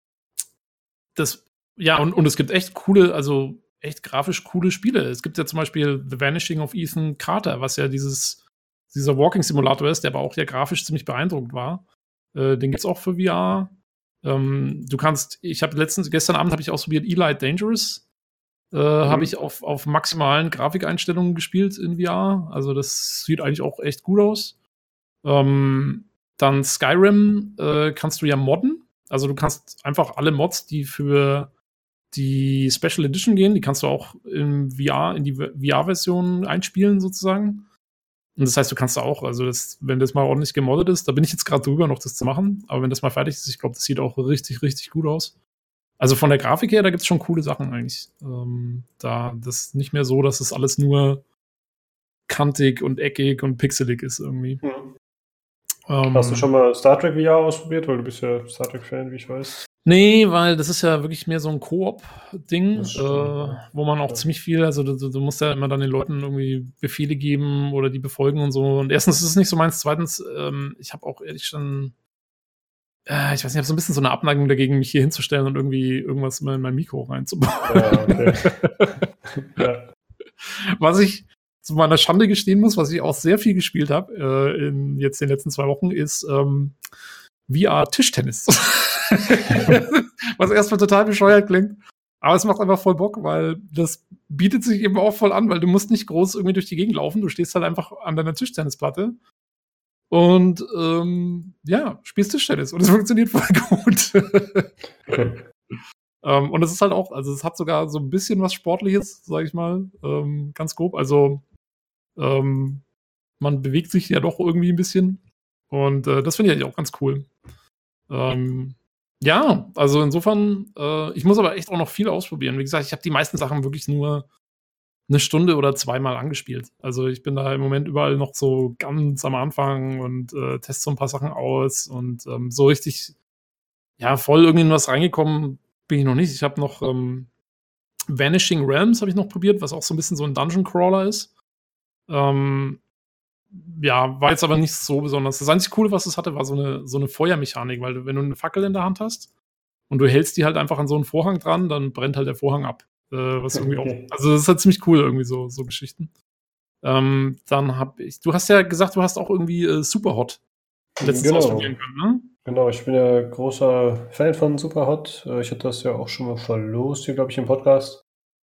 das, ja, und, und es gibt echt coole, also echt grafisch coole Spiele. Es gibt ja zum Beispiel The Vanishing of Ethan Carter, was ja dieses, dieser Walking-Simulator ist, der aber auch ja grafisch ziemlich beeindruckend war. Äh, den gibt's auch für V R. Ähm, du kannst, ich habe letztens, gestern Abend habe ich ausprobiert Elite Dangerous. Äh, mhm. Habe ich auf, auf maximalen Grafikeinstellungen gespielt in V R. Also das sieht eigentlich auch echt gut aus. Ähm, dann Skyrim äh, kannst du ja modden. Also du kannst einfach alle Mods, die für die Special Edition gehen, die kannst du auch im V R, in die V R-Version einspielen sozusagen. Und das heißt, du kannst auch, also das, wenn das mal ordentlich gemoddet ist, da bin ich jetzt gerade drüber, noch das zu machen. Aber wenn das mal fertig ist, ich glaube, das sieht auch richtig, richtig gut aus. Also von der Grafik her, da gibt es schon coole Sachen eigentlich. Ähm, da das ist nicht mehr so, dass es alles nur kantig und eckig und pixelig ist irgendwie. Mhm. Ähm, Hast du schon mal Star Trek V R ausprobiert? Weil du bist ja Star Trek-Fan, wie ich weiß. Nee, weil das ist ja wirklich mehr so ein Koop-Ding, äh, wo man auch ja. ziemlich viel, also du, du musst ja immer dann den Leuten irgendwie Befehle geben oder die befolgen und so. Und erstens ist es nicht so meins. Zweitens, ähm, ich habe auch ehrlich schon Äh, ich weiß nicht, ich habe so ein bisschen so eine Abneigung dagegen, mich hier hinzustellen und irgendwie irgendwas immer in mein Mikro reinzubauen. Ja, okay. ja. Was ich zu meiner Schande gestehen muss, was ich auch sehr viel gespielt habe äh, in jetzt den letzten zwei Wochen, ist ähm, V R-Tischtennis. Was erstmal total bescheuert klingt. Aber es macht einfach voll Bock, weil das bietet sich eben auch voll an, weil du musst nicht groß irgendwie durch die Gegend laufen. Du stehst halt einfach an deiner Tischtennisplatte und ähm, ja, spielst Tischtennis und es funktioniert voll gut. ähm, und es ist halt auch, also es hat sogar so ein bisschen was Sportliches, sag ich mal, ähm, ganz grob. Also ähm, man bewegt sich ja doch irgendwie ein bisschen und äh, das finde ich eigentlich auch ganz cool. Ähm, ja, also insofern, äh, ich muss aber echt auch noch viel ausprobieren. Wie gesagt, ich habe die meisten Sachen wirklich nur eine Stunde oder zweimal angespielt. Also ich bin da im Moment überall noch so ganz am Anfang und äh, teste so ein paar Sachen aus und ähm, so richtig, ja, voll irgendwie in was reingekommen bin ich noch nicht. Ich habe noch ähm, Vanishing Realms habe ich noch probiert, was auch so ein bisschen so ein Dungeon Crawler ist. Ähm, ja, war jetzt aber nicht so besonders. Das einzig Coole, was es hatte, war so eine, so eine Feuermechanik, weil du, wenn du eine Fackel in der Hand hast und du hältst die halt einfach an so einen Vorhang dran, dann brennt halt der Vorhang ab. Äh, was irgendwie Okay. auch, also das ist halt ziemlich cool, irgendwie so, so Geschichten. Ähm, dann hab ich, du hast ja gesagt, du hast auch irgendwie äh, Superhot letztens Genau. ausprobieren können, ne? Genau, ich bin ja großer Fan von Superhot. Äh, Ich hatte das ja auch schon mal verlost hier, glaube ich, im Podcast.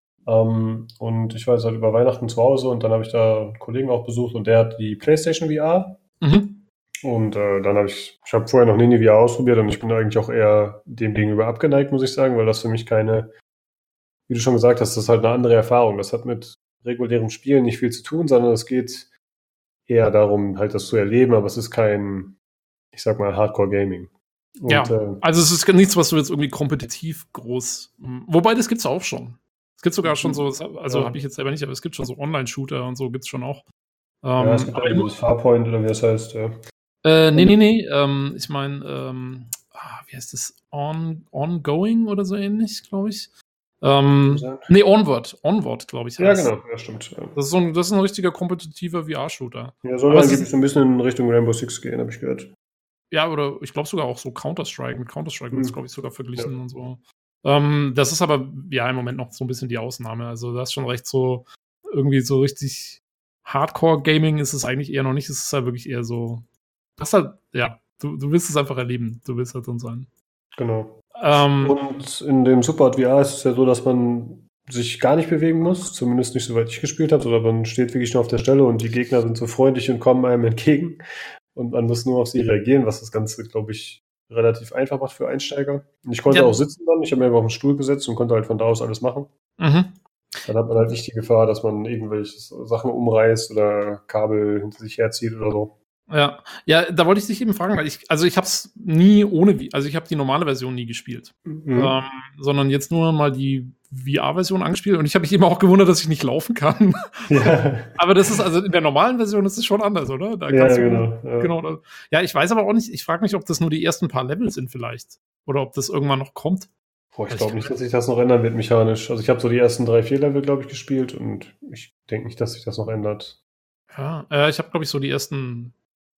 Ähm, und ich war jetzt halt über Weihnachten zu Hause und dann habe ich da einen Kollegen auch besucht und der hat die PlayStation V R. Mhm. Und äh, dann habe ich, ich habe vorher noch nie eine V R ausprobiert und ich bin eigentlich auch eher dem gegenüber abgeneigt, muss ich sagen, weil das für mich keine, wie du schon gesagt hast, das ist halt eine andere Erfahrung. Das hat mit regulärem Spielen nicht viel zu tun, sondern es geht eher darum, halt das zu erleben, aber es ist kein, ich sag mal, Hardcore-Gaming. Und, Ja, äh, also es ist nichts, was du jetzt irgendwie kompetitiv groß. Wobei, das gibt's auch schon. Es gibt sogar schon so, also Ja. habe ich jetzt selber nicht, aber es gibt schon so Online-Shooter und so gibt's schon auch. ja, Ähm, es gibt aber ja dieses Farpoint oder wie das heißt. Ja. Äh, nee, nee, nee. Ähm, ich meine, ähm, ah, wie heißt das? On, ongoing oder so ähnlich, glaube ich. Ähm, sein. nee, Onward. Onward, glaube ich. Ja, heißt. genau, ja, stimmt. Ja, Das ist, so ein, das ist ein richtiger kompetitiver V R-Shooter. ja soll Aber es angeblich ist- so ein bisschen in Richtung Rainbow Six gehen, habe ich gehört. Ja, oder ich glaube sogar auch so Counter-Strike. Mit Counter-Strike wird es, Hm. glaube ich, sogar verglichen und so. Ähm, das ist aber ja im Moment noch so ein bisschen die Ausnahme. Also das ist schon recht so, irgendwie so richtig Hardcore-Gaming ist es eigentlich eher noch nicht. Es ist halt wirklich eher so, das ist halt, ja, du, du willst es einfach erleben. Du willst halt drin sein. Genau. Ähm, Und in dem Superhot V R ist es ja so, dass man sich gar nicht bewegen muss, zumindest nicht soweit ich gespielt habe, sondern man steht wirklich nur auf der Stelle und die Gegner sind so freundlich und kommen einem entgegen und man muss nur auf sie reagieren, was das Ganze, glaube ich, relativ einfach macht für Einsteiger. Und ich konnte Ja. auch sitzen dann, ich habe mir einfach auf den Stuhl gesetzt und konnte halt von da aus alles machen. mhm. Dann hat man halt nicht die Gefahr, dass man irgendwelche Sachen umreißt oder Kabel hinter sich herzieht oder so. Ja, ja, da wollte ich dich eben fragen, weil ich, also ich habe es nie ohne, V- also ich habe die normale Version nie gespielt, Mhm. ähm, sondern jetzt nur mal die V R-Version angespielt und ich habe mich eben auch gewundert, dass ich nicht laufen kann. Ja, Aber das ist, also in der normalen Version ist es schon anders, oder? Da ja, kannst du, genau. Ja. genau. da- Ja, ich weiß aber auch nicht, ich frage mich, ob das nur die ersten paar Level sind vielleicht. Oder ob das irgendwann noch kommt. Boah, ich Ich glaube kann- nicht, dass sich das noch ändern wird mechanisch. Also ich habe so die ersten drei, vier Level, glaube ich, gespielt und ich denke nicht, dass sich das noch ändert. Ja, äh, ich habe, glaube ich, so die ersten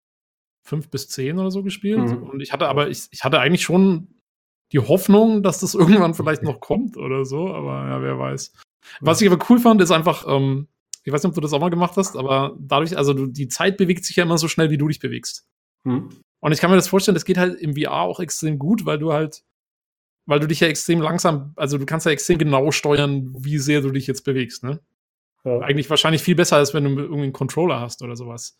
fünf bis zehn oder so gespielt. Mhm. Und ich hatte aber, ich, ich hatte eigentlich schon die Hoffnung, dass das irgendwann vielleicht noch kommt oder so, aber ja, wer weiß. Was ich aber cool fand, ist einfach, ähm, ich weiß nicht, ob du das auch mal gemacht hast, aber dadurch, also du, die Zeit bewegt sich ja immer so schnell, wie du dich bewegst. Mhm. Und ich kann mir das vorstellen, das geht halt im V R auch extrem gut, weil du halt, weil du dich ja extrem langsam, also du kannst ja extrem genau steuern, wie sehr du dich jetzt bewegst, ne? Ja. Eigentlich wahrscheinlich viel besser, als wenn du irgendwie einen Controller hast oder sowas.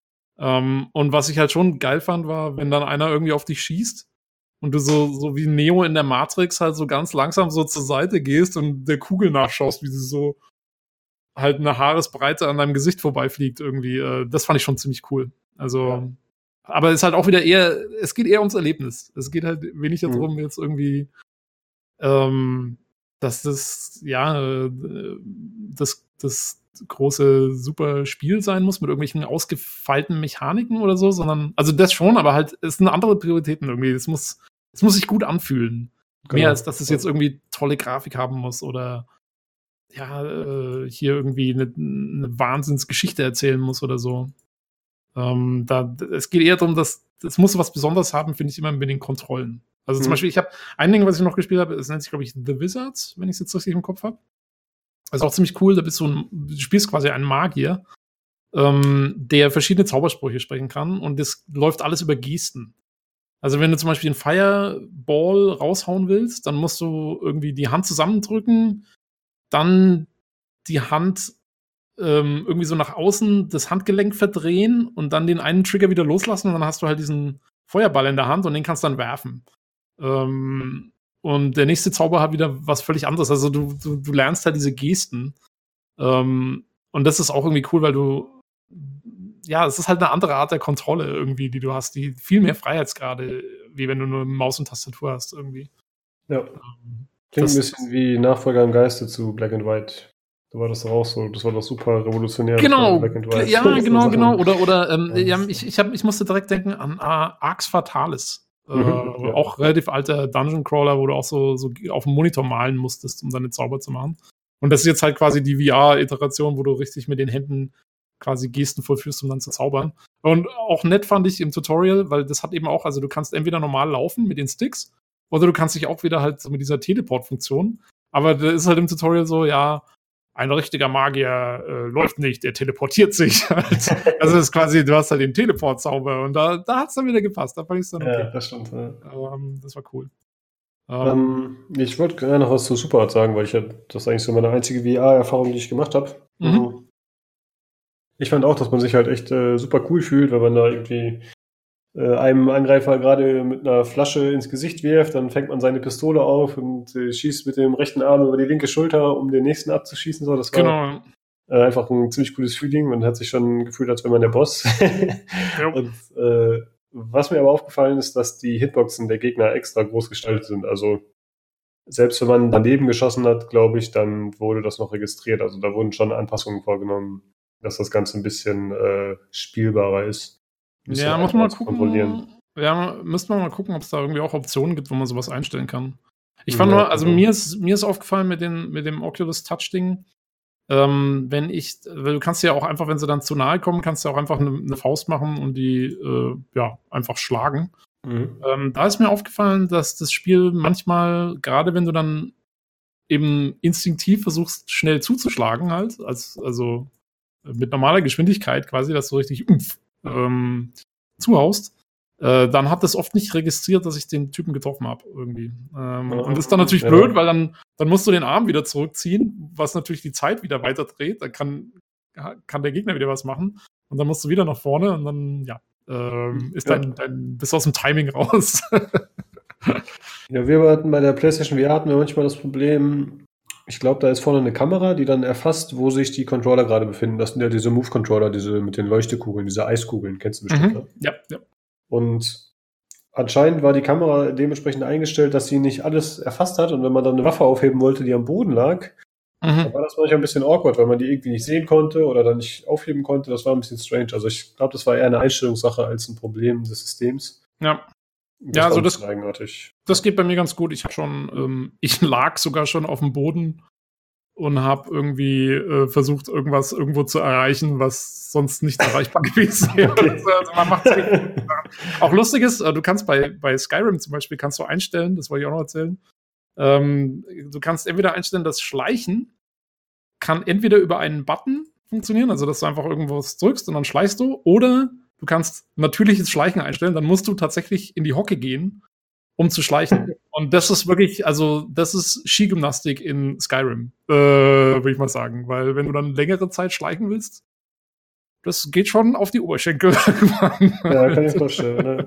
Ähm, und was ich halt schon geil fand, war, wenn dann einer irgendwie auf dich schießt und du so, so wie Neo in der Matrix halt so ganz langsam so zur Seite gehst und der Kugel nachschaust, wie sie so halt eine Haaresbreite an deinem Gesicht vorbeifliegt irgendwie. Äh, das fand ich schon ziemlich cool. Also, Ja. aber es ist halt auch wieder eher, es geht eher ums Erlebnis. Es geht halt wenig Mhm. darum, jetzt irgendwie, ähm, dass das, ja, äh, das, das große super Spiel sein muss mit irgendwelchen ausgefeilten Mechaniken oder so, sondern, also das schon, aber halt, es sind andere Prioritäten irgendwie. Es muss, es muss sich gut anfühlen. Mehr Genau. als, dass es jetzt irgendwie tolle Grafik haben muss oder ja, äh, hier irgendwie eine, eine Wahnsinnsgeschichte erzählen muss oder so. Ähm, da, es geht eher darum, dass es muss was Besonderes haben, finde ich immer mit den Kontrollen. Also zum Mhm. Beispiel, ich habe ein Ding, was ich noch gespielt habe, es nennt sich, glaube ich, The Wizards, wenn ich es jetzt richtig im Kopf habe. Das ist auch ziemlich cool, da bist du ein, du spielst quasi einen Magier, ähm, der verschiedene Zaubersprüche sprechen kann und das läuft alles über Gesten. Also wenn du zum Beispiel einen Fireball raushauen willst, dann musst du irgendwie die Hand zusammendrücken, dann die Hand ähm, irgendwie so nach außen das Handgelenk verdrehen und dann den einen Trigger wieder loslassen und dann hast du halt diesen Feuerball in der Hand und den kannst du dann werfen. Ähm, und der nächste Zauber hat wieder was völlig anderes. Also du, du, du lernst halt diese Gesten. Ähm, und das ist auch irgendwie cool, weil du, ja, es ist halt eine andere Art der Kontrolle irgendwie, die du hast, die viel mehr Freiheitsgrade, wie wenn du nur Maus und Tastatur hast irgendwie. Ja. Ähm, Klingt das- ein bisschen wie Nachfolger im Geiste zu Black and White. Da war das doch auch so, das war doch super revolutionär. Genau, Black and White. ja, Das genau, Sachen. genau. Oder, oder ähm, Ja, ja, das- ich, ich, hab, ich musste direkt denken an äh, Arx Fatalis. Äh, Mhm, ja. Auch relativ alter Dungeon Crawler, wo du auch so, so auf dem Monitor malen musstest, um deine Zauber zu machen. Und das ist jetzt halt quasi die V R-Iteration, wo du richtig mit den Händen quasi Gesten vollführst, um dann zu zaubern. Und auch nett fand ich im Tutorial, weil das hat eben auch, also du kannst entweder normal laufen mit den Sticks oder du kannst dich auch wieder halt so mit dieser Teleport-Funktion. Aber da ist halt im Tutorial so, ja, ein richtiger Magier äh, läuft nicht, der teleportiert sich halt. Also das ist quasi, du hast halt den Teleport-Zauber und da, da hat es dann wieder gepasst. Da fand ich es dann okay. Ja, das stimmt. Ja. Ähm, das war cool. Ähm, Ähm, ich wollte gerne noch was zu Superart sagen, weil ich ja, das ist eigentlich so meine einzige V R-Erfahrung, die ich gemacht habe. Mhm. Ich fand auch, dass man sich halt echt äh, super cool fühlt, wenn man da irgendwie äh, einem Angreifer gerade mit einer Flasche ins Gesicht wirft, dann fängt man seine Pistole auf und äh, schießt mit dem rechten Arm über die linke Schulter, um den nächsten abzuschießen. So, das war genau. äh, einfach ein ziemlich cooles Feeling. Man hat sich schon gefühlt, als wäre man der Boss. Ja. Und äh, was mir aber aufgefallen ist, dass die Hitboxen der Gegner extra groß gestaltet sind. Also selbst wenn man daneben geschossen hat, glaube ich, dann wurde das noch registriert. Also da wurden schon Anpassungen vorgenommen, dass das Ganze ein bisschen äh, spielbarer ist. Ein bisschen Ja, muss man mal einfacher zu kontrollieren. gucken. Ja, müsste man mal gucken, ob es da irgendwie auch Optionen gibt, wo man sowas einstellen kann. Ich fand Ja, nur, also genau. mir ist, mir ist aufgefallen mit, den, mit dem Oculus Touch-Ding, ähm, wenn ich, weil du kannst ja auch einfach, wenn sie dann zu nahe kommen, kannst du auch einfach eine, eine Faust machen und die, äh, ja, einfach schlagen. Mhm. Ähm, da ist mir aufgefallen, dass das Spiel manchmal, gerade wenn du dann eben instinktiv versuchst, schnell zuzuschlagen halt, als, also mit normaler Geschwindigkeit quasi, dass du richtig umf, ähm, zuhaust, äh, dann hat das oft nicht registriert, dass ich den Typen getroffen habe irgendwie. Ähm, Ja, und das ist dann natürlich ja. blöd, weil dann, dann musst du den Arm wieder zurückziehen, was natürlich die Zeit wieder weiter dreht. Dann kann, kann der Gegner wieder was machen. Und dann musst du wieder nach vorne und dann, ja, ähm, ist Ja. dein, dein, bist aus dem Timing raus. Ja, wir hatten bei der PlayStation V R hatten wir manchmal das Problem, ich glaube, da ist vorne eine Kamera, die dann erfasst, wo sich die Controller gerade befinden. Das sind ja diese Move-Controller, diese mit den Leuchtekugeln, diese Eiskugeln, kennst du bestimmt, Mhm. ne? Ja, ja. Und anscheinend war die Kamera dementsprechend eingestellt, dass sie nicht alles erfasst hat. Und wenn man dann eine Waffe aufheben wollte, die am Boden lag, Mhm. dann war das manchmal ein bisschen awkward, weil man die irgendwie nicht sehen konnte oder dann nicht aufheben konnte. Das war ein bisschen strange. Also ich glaube, das war eher eine Einstellungssache als ein Problem des Systems. Ja. Das Ja, war also ein das- bisschen eigenartig. Das geht bei mir ganz gut. Ich habe schon, ähm, ich lag sogar schon auf dem Boden und habe irgendwie äh, versucht, irgendwas irgendwo zu erreichen, was sonst nicht erreichbar gewesen wäre. Okay. Also man macht auch lustig ist, äh, du kannst bei, bei Skyrim zum Beispiel kannst du einstellen, das wollte ich auch noch erzählen. Ähm, du kannst entweder einstellen, dass Schleichen kann entweder über einen Button funktionieren, also dass du einfach irgendwo was drückst und dann schleichst du, oder du kannst natürliches Schleichen einstellen, dann musst du tatsächlich in die Hocke gehen, um zu schleichen. Und das ist wirklich, also das ist Skigymnastik in Skyrim, äh, würde ich mal sagen. Weil wenn du dann längere Zeit schleichen willst, das geht schon auf die Oberschenkel. Ja, kann ich mir vorstellen. Ne?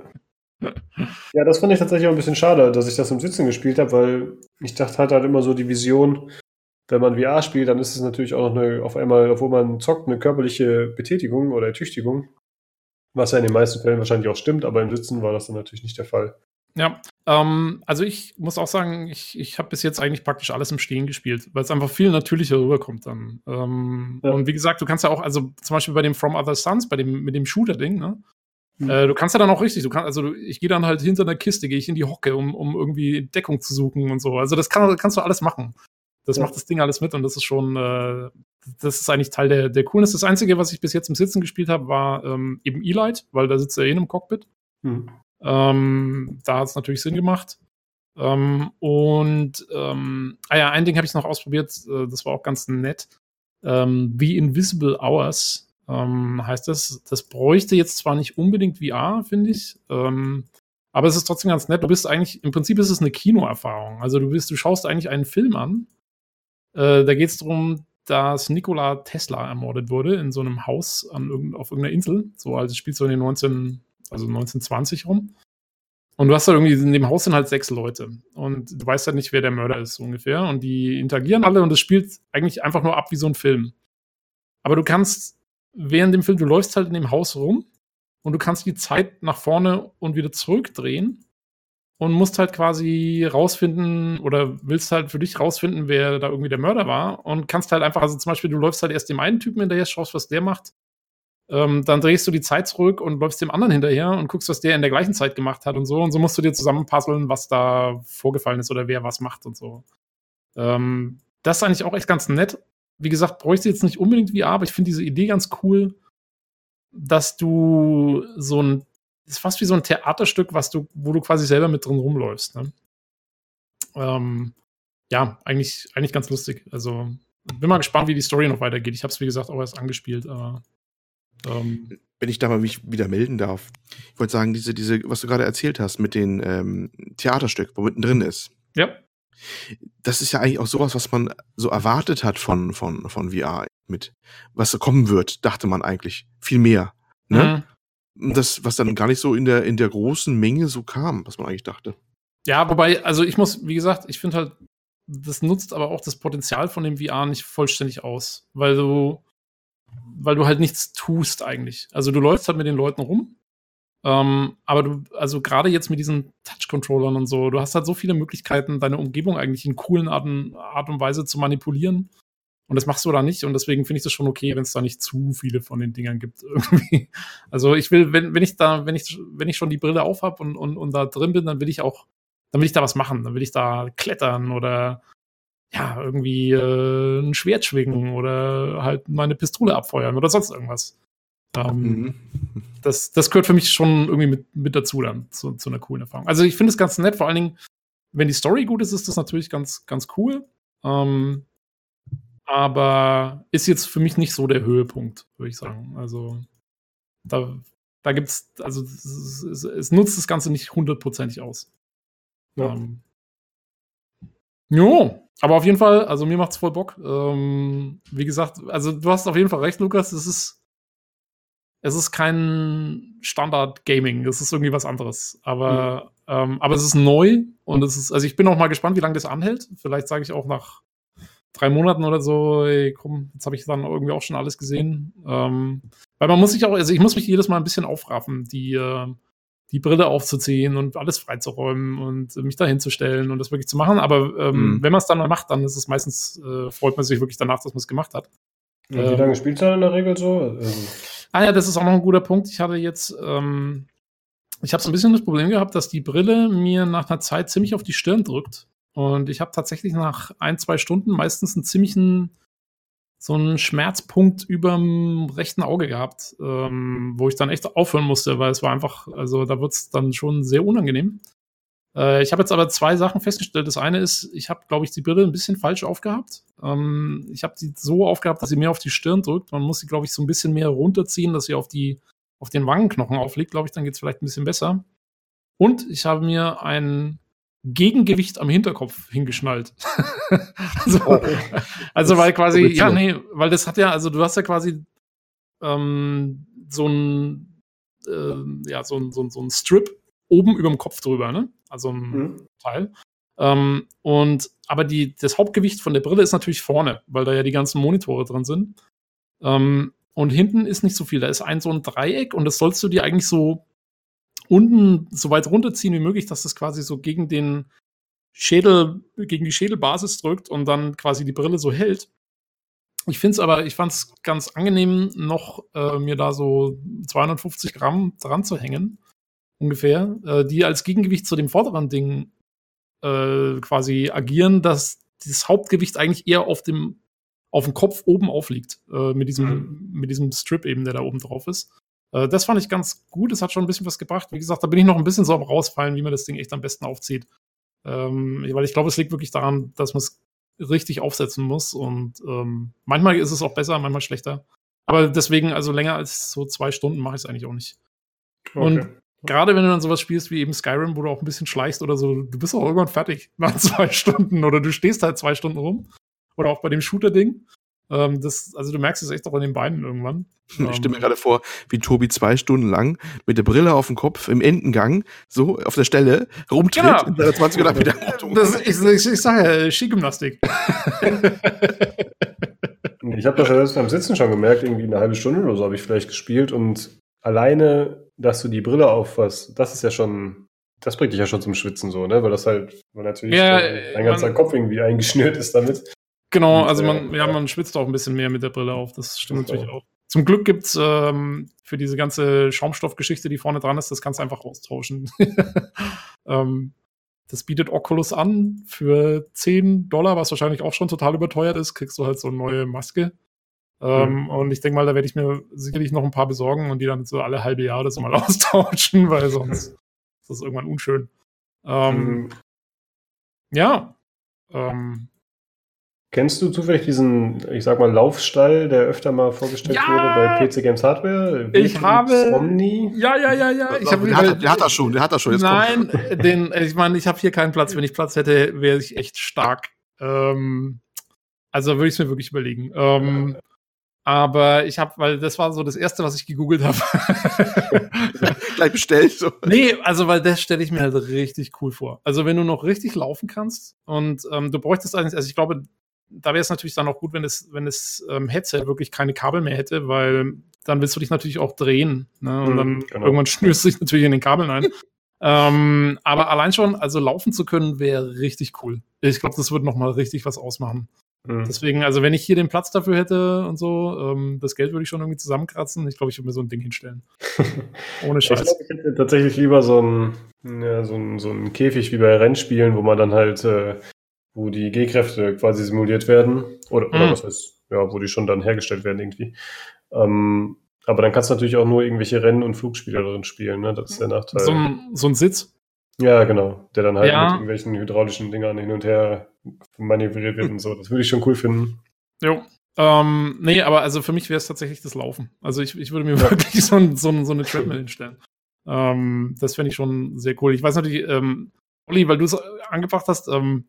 Ja, das fand ich tatsächlich auch ein bisschen schade, dass ich das im Sitzen gespielt habe, weil ich dachte halt halt immer so die Vision, wenn man V R spielt, dann ist es natürlich auch noch eine, auf einmal, obwohl man zockt, eine körperliche Betätigung oder Ertüchtigung. Was ja in den meisten Fällen wahrscheinlich auch stimmt, aber im Sitzen war das dann natürlich nicht der Fall. Ja, ähm, also ich muss auch sagen, ich, ich habe bis jetzt eigentlich praktisch alles im Stehen gespielt, weil es einfach viel natürlicher rüberkommt dann. Ähm, Ja. Und wie gesagt, du kannst ja auch, also zum Beispiel bei dem From Other Suns, bei dem, mit dem Shooter-Ding, ne? Mhm. Äh, du kannst ja dann auch richtig, du kannst, also du, ich gehe dann halt hinter einer Kiste, gehe ich in die Hocke, um, um irgendwie Deckung zu suchen und so. Also das kann, kannst du alles machen. Das Ja. macht das Ding alles mit und das ist schon, äh, das ist eigentlich Teil der, der Coolness. Das Einzige, was ich bis jetzt im Sitzen gespielt habe, war ähm, eben E-Light, weil da sitzt er eh in einem Cockpit. Mhm. Ähm, da hat es natürlich Sinn gemacht. Ähm, und ähm, ah ja, ein Ding habe ich noch ausprobiert, äh, das war auch ganz nett. Ähm, The Invisible Hours ähm, heißt das. Das bräuchte jetzt zwar nicht unbedingt V R, finde ich, ähm, aber es ist trotzdem ganz nett. Du bist eigentlich, im Prinzip ist es eine Kinoerfahrung. Also du bist, du schaust eigentlich einen Film an. Äh, da geht es darum, dass Nikola Tesla ermordet wurde in so einem Haus an irgend, auf irgendeiner Insel. So, also es spielt so in den neunzehn, also neunzehnhundertzwanzig rum. Und du hast da irgendwie, in dem Haus sind halt sechs Leute. Und du weißt halt nicht, wer der Mörder ist, so ungefähr. Und die interagieren alle und es spielt eigentlich einfach nur ab wie so ein Film. Aber du kannst, während dem Film, du läufst halt in dem Haus rum und du kannst die Zeit nach vorne und wieder zurückdrehen. und musst halt quasi rausfinden oder willst halt für dich rausfinden, wer da irgendwie der Mörder war und kannst halt einfach, also zum Beispiel, du läufst halt erst dem einen Typen hinterher, schaust, was der macht, ähm, dann drehst du die Zeit zurück und läufst dem anderen hinterher und guckst, was der in der gleichen Zeit gemacht hat und so und so musst du dir zusammenpuzzeln, was da vorgefallen ist oder wer was macht und so. Ähm, das ist eigentlich auch echt ganz nett. Wie gesagt, bräuchte jetzt nicht unbedingt V R, aber ich finde diese Idee ganz cool, dass du so ein, ist fast wie so ein Theaterstück, was du, wo du quasi selber mit drin rumläufst. Ne? Ähm, ja, eigentlich, eigentlich ganz lustig. Also bin mal gespannt, wie die Story noch weitergeht. Ich habe es, wie gesagt, auch erst angespielt. Aber, ähm, Wenn ich da mal mich wieder melden darf. Ich wollte sagen, diese, diese, was du gerade erzählt hast mit dem ähm, Theaterstück, wo mittendrin ist. Ja. Das ist ja eigentlich auch sowas, was man so erwartet hat von, von, von V R mit, was so kommen wird, dachte man eigentlich. Viel mehr. Ne? Mhm. Das, was dann gar nicht so in der, in der großen Menge so kam, was man eigentlich dachte. Ja, wobei, also ich muss, wie gesagt, ich finde halt, das nutzt aber auch das Potenzial von dem V R nicht vollständig aus, weil du, weil du halt nichts tust eigentlich. Also du läufst halt mit den Leuten rum, ähm, aber du, also gerade jetzt mit diesen Touch-Controllern und so, du hast halt so viele Möglichkeiten, deine Umgebung eigentlich in coolen Arten, Art und Weise zu manipulieren. Und das machst du da nicht. Und deswegen finde ich das schon okay, wenn es da nicht zu viele von den Dingern gibt. Irgendwie. Also ich will, wenn, wenn ich da, wenn ich, wenn ich schon die Brille auf habe und, und, und da drin bin, dann will ich auch, dann will ich da was machen. Dann will ich da klettern oder ja, irgendwie äh, ein Schwert schwingen oder halt meine Pistole abfeuern oder sonst irgendwas. Ähm, mhm. das, das gehört für mich schon irgendwie mit, mit dazu dann, zu, zu einer coolen Erfahrung. Also ich finde es ganz nett, vor allen Dingen, wenn die Story gut ist, ist das natürlich ganz, ganz cool. Ähm, aber ist jetzt für mich nicht so der Höhepunkt, würde ich sagen. Also da, da gibt's, also es, es, es nutzt das Ganze nicht hundertprozentig aus. Ja. Ähm, jo, aber auf jeden Fall, also mir macht's voll Bock. Ähm, wie gesagt, also du hast auf jeden Fall recht, Lukas, es ist es ist kein Standard-Gaming, es ist irgendwie was anderes. Aber, mhm. ähm, aber es ist neu und es ist, also ich bin auch mal gespannt, wie lange das anhält. Vielleicht sage ich auch nach drei Monaten oder so, ey, komm, jetzt habe ich dann irgendwie auch schon alles gesehen. Ähm, weil man muss sich auch, also ich muss mich jedes Mal ein bisschen aufraffen, die, äh, die Brille aufzuziehen und alles freizuräumen und mich da hinzustellen und das wirklich zu machen. Aber ähm, mhm. wenn man es dann mal macht, dann ist es meistens, äh, freut man sich wirklich danach, dass man es gemacht hat. Ja, wie ähm, lange spielst du dann in der Regel so? Also ah ja, das ist auch noch ein guter Punkt. Ich hatte jetzt, ähm, ich habe so ein bisschen das Problem gehabt, dass die Brille mir nach einer Zeit ziemlich auf die Stirn drückt. Und ich habe tatsächlich nach ein, zwei Stunden meistens einen ziemlichen, so einen Schmerzpunkt überm rechten Auge gehabt, ähm, wo ich dann echt aufhören musste, weil es war einfach, also da wird es dann schon sehr unangenehm. Äh, ich habe jetzt aber zwei Sachen festgestellt. Das eine ist, ich habe, glaube ich, die Brille ein bisschen falsch aufgehabt. Ähm, ich habe sie so aufgehabt, dass sie mehr auf die Stirn drückt. Man muss sie, glaube ich, so ein bisschen mehr runterziehen, dass sie auf, die, auf den Wangenknochen aufliegt, glaube ich, dann geht es vielleicht ein bisschen besser. Und ich habe mir ein Gegengewicht am Hinterkopf hingeschnallt. also, oh. also weil quasi, ja, nee, weil das hat ja, also du hast ja quasi ähm, so ein, äh, ja, so ein, so ein, so ein Strip oben über dem Kopf drüber, ne? Also ein mhm. Teil. Ähm, und, aber die, das Hauptgewicht von der Brille ist natürlich vorne, weil da ja die ganzen Monitore drin sind. Ähm, und hinten ist nicht so viel. Da ist ein so ein Dreieck und das sollst du dir eigentlich so unten so weit runterziehen wie möglich, dass das quasi so gegen den Schädel, gegen die Schädelbasis drückt und dann quasi die Brille so hält. Ich finde es aber, ich fand es ganz angenehm, noch äh, mir da so zweihundertfünfzig Gramm dran zu hängen, ungefähr, äh, die als Gegengewicht zu dem vorderen Ding äh, quasi agieren, dass das Hauptgewicht eigentlich eher auf dem, auf dem Kopf oben aufliegt, äh, mit diesem, mhm. mit diesem Strip eben, der da oben drauf ist. Das fand ich ganz gut, es hat schon ein bisschen was gebracht. Wie gesagt, da bin ich noch ein bisschen so am rausfallen, wie man das Ding echt am besten aufzieht. Ähm, weil ich glaube, es liegt wirklich daran, dass man es richtig aufsetzen muss und ähm, manchmal ist es auch besser, manchmal schlechter. Aber deswegen, also länger als so zwei Stunden mache ich es eigentlich auch nicht. Okay. Und gerade wenn du dann sowas spielst wie eben Skyrim, wo du auch ein bisschen schleichst oder so, du bist auch irgendwann fertig nach zwei Stunden oder du stehst halt zwei Stunden rum. Oder auch bei dem Shooter-Ding. Ähm, das, also du merkst es echt auch an den Beinen irgendwann. Ich stelle mir gerade vor, wie Tobi zwei Stunden lang mit der Brille auf dem Kopf im Endengang so auf der Stelle rumtritt genau. in seiner zwanzig oder wieder. Das, ich, ich, ich sage ja, Skigymnastik. Ich habe das ja selbst beim Sitzen schon gemerkt, irgendwie eine halbe Stunde oder so habe ich vielleicht gespielt und alleine, dass du die Brille aufhast, das ist ja schon das bringt dich ja schon zum Schwitzen so, ne? Weil das halt, weil natürlich Ja, dein, dein ganzer man- Kopf irgendwie eingeschnürt ist damit. Genau, Und, also äh, man, ja, man schwitzt auch ein bisschen mehr mit der Brille auf. Das stimmt Das natürlich auch. auch. Zum Glück gibt's ähm, für diese ganze Schaumstoffgeschichte, die vorne dran ist, das kannst du einfach austauschen. ähm, das bietet Oculus an für zehn Dollar, was wahrscheinlich auch schon total überteuert ist, kriegst du halt so eine neue Maske. Ähm, Mhm. Und ich denke mal, da werde ich mir sicherlich noch ein paar besorgen und die dann so alle halbe Jahr das mal austauschen, weil sonst ist das irgendwann unschön. Ähm, Mhm. Ja. Ähm, Kennst du zufällig diesen, ich sag mal, Laufstall, der öfter mal vorgestellt Ja! wurde bei P C Games Hardware? Ich Virtuix habe- Omni? ja, ja, ja, ja. Ich hab, der, hat, der hat das schon, der hat das schon. Jetzt Nein, kommt. den, ich meine, ich habe hier keinen Platz. Wenn ich Platz hätte, wäre ich echt stark. Ähm, also würde ich es mir wirklich überlegen. Ähm, aber ich habe, weil das war so das Erste, was ich gegoogelt habe. Gleich bestellt. So. Nee, also weil das stelle ich mir halt richtig cool vor. Also wenn du noch richtig laufen kannst und ähm, du bräuchtest eigentlich, also ich glaube, da wäre es natürlich dann auch gut, wenn es, wenn das ähm, Headset wirklich keine Kabel mehr hätte, weil dann willst du dich natürlich auch drehen. Ne? Und Mhm, dann genau. irgendwann schnürst du dich natürlich in den Kabeln ein. ähm, aber allein schon, also laufen zu können, wäre richtig cool. Ich glaube, das würde noch mal richtig was ausmachen. Mhm. Deswegen, also wenn ich hier den Platz dafür hätte und so, ähm, das Geld würde ich schon irgendwie zusammenkratzen. Ich glaube, ich würde mir so ein Ding hinstellen. Ohne Ich Scheiß. glaube, ich hätte tatsächlich lieber so einen, ja, so einen, so einen Käfig wie bei Rennspielen, wo man dann halt, äh, wo die G-Kräfte quasi simuliert werden. Oder, oder Mhm. was heißt, ja, wo die schon dann hergestellt werden irgendwie. Ähm, aber dann kannst du natürlich auch nur irgendwelche Rennen- und Flugspiele darin spielen, ne? Das ist der Nachteil. So ein, so ein Sitz. Ja, genau. Der dann halt Ja. mit irgendwelchen hydraulischen Dingern hin und her manövriert wird und so. Das würde ich schon cool finden. Jo. Ähm, nee, aber also für mich wäre es tatsächlich das Laufen. Also ich, ich würde mir Ja. wirklich so, ein, so, ein, so eine Treadmill hinstellen. Ähm, das fände ich schon sehr cool. Ich weiß natürlich, ähm, Olli, weil du es angebracht hast, ähm,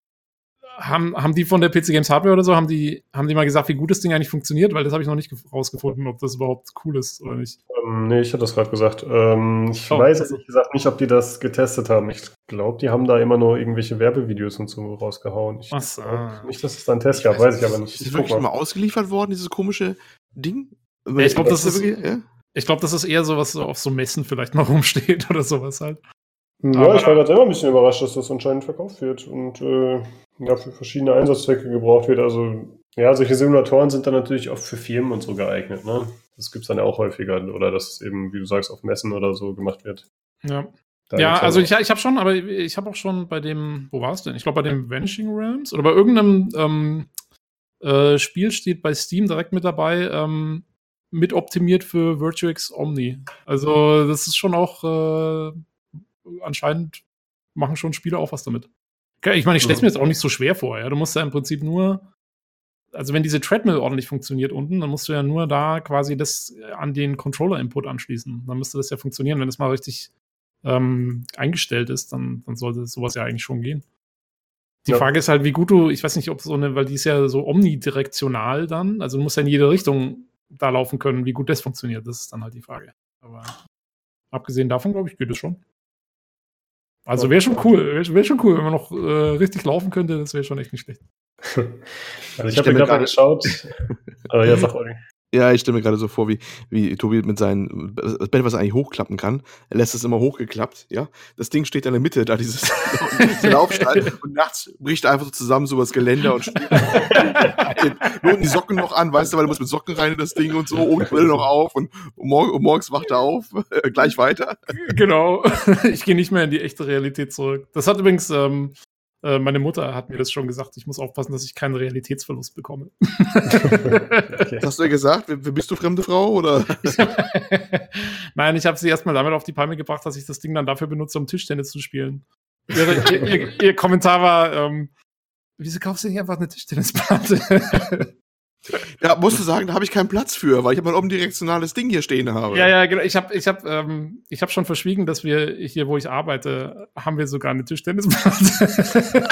haben, haben die von der P C Games Hardware oder so, haben die, haben die mal gesagt, wie gut das Ding eigentlich funktioniert? Weil das habe ich noch nicht gef- rausgefunden, ob das überhaupt cool ist oder nicht. Ähm, nee, ich hatte das gerade gesagt. Ähm, ich Oh, weiß also- ehrlich gesagt nicht, ob die das getestet haben. Ich glaube, die haben da immer nur irgendwelche Werbevideos und so rausgehauen. Ich Ach so. glaub nicht, dass es da einen Test gab, weiß ich aber nicht. Ist Ich das guck wirklich mal. mal ausgeliefert worden, dieses komische Ding? Ja, ich glaub, das Ist ist- wirklich, ja? Ich glaube, das ist eher so, was so auf so Messen vielleicht mal rumsteht oder sowas halt. Ja, Aber- ich war gerade selber ein bisschen überrascht, dass das anscheinend verkauft wird und äh, ja, für verschiedene Einsatzzwecke gebraucht wird. Also, ja, solche Simulatoren sind dann natürlich oft für Firmen und so geeignet, ne? Das gibt's dann ja auch häufiger. Oder dass es eben, wie du sagst, auf Messen oder so gemacht wird. Ja. Da Ja, gibt's also auch- ich, ich habe schon, aber ich habe auch schon bei dem, wo war es denn? Ich glaube bei dem Vanishing Realms oder bei irgendeinem ähm, äh, Spiel steht bei Steam direkt mit dabei, ähm, mit optimiert für Virtuix Omni. Also das ist schon auch äh, anscheinend machen schon Spiele auch was damit. Okay, ich meine, ich stelle es mir jetzt auch nicht so schwer vor. Ja? Du musst ja im Prinzip nur, also wenn diese Treadmill ordentlich funktioniert unten, dann musst du ja nur da quasi das an den Controller-Input anschließen. Dann müsste das ja funktionieren. Wenn das mal richtig ähm, eingestellt ist, dann, dann sollte sowas ja eigentlich schon gehen. Die Ja. Frage ist halt, wie gut du, ich weiß nicht, ob so eine, weil die ist ja so omnidirektional dann, also du musst ja in jede Richtung da laufen können, wie gut das funktioniert, das ist dann halt die Frage. Aber abgesehen davon, glaube ich, geht es schon. Also wäre schon cool, wäre wär schon cool, wenn man noch äh, richtig laufen könnte, das wäre schon echt nicht schlecht. Also ich Ich habe stell mir mir gerade mal gerade- geschaut. Aber ja, sag Olli. Ja, ich stelle mir gerade so vor, wie, wie Tobi mit seinem das Bett, was er eigentlich hochklappen kann. Er lässt es immer hochgeklappt, ja. Das Ding steht in der Mitte, da dieses dieser Laufstall und nachts bricht er einfach so zusammen so übers Geländer und spielt. Nur die Socken noch an, weißt du, weil du musst mit Socken rein in das Ding und so, oben die Brille noch auf und, und, morg und morgens wacht er auf, äh, gleich weiter. Genau. Ich gehe nicht mehr in die echte Realität zurück. Das hat übrigens, ähm, äh, meine Mutter hat mir das schon gesagt, ich muss aufpassen, dass ich keinen Realitätsverlust bekomme. Okay. Was hast du ja gesagt? Wer, wer bist du, fremde Frau? Oder? Nein, ich habe sie erstmal damit auf die Palme gebracht, dass ich das Ding dann dafür benutze, um Tischtennis zu spielen. Ihre, ihr, ihr, ihr Kommentar war, ähm, wieso kaufst du nicht einfach eine Tischtennisplatte? Ja, musst du sagen, da habe ich keinen Platz für, weil ich ein omnidirektionales Ding hier stehen habe. Ja, ja, genau. Ich habe ich hab, ähm, ich hab schon verschwiegen, dass wir hier, wo ich arbeite, haben wir sogar eine Tischtennisplatte.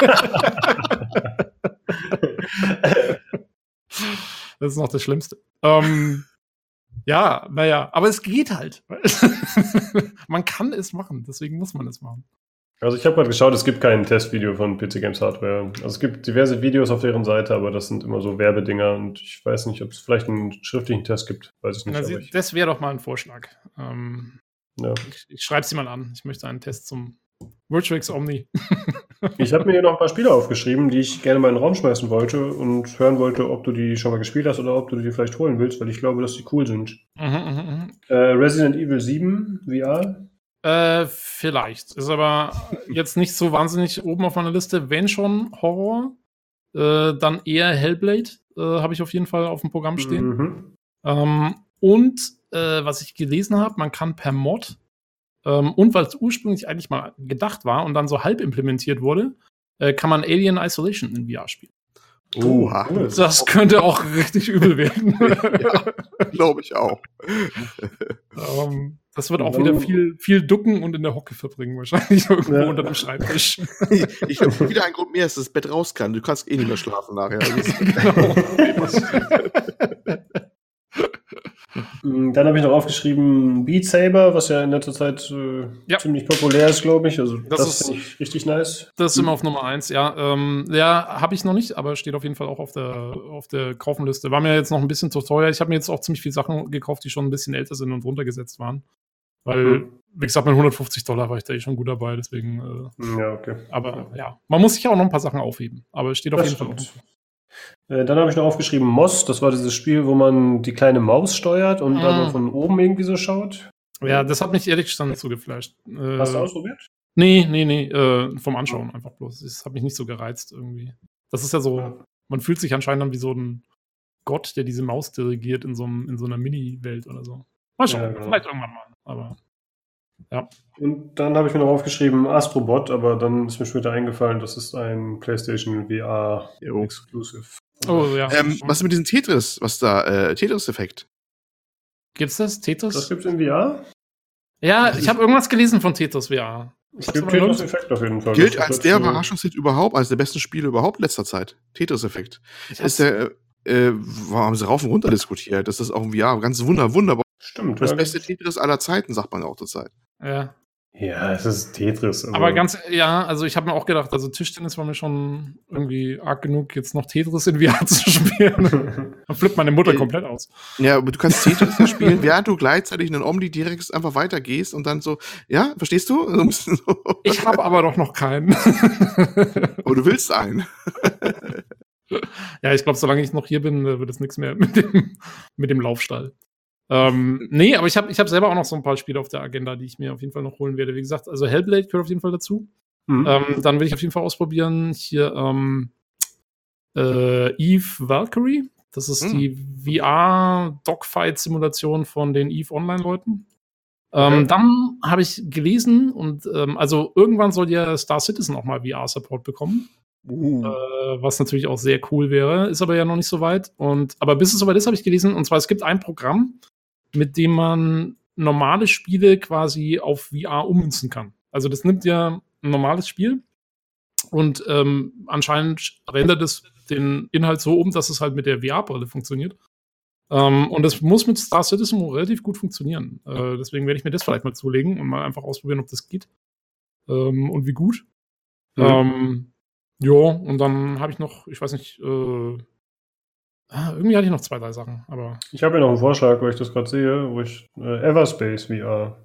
Das ist noch das Schlimmste. Ähm, ja, naja, aber es geht halt. Man kann es machen, deswegen muss man es machen. Also ich habe gerade geschaut, es gibt kein Testvideo von P C Games Hardware. Also es gibt diverse Videos auf deren Seite, aber das sind immer so Werbedinger und ich weiß nicht, ob es vielleicht einen schriftlichen Test gibt. Weiß ich nicht. Na, Aber sie, ich, das wäre doch mal ein Vorschlag. Ähm, ja. ich ich schreibe sie mal an. Ich möchte einen Test zum Virtuix Omni. Ich habe mir hier noch ein paar Spiele aufgeschrieben, die ich gerne mal in den Raum schmeißen wollte und hören wollte, ob du die schon mal gespielt hast oder ob du die vielleicht holen willst, weil ich glaube, dass die cool sind. Mhm, mhm, mhm. Äh, Resident Evil sieben V R. Äh, vielleicht. Ist aber jetzt nicht so wahnsinnig oben auf meiner Liste. Wenn schon Horror, äh, dann eher Hellblade. Äh, habe ich auf jeden Fall auf dem Programm stehen. Mhm. Ähm, und äh, was ich gelesen habe, man kann per Mod ähm, und weil es ursprünglich eigentlich mal gedacht war und dann so halb implementiert wurde, äh, kann man Alien Isolation in V R spielen. Oha. Cool. Das könnte auch richtig übel werden. Ja, glaube ich auch. ähm, das wird auch Dann- wieder viel, viel ducken und in der Hocke verbringen, wahrscheinlich irgendwo Ja. unter dem Schreibtisch. Ich, ich glaube, wieder ein Grund mehr ist, dass das Bett raus kann. Du kannst eh nicht mehr schlafen nachher. Also, Mm, Dann habe ich noch aufgeschrieben Beat Saber, was ja in letzter Zeit äh, Ja. ziemlich populär ist, glaube ich. Also Das das, ist- finde ich richtig nice. Das ist immer auf Nummer eins, ja. Ähm, ja, habe ich noch nicht, aber steht auf jeden Fall auch auf der, auf der Kaufenliste. War mir jetzt noch ein bisschen zu teuer. Ich habe mir jetzt auch ziemlich viele Sachen gekauft, die schon ein bisschen älter sind und runtergesetzt waren. Weil, Mhm. wie gesagt, mit hundertfünfzig Dollar war ich da eh schon gut dabei, deswegen, äh, Ja, okay. aber ja, man muss sich ja auch noch ein paar Sachen aufheben. Aber es steht auf Das jeden Fall stimmt. auf. Äh, Dann habe ich noch aufgeschrieben Moss. Das war dieses Spiel, wo man die kleine Maus steuert und Mhm. dann mal von oben irgendwie so schaut. Ja, das hat mich ehrlich gesagt nicht so geflasht. Äh, Hast du ausprobiert? Nee, nee, nee, äh, vom Anschauen einfach bloß. Das hat mich nicht so gereizt irgendwie. Das ist ja so, Ja. man fühlt sich anscheinend dann wie so ein Gott, der diese Maus dirigiert in so, einem, in so einer Mini-Welt oder so. Mal schauen, Ja, genau. vielleicht irgendwann mal. Aber Und dann habe ich mir noch aufgeschrieben Astrobot, aber dann ist mir später eingefallen, das ist ein PlayStation V R Jo. Exclusive. oh ja. ähm, was ist mit diesem Tetris? Was da, äh, Tetris-Effekt? Gibt's das? Tetris? Das gibt's in V R? ja, ich habe irgendwas gelesen von Tetris V R. Ich Es hab's gibt aber nirgends- Tetris-Effekt auf jeden Fall. Gilt Das als ist der dazu- Überraschungshit überhaupt, als der besten Spiele überhaupt letzter Zeit. Tetris-Effekt. ich Das ist hab's- der, äh, warum haben sie rauf und runter diskutiert? Das ist auch ein V R ganz wunder, wunderbar. Stimmt. Das ja. beste Tetris aller Zeiten, sagt man auch zur Zeit. ja. Ja, es ist Tetris. Also Aber ganz, ja, also ich habe mir auch gedacht, also Tischtennis war mir schon irgendwie arg genug, jetzt noch Tetris in V R zu spielen. Dann flippt meine Mutter Ey. komplett aus. Ja, aber du kannst Tetris ja spielen, während du gleichzeitig in den Omnidirects einfach weitergehst und dann so, ja, verstehst du? So ein bisschen so. Ich habe aber doch noch keinen. Aber du willst einen. Ja, ich glaube, solange ich noch hier bin, äh, wird es nichts mehr mit dem, mit dem Laufstall. Ähm, nee, aber ich habe ich hab selber auch noch so ein paar Spiele auf der Agenda, die ich mir auf jeden Fall noch holen werde. Wie gesagt, also Hellblade gehört auf jeden Fall dazu. Mhm. Ähm, dann will ich auf jeden Fall ausprobieren hier ähm, äh, Eve Valkyrie. Das ist Hm. die V R-Dogfight-Simulation von den Eve Online-Leuten. Ähm, Okay. Dann habe ich gelesen und ähm, also irgendwann soll ja Star Citizen auch mal V R-Support bekommen. Uh. Äh, was natürlich auch sehr cool wäre, ist aber ja noch nicht so weit. Und, aber bis es soweit ist, habe ich gelesen, und zwar es gibt ein Programm, mit dem man normale Spiele quasi auf V R ummünzen kann. Also das nimmt ja ein normales Spiel und ähm, anscheinend rendert es den Inhalt so um, dass es halt mit der V R-Brille funktioniert. Ähm, und das muss mit Star Citizen wohl relativ gut funktionieren. Äh, deswegen werde ich mir das vielleicht mal zulegen und mal einfach ausprobieren, ob das geht. Ähm, und wie gut. Mhm. Ähm, ja, und dann habe ich noch, ich weiß nicht, äh, ah, irgendwie hatte ich noch zwei, drei Sachen, aber. Ich habe ja noch einen Vorschlag, weil ich das gerade sehe, wo ich äh, Everspace V R.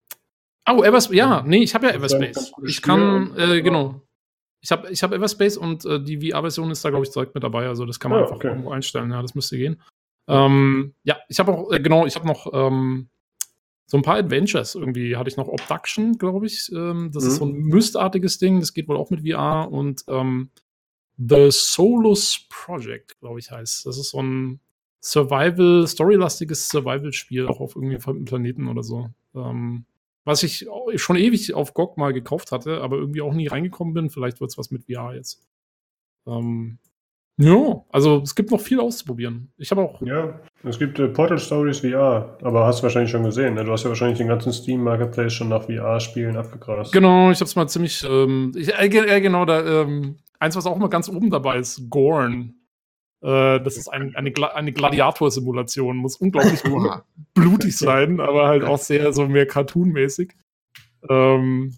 Oh, Everspace, ja, nee, ich habe ja Das ist ein Everspace. ganz gutes Ich kann, Spiel. äh, genau. Ich habe ich hab Everspace und äh, die V R-Version ist da, glaube ich, direkt mit dabei. Also das kann man Ah, einfach okay. irgendwo einstellen. Ja, das müsste gehen. Ähm, ja, ich habe auch, äh, genau, ich habe noch ähm, so ein paar Adventures. Irgendwie hatte ich noch Obduction, glaube ich. Ähm, das Mhm. ist so ein Myst-artiges Ding. Das geht wohl auch mit V R. Und ähm, The Solus Project, glaube ich, heißt. Das ist so ein Survival, storylastiges Survival-Spiel, auch auf irgendwie fremden Planeten oder so. Ähm, was ich schon ewig auf G O G mal gekauft hatte, aber irgendwie auch nie reingekommen bin. Vielleicht wird es was mit V R jetzt. Ähm, ja, also es gibt noch viel auszuprobieren. Ich habe auch. Ja, es gibt äh, Portal Stories V R, aber hast du wahrscheinlich schon gesehen. Ne? Du hast ja wahrscheinlich den ganzen Steam Marketplace schon nach V R-Spielen abgegrast. Genau, ich habe es mal ziemlich. Ähm, ich, äh, ge- äh, genau, da, ähm, eins, was auch immer ganz oben dabei ist, Gorn. Äh, das ist ein, eine, Gla eine Gladiator-Simulation. Muss unglaublich Oha. blutig sein, aber halt auch sehr so mehr Cartoon-mäßig. Ähm,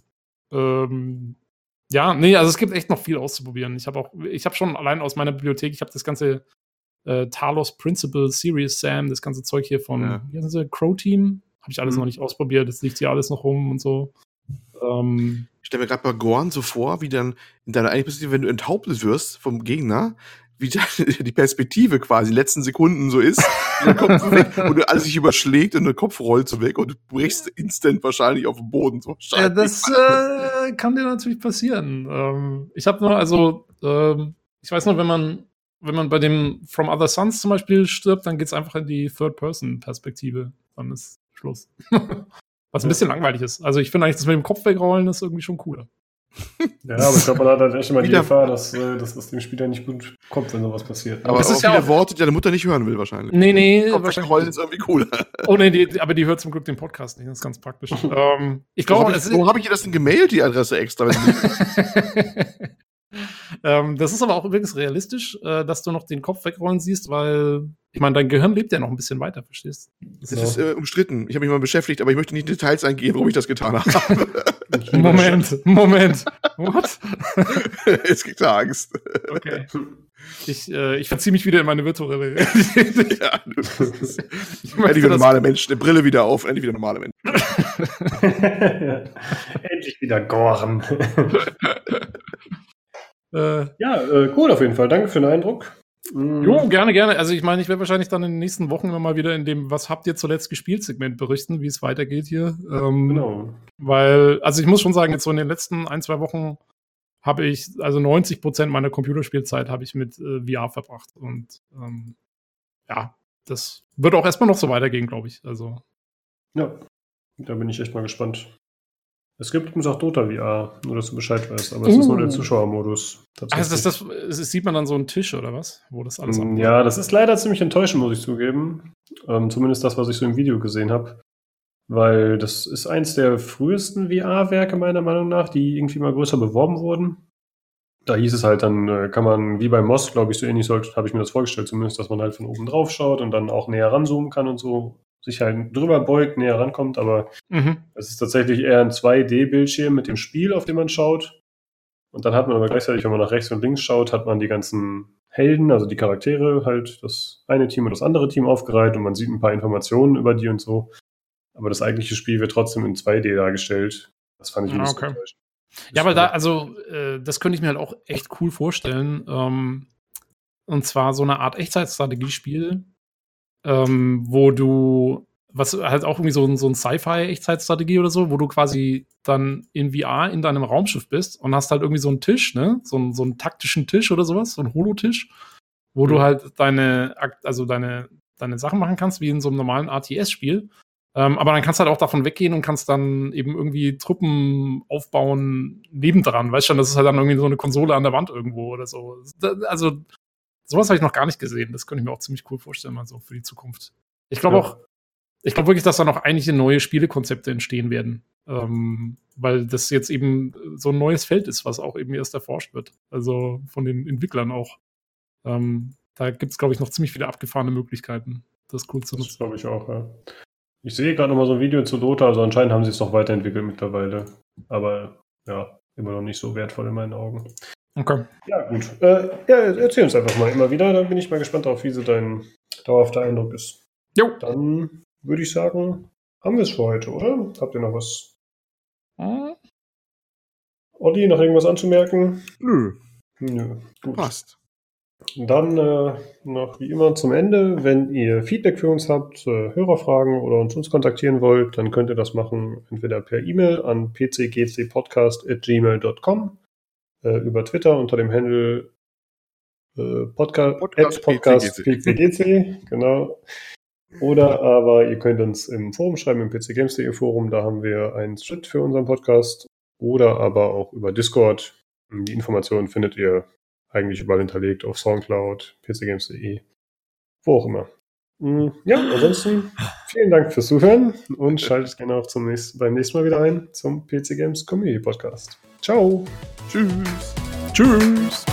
ähm, ja, nee, also es gibt echt noch viel auszuprobieren. Ich habe auch, ich habe schon allein aus meiner Bibliothek, ich habe das ganze äh, Talos Principle, Serious Sam, das ganze Zeug hier von, Ja. wie heißen sie, Crow Team, habe ich alles Mhm. noch nicht ausprobiert. Das liegt hier alles noch rum und so. Ähm, Ich stelle mir gerade bei Gorn so vor, wie dann in deiner eigenen Perspektive, wenn du enthauptet wirst vom Gegner, wie dann die Perspektive quasi in den letzten Sekunden so ist, der Kopf weg und du alles sich überschlägt und der Kopf rollt so weg und du brichst instant wahrscheinlich auf den Boden. So ja, das äh, kann dir natürlich passieren. Ähm, ich habe nur, also, ähm, ich weiß noch, wenn man, wenn man bei dem From Other Suns zum Beispiel stirbt, dann geht's einfach in die Third-Person-Perspektive. Dann ist Schluss. Was ein bisschen langweilig ist. Also ich finde eigentlich, das mit dem Kopf wegrollen ist irgendwie schon cooler. Ja, aber ich glaube, man hat halt echt immer die Wieder- Gefahr, dass, äh, dass das dem Spieler nicht gut kommt, wenn sowas passiert. Aber Das das ist ist ja wieder auch- Worte, die deine Mutter nicht hören will wahrscheinlich. Nee, nee, Kopf wahrscheinlich. wegrollen ist irgendwie cooler. Oh nee, die, aber die hört zum Glück den Podcast nicht. Das ist ganz praktisch. ähm, ich Warum glaube, habe ich, warum hab ich ihr das denn gemailt, die Adresse extra? Wenn sie- ähm, das ist aber auch übrigens realistisch, äh, dass du noch den Kopf wegrollen siehst, weil, ich meine, dein Gehirn lebt ja noch ein bisschen weiter, verstehst du? Das ist äh, umstritten. Ich habe mich mal beschäftigt, aber ich möchte nicht in Details eingehen, warum ich das getan habe. Moment, Moment. What? Jetzt kriegt er Angst. Okay. Ich, äh, ich verziehe mich wieder in meine virtuelle Realität. Ja, du, das ist, Ich endlich möchte wieder das- normale Menschen, eine Brille wieder auf, endlich wieder normale Menschen. Endlich wieder Gorn. Äh, Ja, äh, cool auf jeden Fall. Danke für den Eindruck. Mm, Jo, gerne, gerne. Also ich meine, ich werde wahrscheinlich dann in den nächsten Wochen immer mal wieder in dem Was habt ihr zuletzt gespielt Segment berichten, wie es weitergeht hier. Ähm, Genau. Weil, also ich muss schon sagen, jetzt so in den letzten ein, zwei Wochen habe ich, also neunzig Prozent meiner Computerspielzeit habe ich mit äh, V R verbracht. Und ähm, ja, das wird auch erstmal noch so weitergehen, glaube ich. Also, Ja, da bin ich echt mal gespannt. Es gibt übrigens auch Dota V R, nur dass du Bescheid weißt, aber es ist nur der Uh. Zuschauermodus. also das, das, das sieht man dann so einen Tisch oder was? Wo das alles Mm, abläuft? Ja, das ist leider ziemlich enttäuschend, muss ich zugeben. Ähm, zumindest das, was ich so im Video gesehen habe. Weil das ist eins der frühesten V R-Werke meiner Meinung nach, die irgendwie mal größer beworben wurden. Da hieß es halt, dann äh, kann man, wie bei Moss, glaube ich, so ähnlich habe ich mir das vorgestellt, zumindest, dass man halt von oben drauf schaut und dann auch näher ranzoomen kann und so, sich halt drüber beugt, näher rankommt, aber Mhm. es ist tatsächlich eher ein zwei D-Bildschirm mit dem Spiel, auf dem man schaut. Und dann hat man aber gleichzeitig, wenn man nach rechts und links schaut, hat man die ganzen Helden, also die Charaktere, halt das eine Team und das andere Team aufgereiht und man sieht ein paar Informationen über die und so. Aber das eigentliche Spiel wird trotzdem in zwei D dargestellt. Das fand ich ein Ah, bisschen okay. enttäuschend. Ja, aber da, also, äh, das könnte ich mir halt auch echt cool vorstellen. Ähm, und zwar so eine Art Echtzeitstrategiespiel, ähm, wo du, was halt auch irgendwie so ein, so ein Sci-Fi-Echtzeitstrategie oder so, wo du quasi dann in V R in deinem Raumschiff bist und hast halt irgendwie so einen Tisch, ne? So, einen- so einen taktischen Tisch oder sowas, so einen Holotisch, wo du Mhm. halt deine, Akt- also deine, deine Sachen machen kannst, wie in so einem normalen R T S-Spiel. Ähm, aber dann kannst du halt auch davon weggehen und kannst dann eben irgendwie Truppen aufbauen nebendran. Weißt schon, das ist halt dann irgendwie so eine Konsole an der Wand irgendwo oder so. Da- Also, sowas habe ich noch gar nicht gesehen. Das könnte ich mir auch ziemlich cool vorstellen, mal so für die Zukunft. Ich glaube Ja. auch, ich glaube wirklich, dass da noch einige neue Spielekonzepte entstehen werden. Ähm, weil das jetzt eben so ein neues Feld ist, was auch eben erst erforscht wird. Also von den Entwicklern auch. Ähm, da gibt es, glaube ich, noch ziemlich viele abgefahrene Möglichkeiten, das cool zu Das nutzen. glaube ich auch, ja. Ich sehe gerade noch mal so ein Video zu Dota, also anscheinend haben sie es noch weiterentwickelt mittlerweile. Aber ja, immer noch nicht so wertvoll in meinen Augen. Okay. Ja, gut. Äh, ja, erzähl uns einfach mal immer wieder, dann bin ich mal gespannt darauf, wie so dein dauerhafter Eindruck ist. Jo. Dann würde ich sagen, haben wir es für heute, oder? Habt ihr noch was? Hm? Olli, noch irgendwas anzumerken? Nö, Nö. Gut. passt. Dann äh, noch wie immer zum Ende, wenn ihr Feedback für uns habt, äh, Hörerfragen oder uns, uns kontaktieren wollt, dann könnt ihr das machen entweder per E-Mail an p c g c podcast at gmail dot com, äh, über Twitter unter dem Handle äh, Podca Podcast at Podcast P C G C. P C G C, genau. Oder aber ihr könnt uns im Forum schreiben, im p c games punkt d e Forum, da haben wir einen Thread für unseren Podcast. Oder aber auch über Discord. Die Informationen findet ihr eigentlich überall hinterlegt, auf Soundcloud, p c games punkt d e, wo auch immer. Mm, Ja, ansonsten vielen Dank fürs Zuhören und schaltet gerne auch zum nächsten, beim nächsten Mal wieder ein zum P C Games Community Podcast. Ciao! Tschüss. Tschüss.